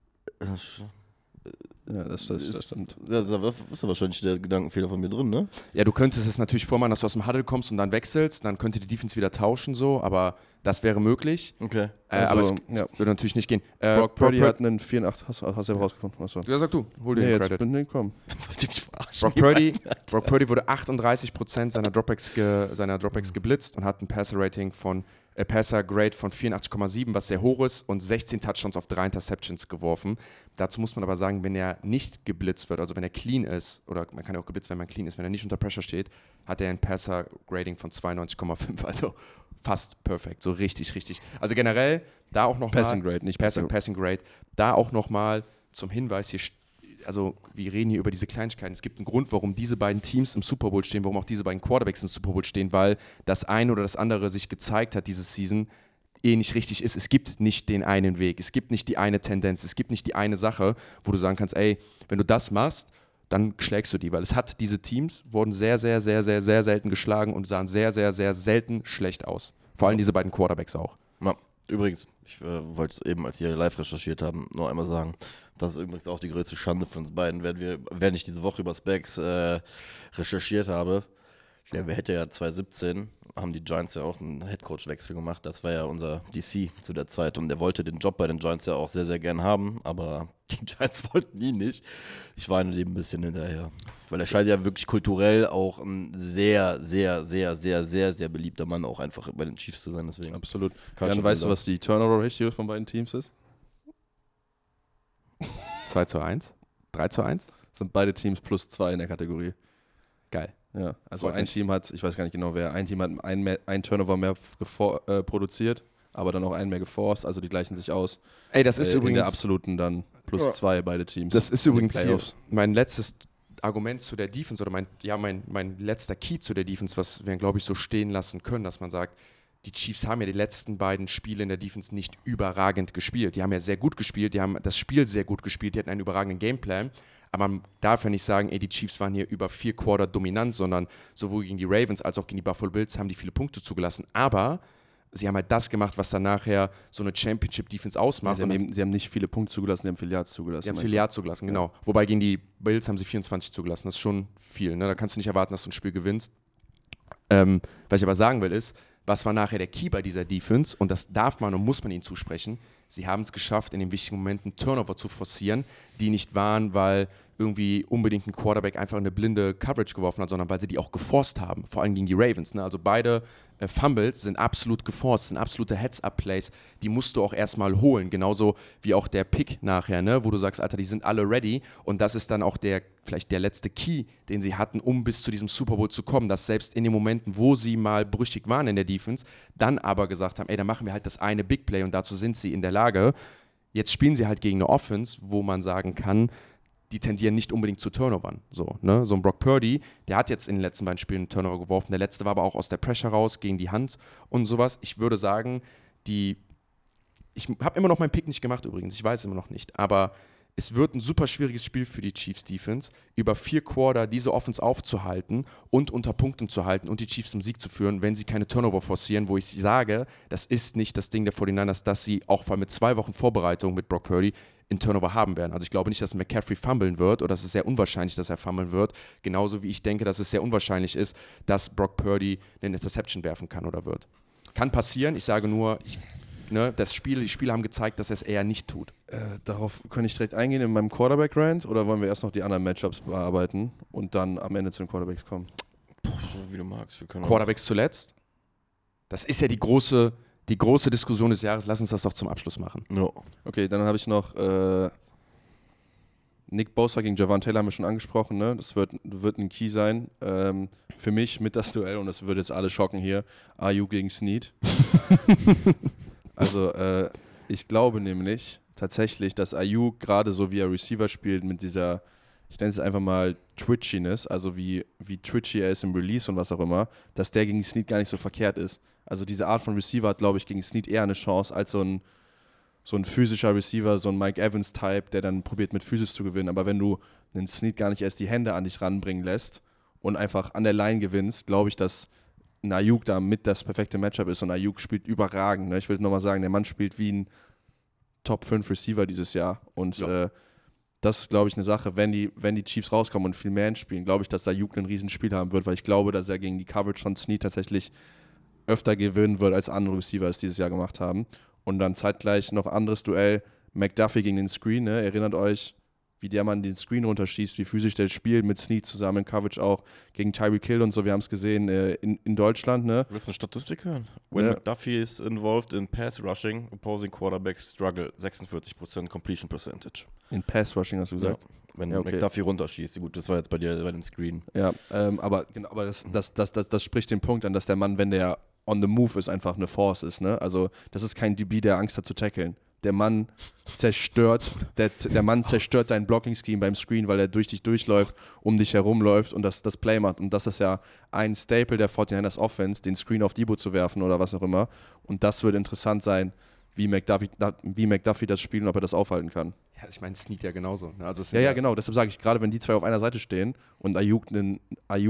Ja, das stimmt. Da ist ja wahrscheinlich der Gedankenfehler von mir drin, ne? Ja, du könntest es natürlich vormachen, dass du aus dem Huddle kommst und dann wechselst, dann könnte die Defense wieder tauschen, so, aber das wäre möglich. Okay. Aber es ja. würde natürlich nicht gehen. Brock Purdy hat einen 84, hast du ja rausgefunden. Achso. Ja, sag du, hol dir Nee, den jetzt Credit. bin ich komm. Wollt ihr mich verarschen? Brock Purdy wurde 38% seiner Dropbacks geblitzt und hat ein Passer-Rating von Passer-Grade von 84,7, was sehr hoch ist, und 16 Touchdowns auf 3 Interceptions geworfen. Dazu muss man aber sagen, wenn er nicht geblitzt wird, also wenn er clean ist, oder man kann ja auch geblitzt, wenn man clean ist, wenn er nicht unter Pressure steht, hat er ein Passer-Grading von 92,5, also fast perfekt, so richtig. Also generell, da auch nochmal... Passing Grade, nicht Passing Grade. Da auch nochmal zum Hinweis, also wir reden hier über diese Kleinigkeiten. Es gibt einen Grund, warum diese beiden Teams im Super Bowl stehen, warum auch diese beiden Quarterbacks im Super Bowl stehen, weil das eine oder das andere sich gezeigt hat, diese Season, nicht richtig ist. Es gibt nicht den einen Weg, es gibt nicht die eine Tendenz, es gibt nicht die eine Sache, wo du sagen kannst, ey, wenn du das machst, dann schlägst du die, weil diese Teams wurden sehr, sehr, sehr, sehr, sehr selten geschlagen und sahen sehr, sehr, sehr selten schlecht aus. Vor allem diese beiden Quarterbacks auch. Ja, übrigens, ich wollte eben, als wir live recherchiert haben, nur einmal sagen, das ist übrigens auch die größte Schande von uns beiden, wenn ich diese Woche über Spags recherchiert habe. Ja, wer hätte ja 2017, haben die Giants ja auch einen Headcoach-Wechsel gemacht. Das war ja unser DC zu der Zeit und der wollte den Job bei den Giants ja auch sehr, sehr gern haben, aber die Giants wollten ihn nicht. Ich weine dem ein bisschen hinterher, weil er scheint ja wirklich kulturell auch ein sehr, sehr, sehr, sehr, sehr, sehr beliebter Mann auch einfach bei den Chiefs zu sein. Deswegen Absolut. Kann Jan, schon weißt du, wieder. was die Turnover-Ratio von beiden Teams ist? 2:1? 3:1? Sind beide Teams +2 in der Kategorie. Geil. Ja, also Freut ein mich. Team hat, ich weiß gar nicht genau wer, ein Team hat ein Turnover mehr produziert, aber dann auch einen mehr geforst, also die gleichen sich aus. Ey, das ist in übrigens... der absoluten dann +2 beide Teams. Das ist in den übrigens hier Playoffs. mein letztes Argument zu der Defense oder mein letzter Key zu der Defense, was wir, glaube ich, so stehen lassen können, dass man sagt, die Chiefs haben ja die letzten beiden Spiele in der Defense nicht überragend gespielt. Die haben ja sehr gut gespielt, die haben das Spiel sehr gut gespielt, die hatten einen überragenden Gameplan, aber man darf ja nicht sagen, ey, die Chiefs waren hier über 4 Quarter dominant, sondern sowohl gegen die Ravens als auch gegen die Buffalo Bills haben die viele Punkte zugelassen, aber sie haben halt das gemacht, was dann nachher so eine Championship-Defense ausmacht. Sie haben nicht viele Punkte zugelassen, sie haben viele Yards zugelassen. Die haben 4 Yards zugelassen, genau. Wobei gegen die Bills haben sie 24 zugelassen. Das ist schon viel. Ne? Da kannst du nicht erwarten, dass du ein Spiel gewinnst. Was ich aber sagen will, ist, was war nachher der Key bei dieser Defense? Und das darf man und muss man ihnen zusprechen. Sie haben es geschafft, in den wichtigen Momenten Turnover zu forcieren, die nicht waren, weil irgendwie unbedingt ein Quarterback einfach eine blinde Coverage geworfen hat, sondern weil sie die auch geforst haben, vor allem gegen die Ravens. Ne? Also beide Fumbles sind absolut geforst, sind absolute Heads-Up-Plays, die musst du auch erstmal holen, genauso wie auch der Pick nachher, ne? Wo du sagst, Alter, die sind alle ready und das ist dann auch vielleicht der letzte Key, den sie hatten, um bis zu diesem Super Bowl zu kommen, dass selbst in den Momenten, wo sie mal brüchig waren in der Defense, dann aber gesagt haben, ey, dann machen wir halt das eine Big Play und dazu sind sie in der Lage. Jetzt spielen sie halt gegen eine Offense, wo man sagen kann, die tendieren nicht unbedingt zu Turnovern. So ein Brock Purdy, der hat jetzt in den letzten beiden Spielen einen Turnover geworfen. Der letzte war aber auch aus der Pressure raus, gegen die Hand und sowas. Ich würde sagen, ich habe immer noch meinen Pick nicht gemacht übrigens, ich weiß immer noch nicht, aber es wird ein super schwieriges Spiel für die Chiefs Defense, über 4 Quarter diese Offense aufzuhalten und unter Punkten zu halten und die Chiefs zum Sieg zu führen, wenn sie keine Turnover forcieren, wo ich sage, das ist nicht das Ding der 49ers, dass sie auch vor allem mit 2 Wochen Vorbereitung mit Brock Purdy in Turnover haben werden. Also ich glaube nicht, dass McCaffrey fummeln wird oder es ist sehr unwahrscheinlich, dass er fummeln wird. Genauso wie ich denke, dass es sehr unwahrscheinlich ist, dass Brock Purdy eine Interception werfen kann oder wird. Kann passieren, ich sage nur, die Spieler haben gezeigt, dass er es eher nicht tut. Darauf kann ich direkt eingehen in meinem Quarterback-Rant oder wollen wir erst noch die anderen Matchups bearbeiten und dann am Ende zu den Quarterbacks kommen? Wie du magst. Wir können Quarterbacks zuletzt. Das ist ja die große Diskussion des Jahres. Lass uns das doch zum Abschluss machen. Ja. Okay, dann habe ich noch Nick Bosa gegen Javon Taylor haben wir schon angesprochen. Ne? Das wird ein Key sein. Für mich mit das Duell, und das wird jetzt alle schocken hier, Ayuk gegen Snead. Also ich glaube nämlich tatsächlich, dass Ayuk gerade so wie er Receiver spielt mit dieser, ich nenne es einfach mal Twitchiness, also wie twitchy er ist im Release und was auch immer, dass der gegen Snead gar nicht so verkehrt ist. Also diese Art von Receiver hat, glaube ich, gegen Snead eher eine Chance als so ein physischer Receiver, so ein Mike Evans-Type, der dann probiert mit Physis zu gewinnen. Aber wenn du einen Snead gar nicht erst die Hände an dich ranbringen lässt und einfach an der Line gewinnst, glaube ich, dass ein Ayuk da mit das perfekte Matchup ist und Ayuk spielt überragend. Ne? Ich will nochmal sagen, der Mann spielt wie ein Top 5 Receiver dieses Jahr und das ist, glaube ich, eine Sache, wenn die Chiefs rauskommen und viel Man spielen, glaube ich, dass Ayuk ein Riesenspiel haben wird, weil ich glaube, dass er gegen die Coverage von Snead tatsächlich öfter gewinnen wird, als andere Receiver es dieses Jahr gemacht haben. Und dann zeitgleich noch ein anderes Duell, McDuffie gegen den Screen, ne? Erinnert euch, wie der Mann den Screen runterschießt, wie physisch der spielt, mit Snead zusammen in Coverage auch, gegen Tyreek Hill und so, wir haben es gesehen in Deutschland. Ne? Willst du eine Statistik hören? When McDuffie is involved in Pass Rushing, opposing quarterbacks struggle, 46% Completion Percentage. In Pass Rushing hast du gesagt? Ja. Wenn McDuffie runterschießt, gut, das war jetzt bei dir bei dem Screen. Ja, aber das spricht den Punkt an, dass der Mann, wenn der on the move ist, einfach eine Force ist. Ne? Also das ist kein DB, der Angst hat zu tackeln. Der Mann zerstört dein Blocking-Scheme beim Screen, weil er durch dich durchläuft, um dich herumläuft und das Play macht. Und das ist ja ein Staple der 49ers Offense, den Screen auf Debo zu werfen oder was auch immer. Und das wird interessant sein, wie McDuffie das spielt und ob er das aufhalten kann. Ja, ich meine, Snead ja genauso. Ne? Also ja, genau. Deshalb sage ich, gerade wenn die zwei auf einer Seite stehen und Ayuk einen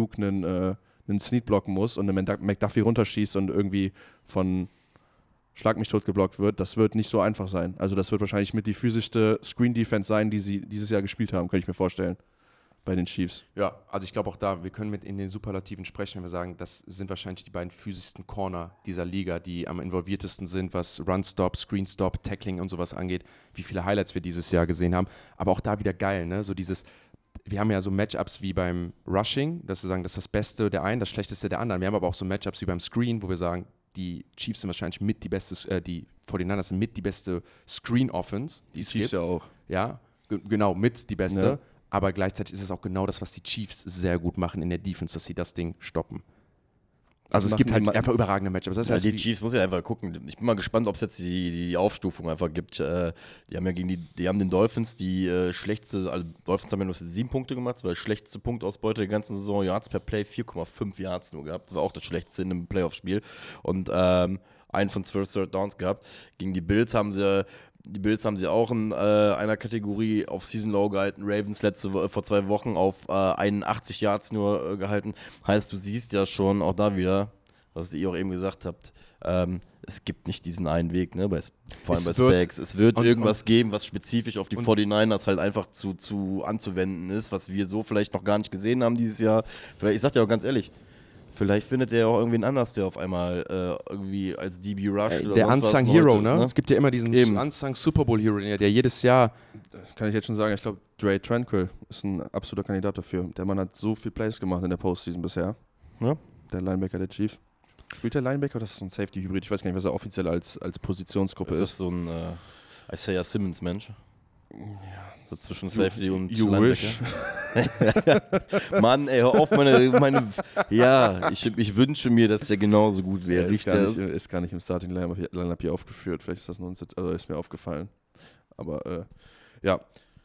Snead blocken muss und einen McDuffie runterschießt und irgendwie von Schlag mich tot geblockt wird, das wird nicht so einfach sein. Also das wird wahrscheinlich mit die physischste Screen-Defense sein, die sie dieses Jahr gespielt haben, könnte ich mir vorstellen, bei den Chiefs. Ja, also ich glaube auch da, wir können mit in den Superlativen sprechen, wenn wir sagen, das sind wahrscheinlich die beiden physischsten Corner dieser Liga, die am involviertesten sind, was Run-Stop, Screen-Stop, Tackling und sowas angeht, wie viele Highlights wir dieses Jahr gesehen haben. Aber auch da wieder geil, ne? So dieses, wir haben ja so Matchups wie beim Rushing, dass wir sagen, das ist das Beste der einen, das Schlechteste der anderen. Wir haben aber auch so Matchups wie beim Screen, wo wir sagen, die Chiefs sind wahrscheinlich mit die beste, die 49ers sind mit die beste Screen-Offense, die es Chiefs gibt. ja auch. Ja, genau, mit die beste. Ja. Aber gleichzeitig ist es auch genau das, was die Chiefs sehr gut machen in der Defense, dass sie das Ding stoppen. Also es gibt halt einfach überragende Matchups. Das heißt, die Chiefs muss ja einfach gucken. Ich bin mal gespannt, ob es jetzt die Aufstufung einfach gibt. Die haben ja die haben den Dolphins die schlechteste, also Dolphins haben ja nur 7 Punkte gemacht, das war die schlechteste Punktausbeute der ganzen Saison. Yards per Play 4,5 Yards nur gehabt. Das war auch das schlechteste in einem Playoff-Spiel. Und einen von 12 Third Downs gehabt. Gegen die Bills haben sie auch in einer Kategorie auf Season Low gehalten. Ravens vor 2 Wochen auf 81 Yards nur gehalten. Heißt, du siehst ja schon auch da wieder, was ihr auch eben gesagt habt, es gibt nicht diesen einen Weg, ne? Vor allem bei Specs. Es wird irgendwas geben, was spezifisch auf die 49ers halt einfach zu anzuwenden ist, was wir so vielleicht noch gar nicht gesehen haben dieses Jahr. Vielleicht, ich sag dir auch ganz ehrlich, vielleicht findet der auch irgendwen anders, der auf einmal irgendwie als DB Rush oder der sonst Unsung was Hero, heute, ne? Es gibt ja immer diesen Unsung Super Bowl Hero, der jedes Jahr. Kann ich jetzt schon sagen, ich glaube, Dre Tranquil ist ein absoluter Kandidat dafür. Der Mann hat so viel Plays gemacht in der Postseason bisher. Ja? Der Linebacker der Chiefs. Spielt der Linebacker oder ist das so ein Safety-Hybrid? Ich weiß gar nicht, was er offiziell als Positionsgruppe ist. Das ist so ein Isaiah Simmons-Mensch. Ja. So zwischen Safety und you Linebacker. Mann, ey, hör auf ja, ich wünsche mir, dass der genauso gut wäre. Ist gar nicht im Starting Lineup hier aufgeführt. Vielleicht ist das nur ist mir aufgefallen. Aber ja.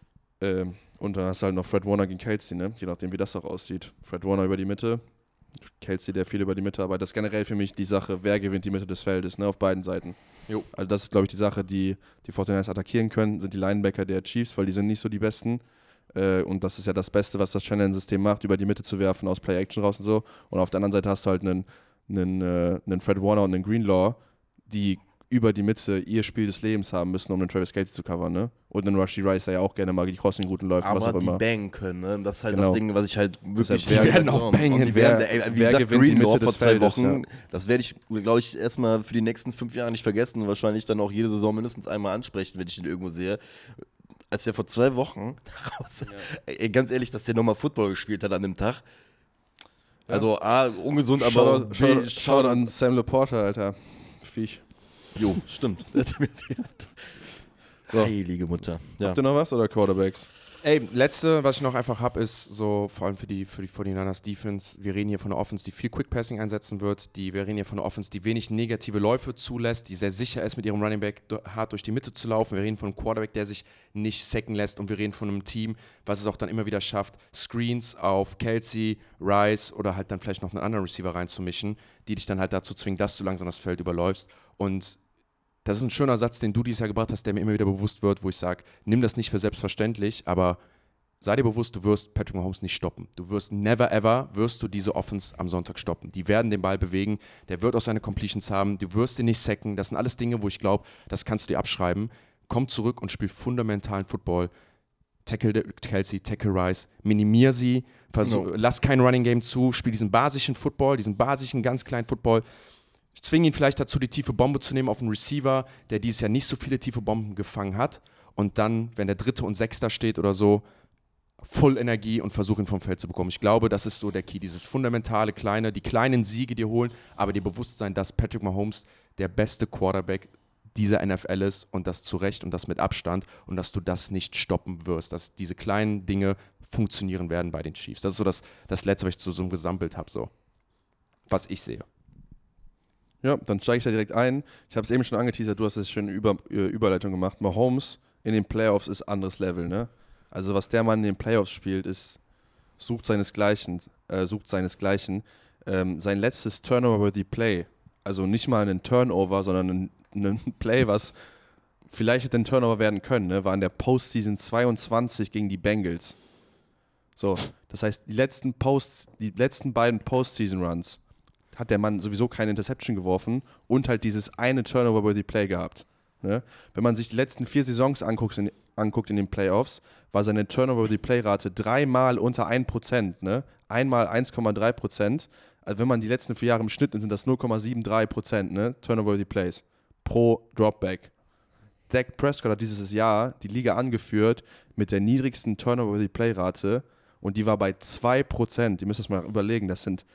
Und dann hast du halt noch Fred Warner gegen Kelsey, ne? Je nachdem, wie das auch aussieht. Fred Warner über die Mitte, Kelsey, der viel über die Mitte arbeitet. Das ist generell für mich die Sache, wer gewinnt die Mitte des Feldes, ne? Auf beiden Seiten. Jo. Also das ist, glaube ich, die Sache, die 49ers attackieren können, sind die Linebacker der Chiefs, weil die sind nicht so die Besten. Und das ist ja das Beste, was das Shanahan-System macht, über die Mitte zu werfen, aus Play-Action raus und so. Und auf der anderen Seite hast du halt einen Fred Warner und einen Greenlaw, die über die Mitte ihr Spiel des Lebens haben müssen, um den Travis Kelce zu covern, ne? Und einen Rushy Rice, der ja auch gerne mal die Crossing-Routen läuft, was Aber auch die immer. bangen können, ne? Das ist halt Genau. das Ding, was ich halt wirklich... Die werden auch bangen. Und die werden, wie wer gesagt, gewinnt die Greenlaw Mitte vor des 2 Feldes, Wochen, ja. das werde ich, glaube ich, erstmal für die nächsten 5 Jahre nicht vergessen und wahrscheinlich dann auch jede Saison mindestens einmal ansprechen, wenn ich ihn irgendwo sehe. Als der vor 2 Wochen raus, ey, ganz ehrlich, dass der nochmal Football gespielt hat an dem Tag. Also A, ungesund, aber B, Schaut an Sam Laporta, Alter. Viech. Jo, stimmt. So. Heilige Mutter. Ja. Habt ihr noch was oder Quarterbacks? Ey, letzte, was ich noch einfach habe, ist so, vor allem für die 49ers Defense, wir reden hier von einer Offense, die viel Quick-Passing einsetzen wird, wir reden hier von einer Offense, die wenig negative Läufe zulässt, die sehr sicher ist, mit ihrem Running Back hart durch die Mitte zu laufen. Wir reden von einem Quarterback, der sich nicht sacken lässt, und wir reden von einem Team, was es auch dann immer wieder schafft, Screens auf Kelce, Rice oder halt dann vielleicht noch einen anderen Receiver reinzumischen, die dich dann halt dazu zwingen, dass du langsam das Feld überläufst. Und das ist ein schöner Satz, den du dieses Jahr gebracht hast, der mir immer wieder bewusst wird, wo ich sage, nimm das nicht für selbstverständlich, aber sei dir bewusst, du wirst Patrick Mahomes nicht stoppen. Du wirst never ever, wirst du diese Offense am Sonntag stoppen. Die werden den Ball bewegen, der wird auch seine Completions haben, du wirst ihn nicht sacken. Das sind alles Dinge, wo ich glaube, das kannst du dir abschreiben. Komm zurück und spiel fundamentalen Football. Tackle Kelce, tackle Rice, minimier sie, lass kein Running Game zu, spiel diesen basischen Football, diesen basischen, ganz kleinen Football. Ich zwinge ihn vielleicht dazu, die tiefe Bombe zu nehmen auf einen Receiver, der dieses Jahr nicht so viele tiefe Bomben gefangen hat. Und dann, wenn der 3. und 6. steht oder so, voll Energie und versuche ihn vom Feld zu bekommen. Ich glaube, das ist so der Key, dieses fundamentale Kleine, die kleinen Siege dir holen, aber dir Bewusstsein, dass Patrick Mahomes der beste Quarterback dieser NFL ist und das zu Recht und das mit Abstand und dass du das nicht stoppen wirst, dass diese kleinen Dinge funktionieren werden bei den Chiefs. Das ist so das Letzte, was ich zu so einem Gesamtbild habe, so, was ich sehe. Ja, dann steige ich da direkt ein. Ich habe es eben schon angeteasert, du hast es schön Überleitung gemacht. Mahomes in den Playoffs ist anderes Level, ne? Also was der Mann in den Playoffs spielt, sucht seinesgleichen. Sein letztes Turnover-worthy Play, also nicht mal ein Turnover, sondern ein Play, was vielleicht hätte ein Turnover werden können, ne, war in der Postseason 22 gegen die Bengals. So, das heißt, die letzten beiden Postseason-Runs hat der Mann sowieso keine Interception geworfen und halt dieses eine Turnover-worthy Play gehabt. Ne? Wenn man sich die letzten 4 Saisons anguckt in den Playoffs, war seine Turnover-worthy-Play-Rate 3-mal unter 1%, ne? Einmal 1,3%. Also wenn man die letzten 4 Jahre im Schnitt nimmt, sind das 0,73%, ne? Turnover-worthy Plays pro Dropback. Dak Prescott hat dieses Jahr die Liga angeführt mit der niedrigsten Turnover-worthy Play-Rate und die war bei 2%. Ihr müsst das mal überlegen, das sind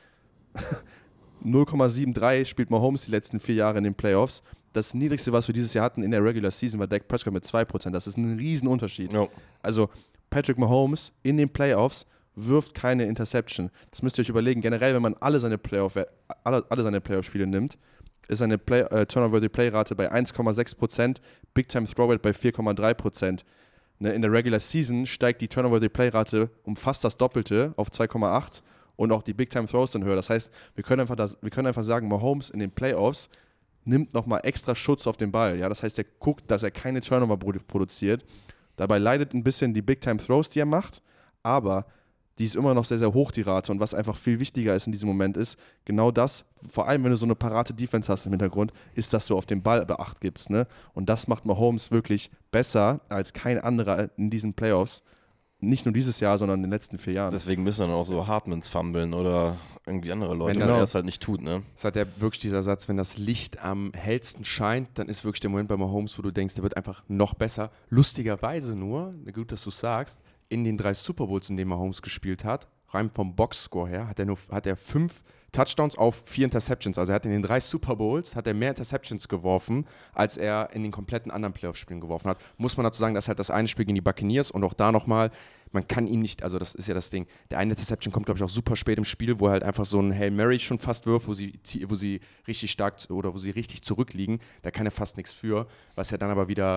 0,73 spielt Mahomes die letzten 4 Jahre in den Playoffs. Das Niedrigste, was wir dieses Jahr hatten in der Regular Season, war Dak Prescott mit 2%. Das ist ein Riesenunterschied. No. Also Patrick Mahomes in den Playoffs wirft keine Interception. Das müsst ihr euch überlegen. Generell, wenn man alle seine Playoff-Spiele nimmt, ist seine Turnover-worthy-Play-Rate bei 1,6%, Big-Time-Throw-Rate bei 4,3%. Ne, in der Regular Season steigt die Turnover-worthy-Play-Rate um fast das Doppelte auf 2,8 und auch die Big-Time-Throws sind höher. Das heißt, wir können einfach sagen, Mahomes in den Playoffs nimmt nochmal extra Schutz auf den Ball. Ja? Das heißt, er guckt, dass er keine Turnover produziert. Dabei leidet ein bisschen die Big-Time-Throws, die er macht, aber die ist immer noch sehr, sehr hoch, die Rate. Und was einfach viel wichtiger ist in diesem Moment ist, genau das, vor allem wenn du so eine parate Defense hast im Hintergrund, ist, dass du auf den Ball Beacht gibst. Ne? Und das macht Mahomes wirklich besser als kein anderer in diesen Playoffs. Nicht nur dieses Jahr, sondern in den letzten 4 Jahren. Deswegen müssen dann auch so Hartmans fummeln oder irgendwie andere Leute, Wenn weil er es halt nicht tut, ne? Das hat ja wirklich dieser Satz, wenn das Licht am hellsten scheint, dann ist wirklich der Moment bei Mahomes, wo du denkst, der wird einfach noch besser. Lustigerweise nur, gut, dass du sagst, in den 3 Super Bowls, in denen Mahomes gespielt hat, rein vom Boxscore her, hat er 5 Touchdowns auf 4 Interceptions. Also er hat in den 3 Super Bowls mehr Interceptions geworfen, als er in den kompletten anderen Playoff-Spielen geworfen hat. Muss man dazu sagen, dass halt das eine Spiel gegen die Buccaneers und auch da nochmal, man kann ihn nicht, also das ist ja das Ding, der eine Interception kommt, glaube ich, auch super spät im Spiel, wo er halt einfach so ein Hail Mary schon fast wirft, wo sie richtig stark oder wo sie richtig zurückliegen. Da kann er fast nichts für, was er dann aber wieder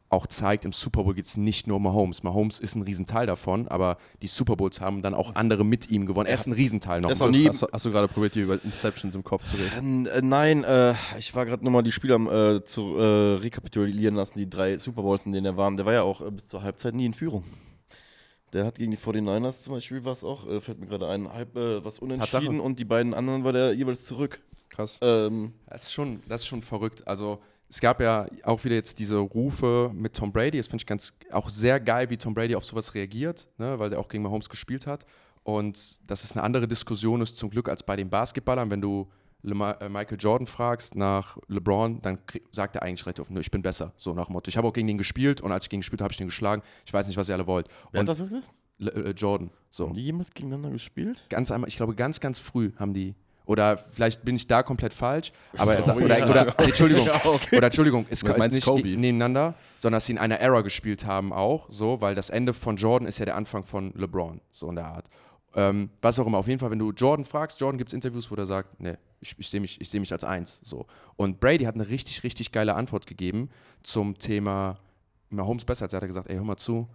auch zeigt, im Super Bowl geht es nicht nur um Mahomes. Mahomes ist ein Riesenteil davon, aber die Super Bowls haben dann auch andere mit ihm gewonnen. Er ist ein Riesenteil noch. Hast du gerade probiert, die über Interceptions im Kopf zu reden? Nein, ich war gerade nochmal die Spieler zu rekapitulieren lassen, die 3 Super Bowls, in denen er war. Der war ja auch bis zur Halbzeit nie in Führung. Der hat gegen die 49ers zum Beispiel was auch, fällt mir gerade ein, was unentschieden Tatsache. und die beiden anderen war der jeweils zurück. Krass. Das ist schon verrückt. Also es gab ja auch wieder jetzt diese Rufe mit Tom Brady. Das finde ich auch sehr geil, wie Tom Brady auf sowas reagiert, ne? Weil der auch gegen Mahomes gespielt hat. Und dass es eine andere Diskussion ist zum Glück als bei den Basketballern. Wenn du Michael Jordan fragst nach LeBron, dann sagt er eigentlich recht offen, ich bin besser, so nach dem Motto. Ich habe auch gegen den gespielt und als ich gegen ihn gespielt habe, habe ich den geschlagen. Ich weiß nicht, was ihr alle wollt. Wer hat Und das gesagt? Jordan, so. Haben die jemals gegeneinander gespielt? Ich glaube, ganz, ganz früh haben die, oder vielleicht bin ich da komplett falsch, aber er sagt, Entschuldigung, es ist nicht nebeneinander, sondern dass sie in einer Era gespielt haben auch, so, weil das Ende von Jordan ist ja der Anfang von LeBron, so in der Art. Was auch immer, auf jeden Fall, wenn du Jordan fragst, Jordan gibt es Interviews, wo der sagt, nee, ich sehe mich als 1, so. Und Brady hat eine richtig, richtig geile Antwort gegeben zum Thema Mahomes besser, als er hat gesagt, ey, hör mal zu,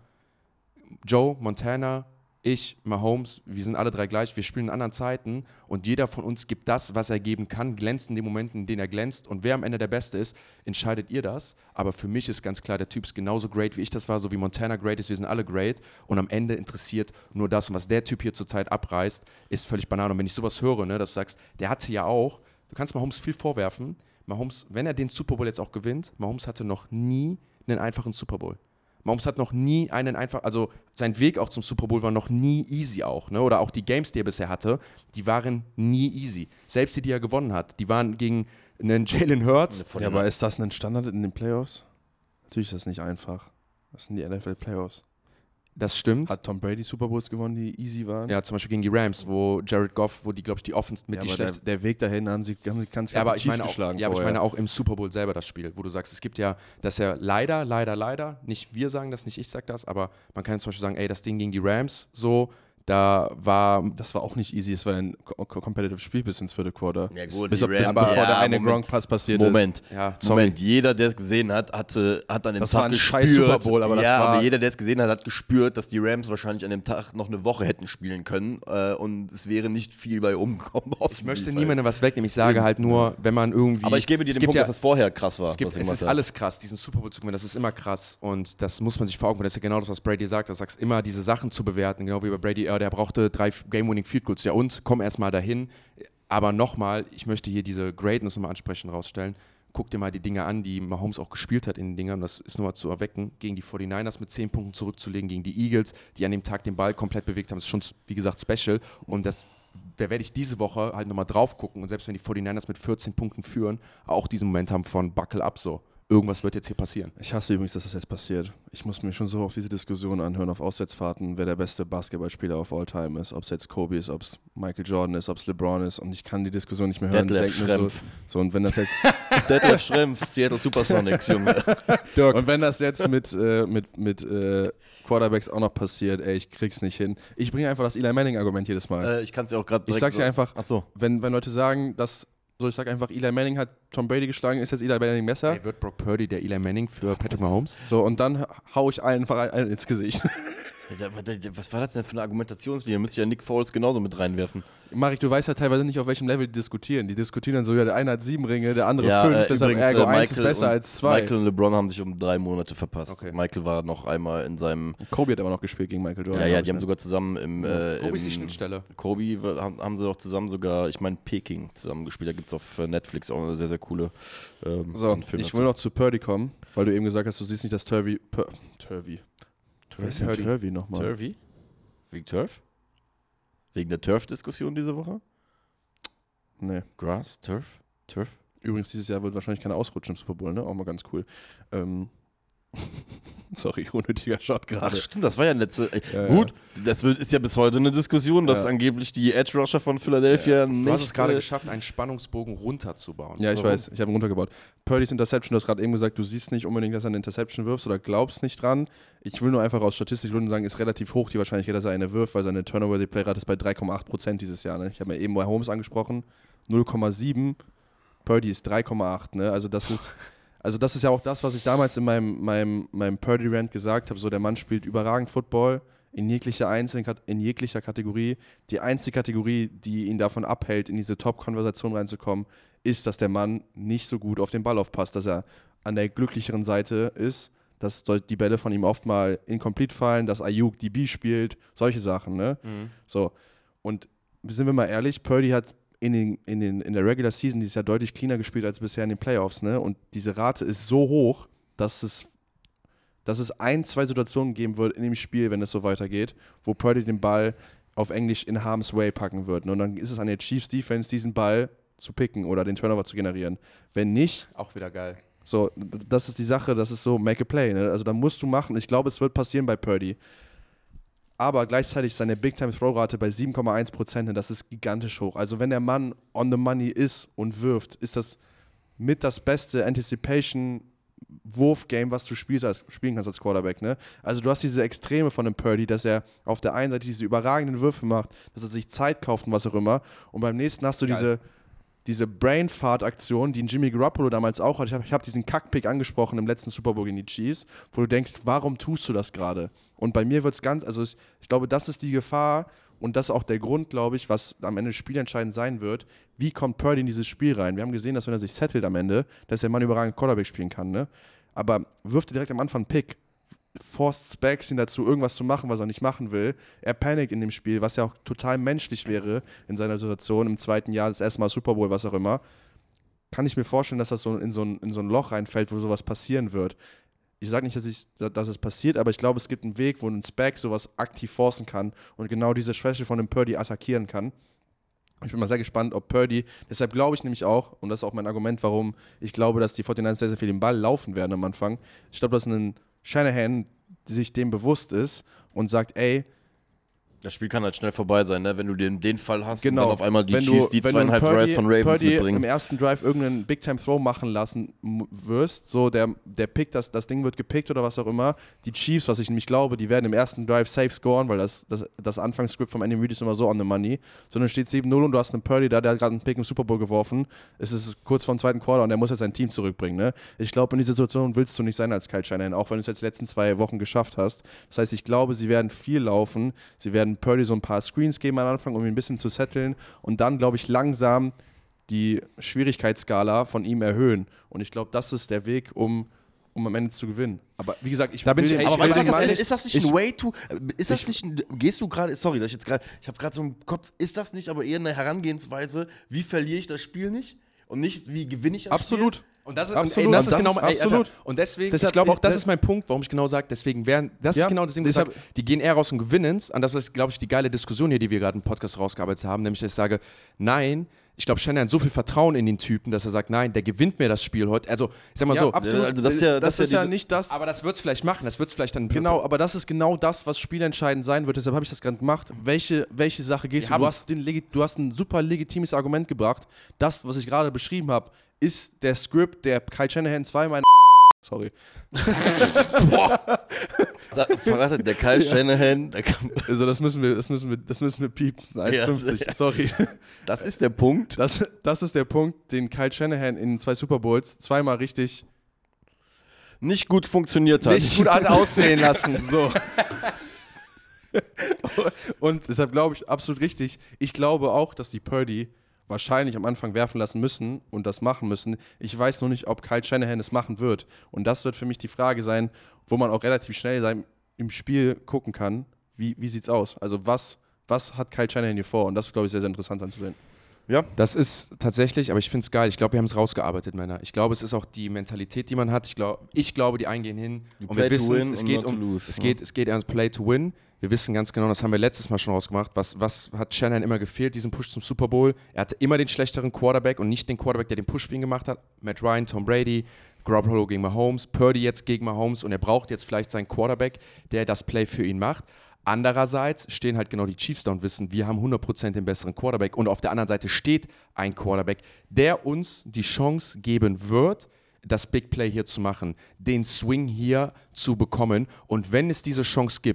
Joe, Montana, ich, Mahomes, wir sind alle 3 gleich, wir spielen in anderen Zeiten und jeder von uns gibt das, was er geben kann, glänzt in den Momenten, in denen er glänzt und wer am Ende der Beste ist, entscheidet ihr das, aber für mich ist ganz klar, der Typ ist genauso great, wie ich das war, so wie Montana great ist, wir sind alle great und am Ende interessiert nur das und was der Typ hier zurzeit abreißt, ist völlig Banane und wenn ich sowas höre, ne, dass du sagst, der hatte ja auch, du kannst Mahomes viel vorwerfen, Mahomes, wenn er den Super Bowl jetzt auch gewinnt, Mahomes hatte noch nie einen einfachen Super Bowl. Mahomes hat noch nie also sein Weg auch zum Super Bowl war noch nie easy auch, ne? Oder auch die Games, die er bisher hatte, die waren nie easy. Selbst die er gewonnen hat, die waren gegen einen Jalen Hurts. Ja, aber ist das ein Standard in den Playoffs? Natürlich ist das nicht einfach. Das sind die NFL-Playoffs. Das stimmt. Hat Tom Brady Super Bowls gewonnen, die easy waren? Ja, zum Beispiel gegen die Rams, wo Jared Goff, wo die, glaube ich, die Offense mit ja, die aber schlecht. der Weg dahin haben sie ganz ja, aber ich meine geschlagen. Ja, aber ich meine auch im Super Bowl selber das Spiel, wo du sagst, es gibt ja, dass er leider, nicht wir sagen das, nicht ich sag das, aber man kann zum Beispiel sagen, ey, das Ding gegen die Rams, so, das war auch nicht easy, es war ein competitive Spiel bis ins 4. Quarter. Ja gut, bevor der eine Gronk-Pass passiert ist. Moment, jeder, der es gesehen hat, hat an dem das Tag war ein gespürt. Super Bowl, aber aber jeder, der es gesehen hat, hat gespürt, dass die Rams wahrscheinlich an dem Tag noch eine Woche hätten spielen können und es wäre nicht viel bei umgekommen. Ich möchte niemandem was wegnehmen, ich sage halt nur, wenn man irgendwie... Aber ich gebe dir den Punkt, dass es vorher krass war. Es ist alles krass, diesen Super Bowl zu gewinnen, das ist immer krass und das muss man sich vor Augen führen. Das ist ja genau das, was Brady sagt, du sagst immer, diese Sachen zu bewerten, genau wie bei Brady, der brauchte 3 Game-Winning Field Goals, ja und, komm erstmal dahin. Aber nochmal, ich möchte hier diese Greatness nochmal ansprechen, rausstellen. Guck dir mal die Dinge an, die Mahomes auch gespielt hat in den Dingern, das ist nur mal zu erwecken, gegen die 49ers mit 10 Punkten zurückzulegen, gegen die Eagles, die an dem Tag den Ball komplett bewegt haben, das ist schon, wie gesagt, special. Und da werde ich diese Woche halt nochmal drauf gucken und selbst wenn die 49ers mit 14 Punkten führen, auch diesen Moment haben von Buckle up so. Irgendwas wird jetzt hier passieren. Ich hasse übrigens, dass das jetzt passiert. Ich muss mir schon so auf diese Diskussion anhören, auf Auswärtsfahrten, wer der beste Basketballspieler of all time ist. Ob es jetzt Kobe ist, ob es Michael Jordan ist, ob es LeBron ist. Und ich kann die Diskussion nicht mehr hören. Detlef Schrempf. So, und wenn das jetzt... Detlef Schrempf, Seattle Supersonics, Junge. Und wenn das jetzt mit Quarterbacks auch noch passiert, ey, ich krieg's nicht hin. Ich bringe einfach das Eli Manning-Argument jedes Mal. Ich kann es ja auch gerade direkt Ich sag's dir einfach, Achso. wenn Leute sagen, dass... So, ich sag einfach, Eli Manning hat Tom Brady geschlagen, ist jetzt Eli Manning besser? Ey, wird Brock Purdy der Eli Manning für Patrick Mahomes? So, und dann hau ich allen ins Gesicht. Was war das denn für eine Argumentationslinie? Da müsste ich ja Nick Foles genauso mit reinwerfen. Marek, du weißt ja teilweise nicht, auf welchem Level die diskutieren. Die diskutieren dann so, ja, der eine hat 7 Ringe, der andere 5, deshalb ergo 1 ist besser als 2. Michael und LeBron haben sich um 3 Monate verpasst. Okay. Michael war noch einmal in seinem... Kobe hat immer noch gespielt gegen Michael Jordan. Ja, die haben sogar zusammen im... Kobe ist die Schnittstelle. Kobe haben sie doch zusammen sogar, ich meine, Peking zusammen gespielt. Da gibt es auf Netflix auch eine sehr, sehr coole So, ich will noch zu Purdy kommen, weil du eben gesagt hast, du siehst nicht, dass Turvey nochmal. Turvey? Wegen Turf? Wegen der Turf-Diskussion diese Woche? Nee. Grass? Turf? Übrigens, dieses Jahr wird wahrscheinlich keiner ausrutschen im Super Bowl, ne? Auch mal ganz cool. Sorry, unnötiger Shot gerade. Ach stimmt, das war ja letzte... Ja, gut, das ist ja bis heute eine Diskussion, dass angeblich die Edge-Rusher von Philadelphia nicht... Du hast es gerade geschafft, einen Spannungsbogen runterzubauen. Ja, ich weiß, ich habe ihn runtergebaut. Purdy's Interception, du hast gerade eben gesagt, du siehst nicht unbedingt, dass er eine Interception wirft oder glaubst nicht dran. Ich will nur einfach aus statistischen Gründen sagen, ist relativ hoch die Wahrscheinlichkeit, dass er eine wirft, weil seine Turnover-Play-Rate ist bei 3,8% dieses Jahr. Ne? Ich habe mir eben bei Holmes angesprochen, 0,7, Purdy ist 3,8. Ne? Also das ist... Also das ist ja auch das, was ich damals in meinem Purdy-Rant gesagt habe, so der Mann spielt überragend Football in jeglicher Kategorie. Die einzige Kategorie, die ihn davon abhält, in diese Top-Konversation reinzukommen, ist, dass der Mann nicht so gut auf den Ball aufpasst, dass er an der glücklicheren Seite ist, dass die Bälle von ihm oft mal incomplete fallen, dass Ayuk DB spielt, solche Sachen, ne? So, und sind wir mal ehrlich, Purdy hat in der Regular Season dieses Jahr deutlich cleaner gespielt als bisher in den Playoffs, ne? Und diese Rate ist so hoch, dass es 1-2 Situationen geben wird in dem Spiel, wenn es so weitergeht, wo Purdy den Ball auf Englisch in harm's way packen wird. Und dann ist es an der Chiefs Defense, diesen Ball zu picken oder den Turnover zu generieren. Wenn nicht, Auch wieder geil. so, das ist die Sache, das ist so make a play, ne? Also da musst du machen. Ich glaube, es wird passieren bei Purdy. Aber gleichzeitig ist seine Big-Time-Throw-Rate bei 7,1%, das ist gigantisch hoch. Also wenn der Mann on the money ist und wirft, ist das mit das beste Anticipation-Wurf-Game, was du spielen kannst als Quarterback. Ne? Also du hast diese Extreme von dem Purdy, dass er auf der einen Seite diese überragenden Würfe macht, dass er sich Zeit kauft und was auch immer. Und beim nächsten hast du diese Brain-Fart-Aktion, die Jimmy Garoppolo damals auch hat. Ich hab diesen Kack-Pick angesprochen im letzten Super Bowl gegen die Chiefs, wo du denkst, warum tust du das gerade? Und bei mir wird es ich glaube, das ist die Gefahr und das ist auch der Grund, glaube ich, was am Ende spielentscheidend sein wird. Wie kommt Purdy in dieses Spiel rein? Wir haben gesehen, dass wenn er sich settelt am Ende, dass der Mann überragend Quarterback spielen kann, ne? Aber wirft er direkt am Anfang einen Pick, forst Spags ihn dazu, irgendwas zu machen, was er nicht machen will. Er panikt in dem Spiel, was ja auch total menschlich wäre in seiner Situation im zweiten Jahr, das erste Mal Super Bowl, was auch immer. Kann ich mir vorstellen, dass das so in so ein Loch reinfällt, wo sowas passieren wird. Ich sage nicht, dass es passiert, aber ich glaube, es gibt einen Weg, wo ein Spags sowas aktiv forcen kann und genau diese Schwäche von dem Purdy attackieren kann. Ich bin mal sehr gespannt, ob Purdy, deshalb glaube ich nämlich auch, und das ist auch mein Argument, warum ich glaube, dass die 49ers sehr, sehr viel den Ball laufen werden am Anfang. Ich glaube, dass ein Shanahan sich dem bewusst ist und sagt, ey, Das Spiel kann halt schnell vorbei sein, ne? Wenn du den Fall hast genau, und dann auf einmal die wenn Chiefs die wenn du 2,5 Drives von Ravens Purdy mitbringen. im ersten Drive irgendeinen Big-Time-Throw machen lassen wirst, so der Pick, das Ding wird gepickt oder was auch immer, die Chiefs, was ich nämlich glaube, die werden im ersten Drive safe scoren, weil das Anfangsscript vom Andy Reid ist immer so on the money, sondern steht 7-0 und du hast einen Purdy da, der hat gerade einen Pick im Super Bowl geworfen, es ist kurz vor dem zweiten Quarter und der muss jetzt sein Team zurückbringen, ne? Ich glaube, in dieser Situation willst du nicht sein als Kyle Shanahan, auch wenn du es jetzt die letzten 2 Wochen geschafft hast. Das heißt, ich glaube, sie werden viel laufen, sie werden Purdy so ein paar Screens geben am Anfang, um ihn ein bisschen zu setteln und dann, glaube ich, langsam die Schwierigkeitsskala von ihm erhöhen. Und ich glaube, das ist der Weg, um am Ende zu gewinnen. Aber wie gesagt, ist das nicht ein Way to, gehst du gerade, sorry, dass ich habe gerade so im Kopf, ist das nicht aber eher eine Herangehensweise, wie verliere ich das Spiel nicht und nicht, wie gewinne ich das absolut. Spiel? Und das ist, absolut. das ist genau, absolut. Alter, und deswegen, deshalb, ich glaube auch, das ist mein Punkt, warum ich genau sage, deswegen die gehen eher raus und gewinnen es. Und das ist, glaube ich, die geile Diskussion hier, die wir gerade im Podcast rausgearbeitet haben, nämlich, dass ich sage, nein, ich glaube, Shanahan hat so viel Vertrauen in den Typen, dass er sagt, nein, der gewinnt mir das Spiel heute. Also, ich sag mal so. Absolut. Also das ist ja nicht das. Aber das wird es vielleicht machen, das wird es vielleicht dann. Genau, aber das ist genau das, was spielentscheidend sein wird. Deshalb habe ich das gerade gemacht. Welche Sache gehst du? Du hast ein super legitimes Argument gebracht. Das, was ich gerade beschrieben habe, ist der Script, der Kyle Shanahan zweimal sorry. Verratet, der Kyle Shanahan. Also das müssen wir piepen. 1,50, ja. Sorry. Das ist der Punkt. Das ist der Punkt, den Kyle Shanahan in 2 Super Bowls zweimal richtig nicht gut funktioniert hat. Nicht gut hat aussehen lassen. So. Und deshalb glaube ich absolut richtig. Ich glaube auch, dass die Purdy wahrscheinlich am Anfang werfen lassen müssen und das machen müssen. Ich weiß nur nicht, ob Kyle Shanahan es machen wird. Und das wird für mich die Frage sein, wo man auch relativ schnell im Spiel gucken kann, wie sieht's aus? Also was hat Kyle Shanahan hier vor? Und das ist, glaube ich, sehr, sehr interessant anzusehen. Ja. Das ist tatsächlich, aber ich finde es geil. Ich glaube, wir haben es rausgearbeitet, Männer. Ich glaube, es ist auch die Mentalität, die man hat. Ich glaube, die eingehen hin und wir wissen, es geht ums Play to Win. Wir wissen ganz genau, das haben wir letztes Mal schon rausgemacht, was hat Shanahan immer gefehlt, diesen Push zum Super Bowl. Er hatte immer den schlechteren Quarterback und nicht den Quarterback, der den Push für ihn gemacht hat. Matt Ryan, Tom Brady, Garoppolo gegen Mahomes, Purdy jetzt gegen Mahomes und er braucht jetzt vielleicht seinen Quarterback, der das Play für ihn macht. Andererseits stehen halt genau die Chiefs da und wissen, wir haben 100% den besseren Quarterback und auf der anderen Seite steht ein Quarterback, der uns die Chance geben wird, das Big Play hier zu machen, den Swing hier zu bekommen und wenn es diese Chance gibt,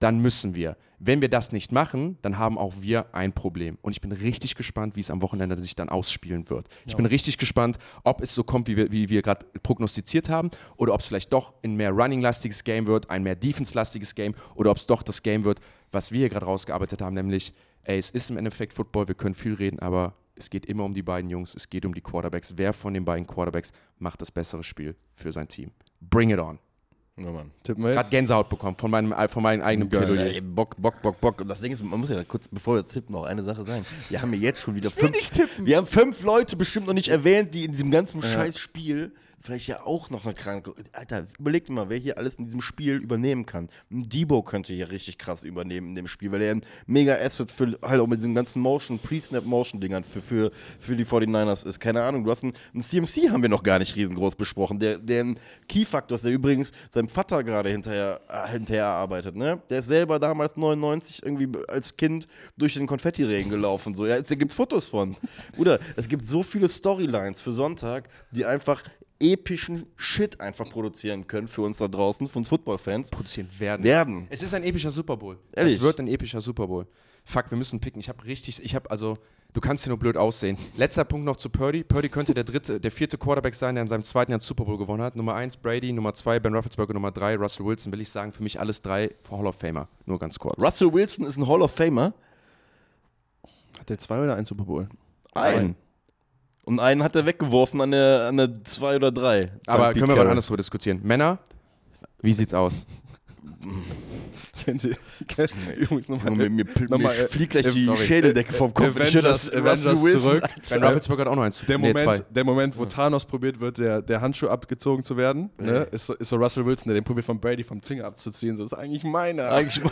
dann müssen wir. Wenn wir das nicht machen, dann haben auch wir ein Problem. Und ich bin richtig gespannt, wie es am Wochenende sich dann ausspielen wird. Ich bin richtig gespannt, ob es so kommt, wie wir gerade prognostiziert haben, oder ob es vielleicht doch ein mehr Running-lastiges Game wird, ein mehr Defense-lastiges Game, oder ob es doch das Game wird, was wir hier gerade rausgearbeitet haben, nämlich, es ist im Endeffekt Football, wir können viel reden, aber es geht immer um die beiden Jungs, es geht um die Quarterbacks. Wer von den beiden Quarterbacks macht das bessere Spiel für sein Team? Bring it on. Ja, Mann. Tippen wir Gerade jetzt? Gänsehaut bekommen von meinem eigenen Plädoyer. Ey, Bock. Und das Ding ist, man muss ja kurz, bevor wir jetzt tippen, noch eine Sache sagen. Wir haben ja jetzt schon wieder wir haben 5 Leute bestimmt noch nicht erwähnt, die in diesem ganzen scheiß Spiel vielleicht ja auch noch eine kranke... Alter, überlegt mal, wer hier alles in diesem Spiel übernehmen kann. Ein Debo könnte hier richtig krass übernehmen in dem Spiel, weil er ein mega Asset für halt auch mit diesen ganzen Pre-Snap-Motion-Dingern für die 49ers ist. Keine Ahnung, du hast einen CMC haben wir noch gar nicht riesengroß besprochen, der ein Key-Faktor ist, der übrigens seinem Vater gerade hinterher arbeitet, ne? Der ist selber damals 99 irgendwie als Kind durch den Konfettiregen gelaufen, so. Ja, da gibt's Fotos von. Oder es gibt so viele Storylines für Sonntag, die einfach epischen Shit einfach produzieren können für uns da draußen, für uns Football-Fans. Produzieren werden. Es ist ein epischer Super Bowl. Ehrlich? Es wird ein epischer Super Bowl. Fuck, wir müssen picken. Du kannst hier nur blöd aussehen. Letzter Punkt noch zu Purdy. Purdy könnte der 4. Quarterback sein, der in seinem 2. Jahr einen Super Bowl gewonnen hat. Nummer 1 Brady, Nummer 2 Ben Roethlisberger, Nummer 3 Russell Wilson. Will ich sagen, für mich alles 3 Hall of Famer. Nur ganz kurz. Russell Wilson ist ein Hall of Famer. Hat der 2 oder 1 Super Bowl? Einen. Und einen hat er weggeworfen an der 2 oder 3. Aber können wir mal anderswo diskutieren. Männer, wie sieht's aus? Kennt ihr? Übrigens Mir fliegt gleich die sorry. Schädeldecke vom Kopf. Avengers, Ich höre das Russell Wilson zurück. Ben Roethlisberger hat auch noch eins. Der Moment, wo Thanos probiert wird, der Handschuh abgezogen zu werden, ne, ist so Russell Wilson, der den probiert von Brady vom Finger abzuziehen. So ist eigentlich meiner.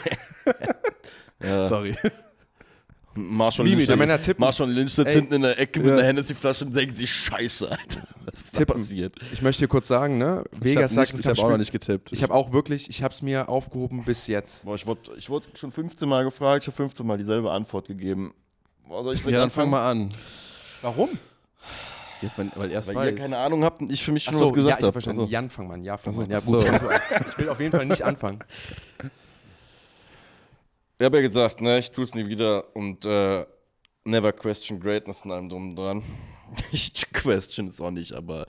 Ja. Sorry. Marshall Lynch sitzt hinten in der Ecke mit einer Hennessy-Flasche und denkt sich, scheiße, Alter, was ist da passiert? Ich möchte dir kurz sagen, ne? Vegas sagt, ich habe auch noch nicht getippt. Ich habe es mir aufgehoben bis jetzt. Boah, ich wurde schon 15 Mal gefragt, ich habe 15 Mal dieselbe Antwort gegeben. Boah, soll ich dann fang mal an. Warum? Ja, weil ihr keine Ahnung habt und ich für mich schon was gesagt habe. Ich habe verstanden. Jan, fang mal an. Ja, fang mal an. Ja, So. gut. Ich will auf jeden Fall nicht anfangen. Ich habe ja gesagt, ne, ich tue es nie wieder und never question greatness in allem drum und dran. Ich question es auch nicht, aber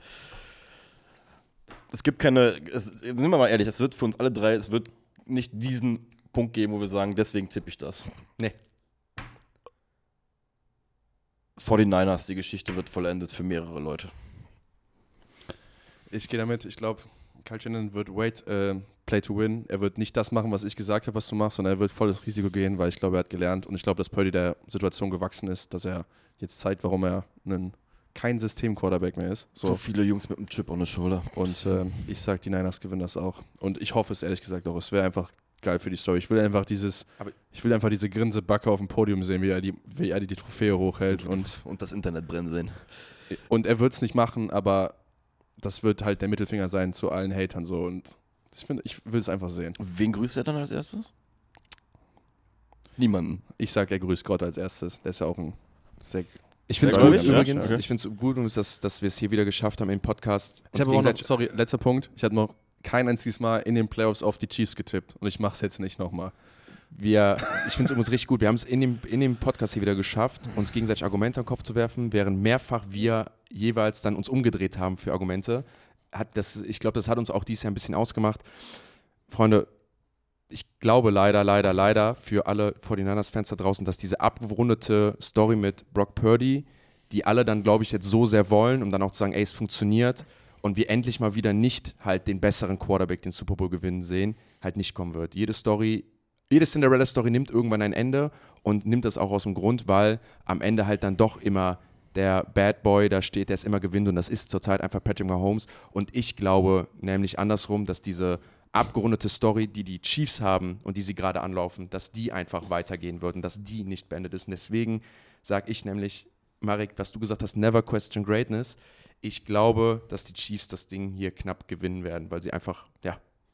es gibt sind wir mal ehrlich, es wird für uns alle 3, es wird nicht diesen Punkt geben, wo wir sagen, deswegen tippe ich das. Nee. 49ers, die Geschichte wird vollendet für mehrere Leute. Ich gehe damit, ich glaube, Kyle Shanahan wird play to win. Er wird nicht das machen, was ich gesagt habe, was du machst, sondern er wird volles Risiko gehen, weil ich glaube, er hat gelernt und ich glaube, dass Purdy der Situation gewachsen ist, dass er jetzt zeigt, warum er kein System-Quarterback mehr ist. So viele Jungs mit einem Chip on the shoulder. Und ich sage, die Niners gewinnen das auch. Und ich hoffe es ehrlich gesagt auch. Es wäre einfach geil für die Story. Ich will einfach diese Grinsebacke auf dem Podium sehen, wie er die Trophäe hochhält. Und das Internet brennen sehen. Und er wird es nicht machen, aber das wird halt der Mittelfinger sein zu allen Hatern so. Und ich will es einfach sehen. Wen grüßt er dann als erstes? Niemanden. Ich sage, er grüßt Gott als erstes. Der ist ja auch ein sehr... Ich finde es gut übrigens, ich finde es gut, dass wir es hier wieder geschafft haben im Podcast. Ich habe auch noch, letzter Punkt. Ich hatte noch kein einziges Mal in den Playoffs auf die Chiefs getippt und ich mache es jetzt nicht nochmal. Ich finde es übrigens richtig gut. Wir haben es in dem Podcast hier wieder geschafft, uns gegenseitig Argumente an den Kopf zu werfen, während mehrfach wir jeweils dann uns umgedreht haben für Argumente. Ich glaube, das hat uns auch dieses Jahr ein bisschen ausgemacht. Freunde, ich glaube leider für alle 49ers-Fans da draußen, dass diese abgerundete Story mit Brock Purdy, die alle dann, glaube ich, jetzt so sehr wollen, um dann auch zu sagen, ey, es funktioniert und wir endlich mal wieder nicht halt den besseren Quarterback, den Super Bowl gewinnen sehen, halt nicht kommen wird. Jede Cinderella-Story nimmt irgendwann ein Ende und nimmt das auch aus dem Grund, weil am Ende halt dann doch immer der Bad Boy da steht, der es immer gewinnt und das ist zurzeit einfach Patrick Mahomes und ich glaube nämlich andersrum, dass diese abgerundete Story, die die Chiefs haben und die sie gerade anlaufen, dass die einfach weitergehen würden, dass die nicht beendet ist. Und deswegen sage ich nämlich, Marek, was du gesagt hast, never question greatness. Ich glaube, dass die Chiefs das Ding hier knapp gewinnen werden, weil sie einfach,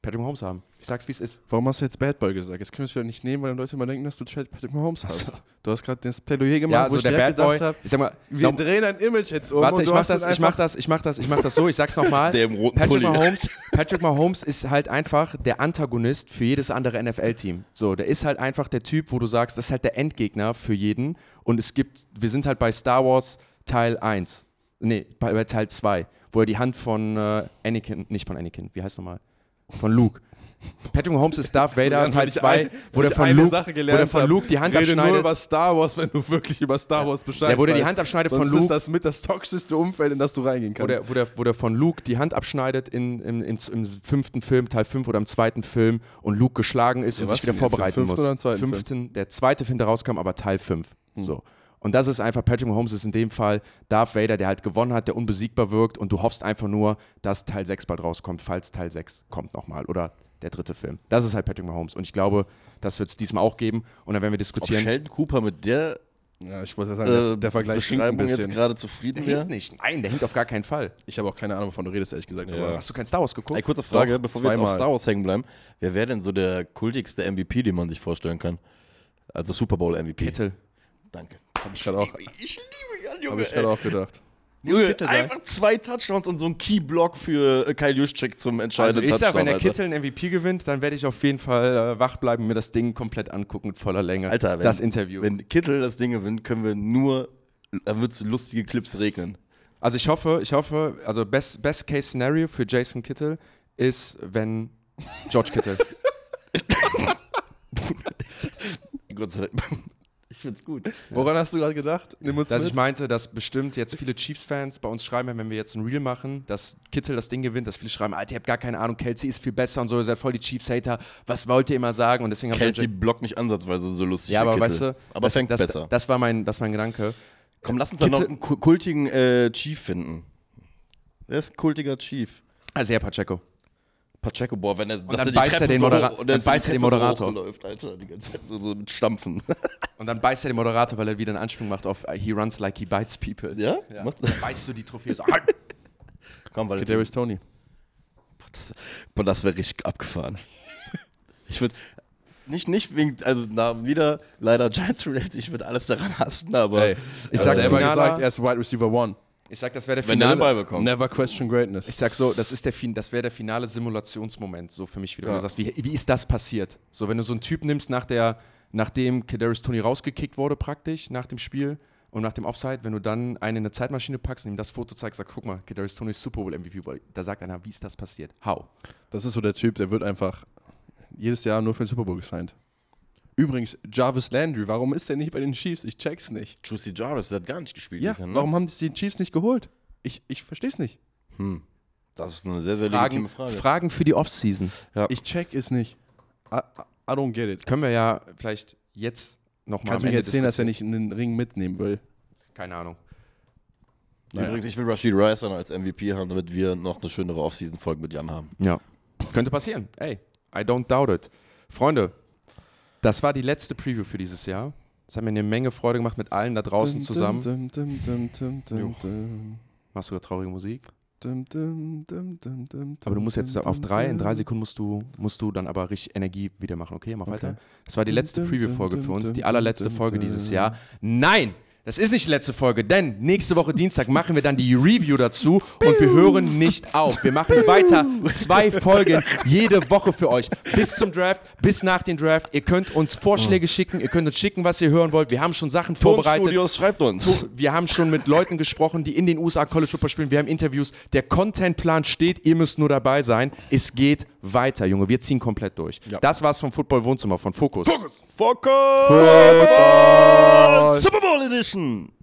Patrick Mahomes haben. Ich sag's, wie es ist. Warum hast du jetzt Bad Boy gesagt? Jetzt können wir es wieder nicht nehmen, weil Leute immer denken, dass du Patrick Mahomes hast. Du hast gerade das Plädoyer gemacht, Ja, also wo ich der direkt Bad Boy, gedacht habe, ich sag mal, wir drehen ein Image jetzt um. warte, und ich du mach hast das so, ich sag's nochmal. Der im roten Pulli. Patrick Mahomes ist halt einfach der Antagonist für jedes andere NFL-Team. So, der ist halt einfach der Typ, wo du sagst, das ist halt der Endgegner für jeden. Und wir sind halt bei Star Wars Teil 1. Nee, bei Teil 2, wo er die Hand von wie heißt nochmal? Von Luke. Patrick Mahomes ist Darth Vader, Teil 2, wo der von Luke die Hand abschneidet. Nur über Star Wars, wenn du wirklich über Star Wars Bescheid Ja, wo der die weißt. Hand abschneidet Sonst von Luke. ist das mit das toxischste Umfeld, in das du reingehen kannst. Wo der von Luke die Hand abschneidet im 5. Film, Teil 5 oder im 2. Film und Luke geschlagen ist und sich wieder vorbereiten muss. Der 2. Film, der rauskam, aber Teil 5. So. Und das ist einfach, Patrick Mahomes ist in dem Fall Darth Vader, der halt gewonnen hat, der unbesiegbar wirkt und du hoffst einfach nur, dass Teil 6 bald rauskommt, falls Teil 6 kommt nochmal oder der 3. Film. Das ist halt Patrick Mahomes und ich glaube, das wird es diesmal auch geben und dann werden wir diskutieren. Ob Sheldon Cooper mit der Ja, ich wollte sagen, der Vergleich hinkt ein Beschreibung jetzt bisschen. gerade zufrieden Der wäre. hinkt nicht. Nein, der hinkt auf gar keinen Fall. Ich habe auch keine Ahnung, wovon du redest, ehrlich gesagt. Aber Hast du kein Star Wars geguckt? Ey, kurze Frage, Doch, bevor wir jetzt auf zweimal. Star Wars hängen bleiben. Wer wäre denn so der kultigste MVP, den man sich vorstellen kann? Also Super Bowl MVP. Kittel. Danke. habe ich gerade auch, Ich liebe ihn, hab Junge. ich gerade auch gedacht. Junge, Kittel sein? einfach 2 Touchdowns und so ein Key-Block für Kyle Juszczyk zum Also entscheidenden ich Touchdown. sag, wenn der Alter. Kittel einen MVP gewinnt, dann werde ich auf jeden Fall wach bleiben und mir das Ding komplett angucken mit voller Länge. Alter, das Interview. Wenn Kittel das Ding gewinnt, können wir nur, da wird es lustige Clips regnen. Also ich hoffe, also Best Case Scenario für Jason Kittel ist, wenn George Kittle. Gott sei Dank. Ich find's gut. Woran hast du gerade gedacht? Nimm uns Dass mit. ich meinte, dass bestimmt jetzt viele Chiefs-Fans bei uns schreiben, wenn wir jetzt ein Reel machen, dass Kittel das Ding gewinnt, dass viele schreiben, Alter, ihr habt gar keine Ahnung, Kelsey ist viel besser und so, ihr seid voll die Chiefs-Hater, was wollt ihr immer sagen? Und deswegen haben Kelsey blockt nicht ansatzweise so lustig ja, wie aber Kittel. weißt du, aber fängt besser. Das war mein Gedanke. Komm, lass uns dann noch einen kultigen Chief finden. Wer ist ein kultiger Chief? Also ja, Pacheco. Pacheco, boah, wenn er dann beißt er den Moderator. Läuft, Alter, die ganze Zeit so mit Stampfen. Und dann beißt er den Moderator, weil er wieder einen Anspielung macht auf He runs like he bites people. Ja? Dann beißt du die Trophäe so. Komm, weil Kadarius Toney. das wäre richtig abgefahren. Ich würde nicht wegen, also wieder leider Giants-related, ich würde alles daran hassen, aber Hey, Ich er sag hat selber Finaler- gesagt, er ist Wide Receiver 1. Ich sag, das wäre der wenn er den Ball Finale. bekommt. Never question greatness. Ich sag so, das wäre der finale Simulationsmoment, so für mich wieder. Wenn Ja. du sagst, wie ist das passiert? So, wenn du so einen Typ nimmst, nachdem Kadarius Toney rausgekickt wurde praktisch, nach dem Spiel und nach dem Offside, wenn du dann einen in eine Zeitmaschine packst und ihm das Foto zeigst, sagst, guck mal, Kadarius Toney ist Super Bowl MVP. Da sagt einer, wie ist das passiert? How? Das ist so der Typ, der wird einfach jedes Jahr nur für den Super Bowl gesigned. Übrigens, Jarvis Landry, warum ist der nicht bei den Chiefs? Ich check's nicht. Juicy Jarvis, der hat gar nicht gespielt. Ja, dieses Jahr, ne? warum haben die Chiefs nicht geholt? Ich versteh's nicht. Das ist eine sehr, sehr legitime Frage. Fragen für die Offseason. Ja. Ich check es nicht. I don't get it. Können wir ja vielleicht jetzt nochmal Kannst du mir erzählen, dass er nicht in den Ring mitnehmen will? Keine Ahnung. Naja. Übrigens, ich will Rashid Rice dann als MVP haben, damit wir noch eine schönere Offseason-Folge mit Jan haben. Ja. Könnte passieren. Ey, I don't doubt it. Freunde, das war die letzte Preview für dieses Jahr. Es hat mir eine Menge Freude gemacht mit allen da draußen zusammen. Machst du gerade traurige Musik? Aber du musst jetzt auf 3, in 3 Sekunden musst du dann aber richtig Energie wieder machen. Okay, mach weiter. Das war die letzte Preview-Folge für uns, die allerletzte Folge dieses Jahr. Nein! Das ist nicht die letzte Folge, denn nächste Woche Dienstag machen wir dann die Review dazu und wir hören nicht auf. Wir machen weiter 2 Folgen jede Woche für euch. Bis zum Draft, bis nach dem Draft. Ihr könnt uns Vorschläge schicken, ihr könnt uns schicken, was ihr hören wollt. Wir haben schon Sachen vorbereitet. Tonstudios, schreibt uns. Wir haben schon mit Leuten gesprochen, die in den USA College Football spielen. Wir haben Interviews. Der Contentplan steht, ihr müsst nur dabei sein. Es geht weiter, Junge. Wir ziehen komplett durch. Ja. Das war's vom Football Wohnzimmer von Focus. Football! Super Bowl Edition!